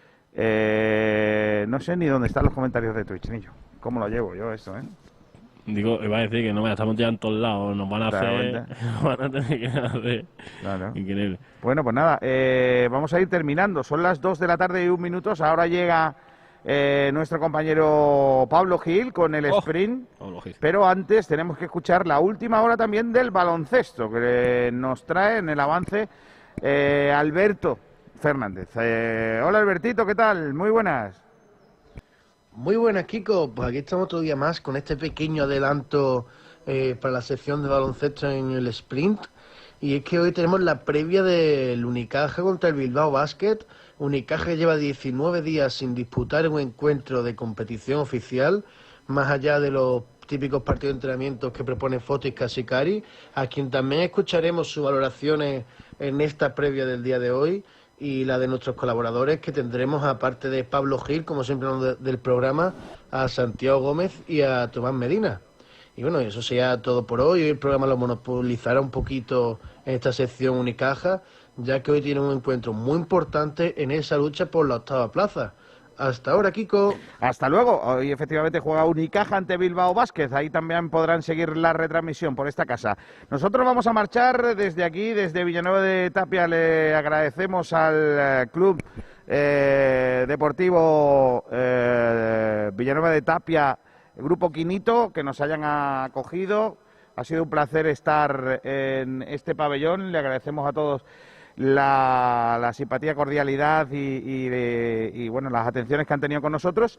Eh, no sé ni dónde están los comentarios de Twitch, ni yo. ¿Cómo lo llevo yo esto, eh? Digo, iba a decir que no me estamos ya en todos lados, nos van a hacer, nos van a tener que hacer. Claro. Increíble. Bueno, pues nada, eh, vamos a ir terminando. Son las dos de la tarde y un minuto. Ahora llega eh, nuestro compañero Pablo Gil con el oh, sprint. Pablo Gil. Pero antes tenemos que escuchar la última hora también del baloncesto que nos trae en el avance eh, Alberto Fernández. Eh, hola Albertito, ¿qué tal? Muy buenas. Muy buenas, Kiko. Pues aquí estamos otro día más con este pequeño adelanto eh, para la sección de baloncesto en el sprint. Y es que hoy tenemos la previa del Unicaja contra el Bilbao Basket. Unicaja lleva diecinueve días sin disputar un encuentro de competición oficial, más allá de los típicos partidos de entrenamiento que propone Fotis Casicari, a quien también escucharemos sus valoraciones en esta previa del día de hoy. Y la de nuestros colaboradores, que tendremos, aparte de Pablo Gil, como siempre de, del programa, a Santiago Gómez y a Tomás Medina. Y bueno, eso sería todo por hoy. Hoy el programa lo monopolizará un poquito en esta sección Unicaja, ya que hoy tiene un encuentro muy importante en esa lucha por la octava plaza. Hasta ahora, Kiko. Hasta luego. Hoy efectivamente juega Unicaja ante Bilbao Basket. Ahí también podrán seguir la retransmisión por esta casa. Nosotros vamos a marchar desde aquí, desde Villanueva de Tapia. Le agradecemos al eh, Club eh, Deportivo eh, Villanueva de Tapia, Grupo Quinito, que nos hayan acogido. Ha sido un placer estar en este pabellón. Le agradecemos a todos La, la simpatía, cordialidad y, y, de, y bueno, las atenciones que han tenido con nosotros.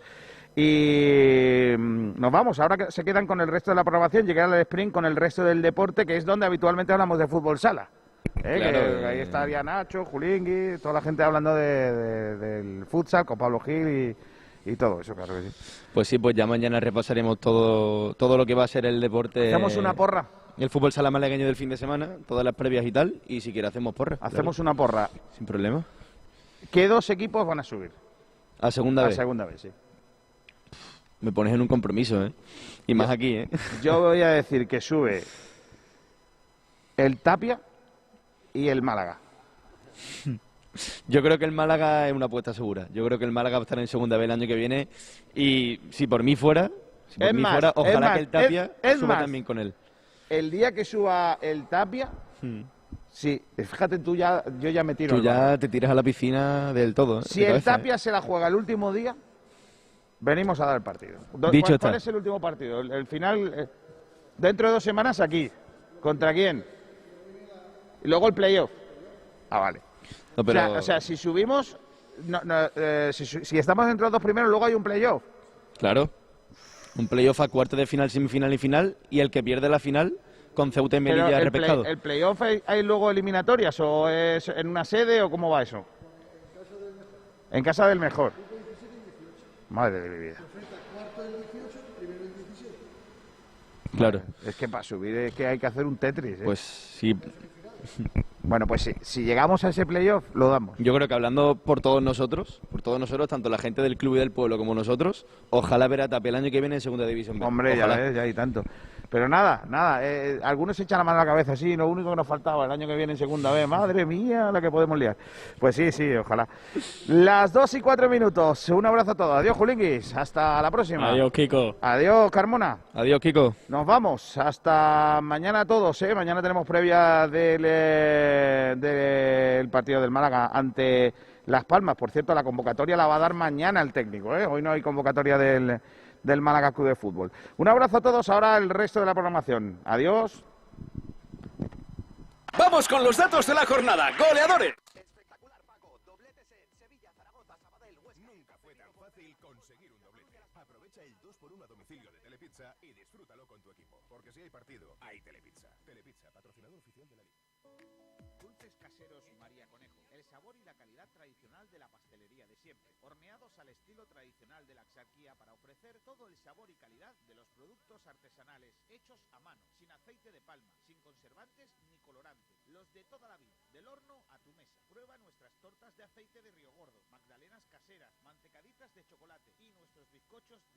Y nos vamos, ahora que se quedan con el resto de la programación, llegar al sprint con el resto del deporte, que es donde habitualmente hablamos de fútbol sala. ¿Eh? Claro, que, eh... ahí estaría Nacho, Julingui, toda la gente hablando de, de, del futsal, con Pablo Gil y, y todo eso, claro que sí. Pues sí, pues ya mañana repasaremos todo, todo lo que va a ser el deporte. Hacemos una porra. El fútbol sala malagueño del fin de semana, todas las previas y tal, y si quiere hacemos porra. Hacemos claro. una porra. Sin problema. ¿Qué dos equipos van a subir? A segunda A vez. segunda vez, sí. Me pones en un compromiso, ¿eh? Y más aquí, ¿eh? Yo voy a decir que sube el Tapia y el Málaga. Yo creo que el Málaga es una apuesta segura. Yo creo que el Málaga va a estar en segunda vez el año que viene. Y si por mí fuera, si por Es mí más, fuera, es ojalá más, que el Tapia es- es suba más. también con él. El día que suba el Tapia, Hmm. sí, fíjate tú ya, yo ya me tiro. Tú al barro. ya te tiras a la piscina del todo. ¿eh? Si De el cabeza, ¿eh? Tapia se la juega el último día, venimos a dar el partido. Do- Dicho ¿Cuál, está. cuál es el último partido? El, el final, eh, dentro de dos semanas aquí. ¿Contra quién? Y luego el playoff. Ah, vale. No, O pero- sea, o sea, si subimos, no, no, eh, si, su- si estamos dentro de los dos primeros, luego hay un playoff. Claro. Un playoff a cuartos de final, semifinal y final. Y el que pierde la final con Ceuta y Pero Melilla el, play- repescado. ¿El playoff hay, hay luego eliminatorias o es en una sede o cómo va eso? En casa del mejor. Madre de mi vida. Claro. Es que para subir es que hay que hacer un Tetris. ¿eh? Pues sí. Bueno, pues si, si llegamos a ese playoff, lo damos. Yo creo que hablando por todos nosotros, por todos nosotros, tanto la gente del club y del pueblo como nosotros, ojalá ver a Tapia el año que viene en segunda división B. Hombre, ya Ojalá. ves, ya hay tanto. Pero nada, nada, eh, algunos echan la mano a la cabeza, sí, lo único que nos faltaba el año que viene en segunda vez, madre mía, la que podemos liar. Pues sí, sí, ojalá. Las dos y cuatro minutos, un abrazo a todos, adiós Julinguis, hasta la próxima. Adiós, Kiko. Adiós, Carmona. Adiós, Kiko. Nos vamos, hasta mañana a todos, ¿eh? Mañana tenemos previa del, eh, del partido del Málaga ante Las Palmas. Por cierto, la convocatoria la va a dar mañana el técnico, ¿eh? Hoy no hay convocatoria del, del Málaga Club de Fútbol. Un abrazo a todos, ahora el resto de la programación. Adiós. Vamos con los datos de la jornada. Goleadores. Nunca fue tan fácil conseguir un doblete. Aprovecha el dos por uno a domicilio de Telepizza y disfrútalo con tu equipo. Porque si hay partido, hay Telepizza. Telepizza, patrocinador oficial de la Liga. Dulces caseros María Conejo. El sabor y la calidad tradicional de la pastelería de siempre. Horneados al estilo tradicional de la Axarquía para ofrecer todo el sabor y calidad de los productos artesanales hechos a mano, sin aceite de palma, sin conservantes ni colorantes. Los de toda la vida, del horno a tu mesa. Prueba nuestras tortas de aceite de Río Gordo, magdalenas caseras, mantecaditas de chocolate y nuestros bizcochos de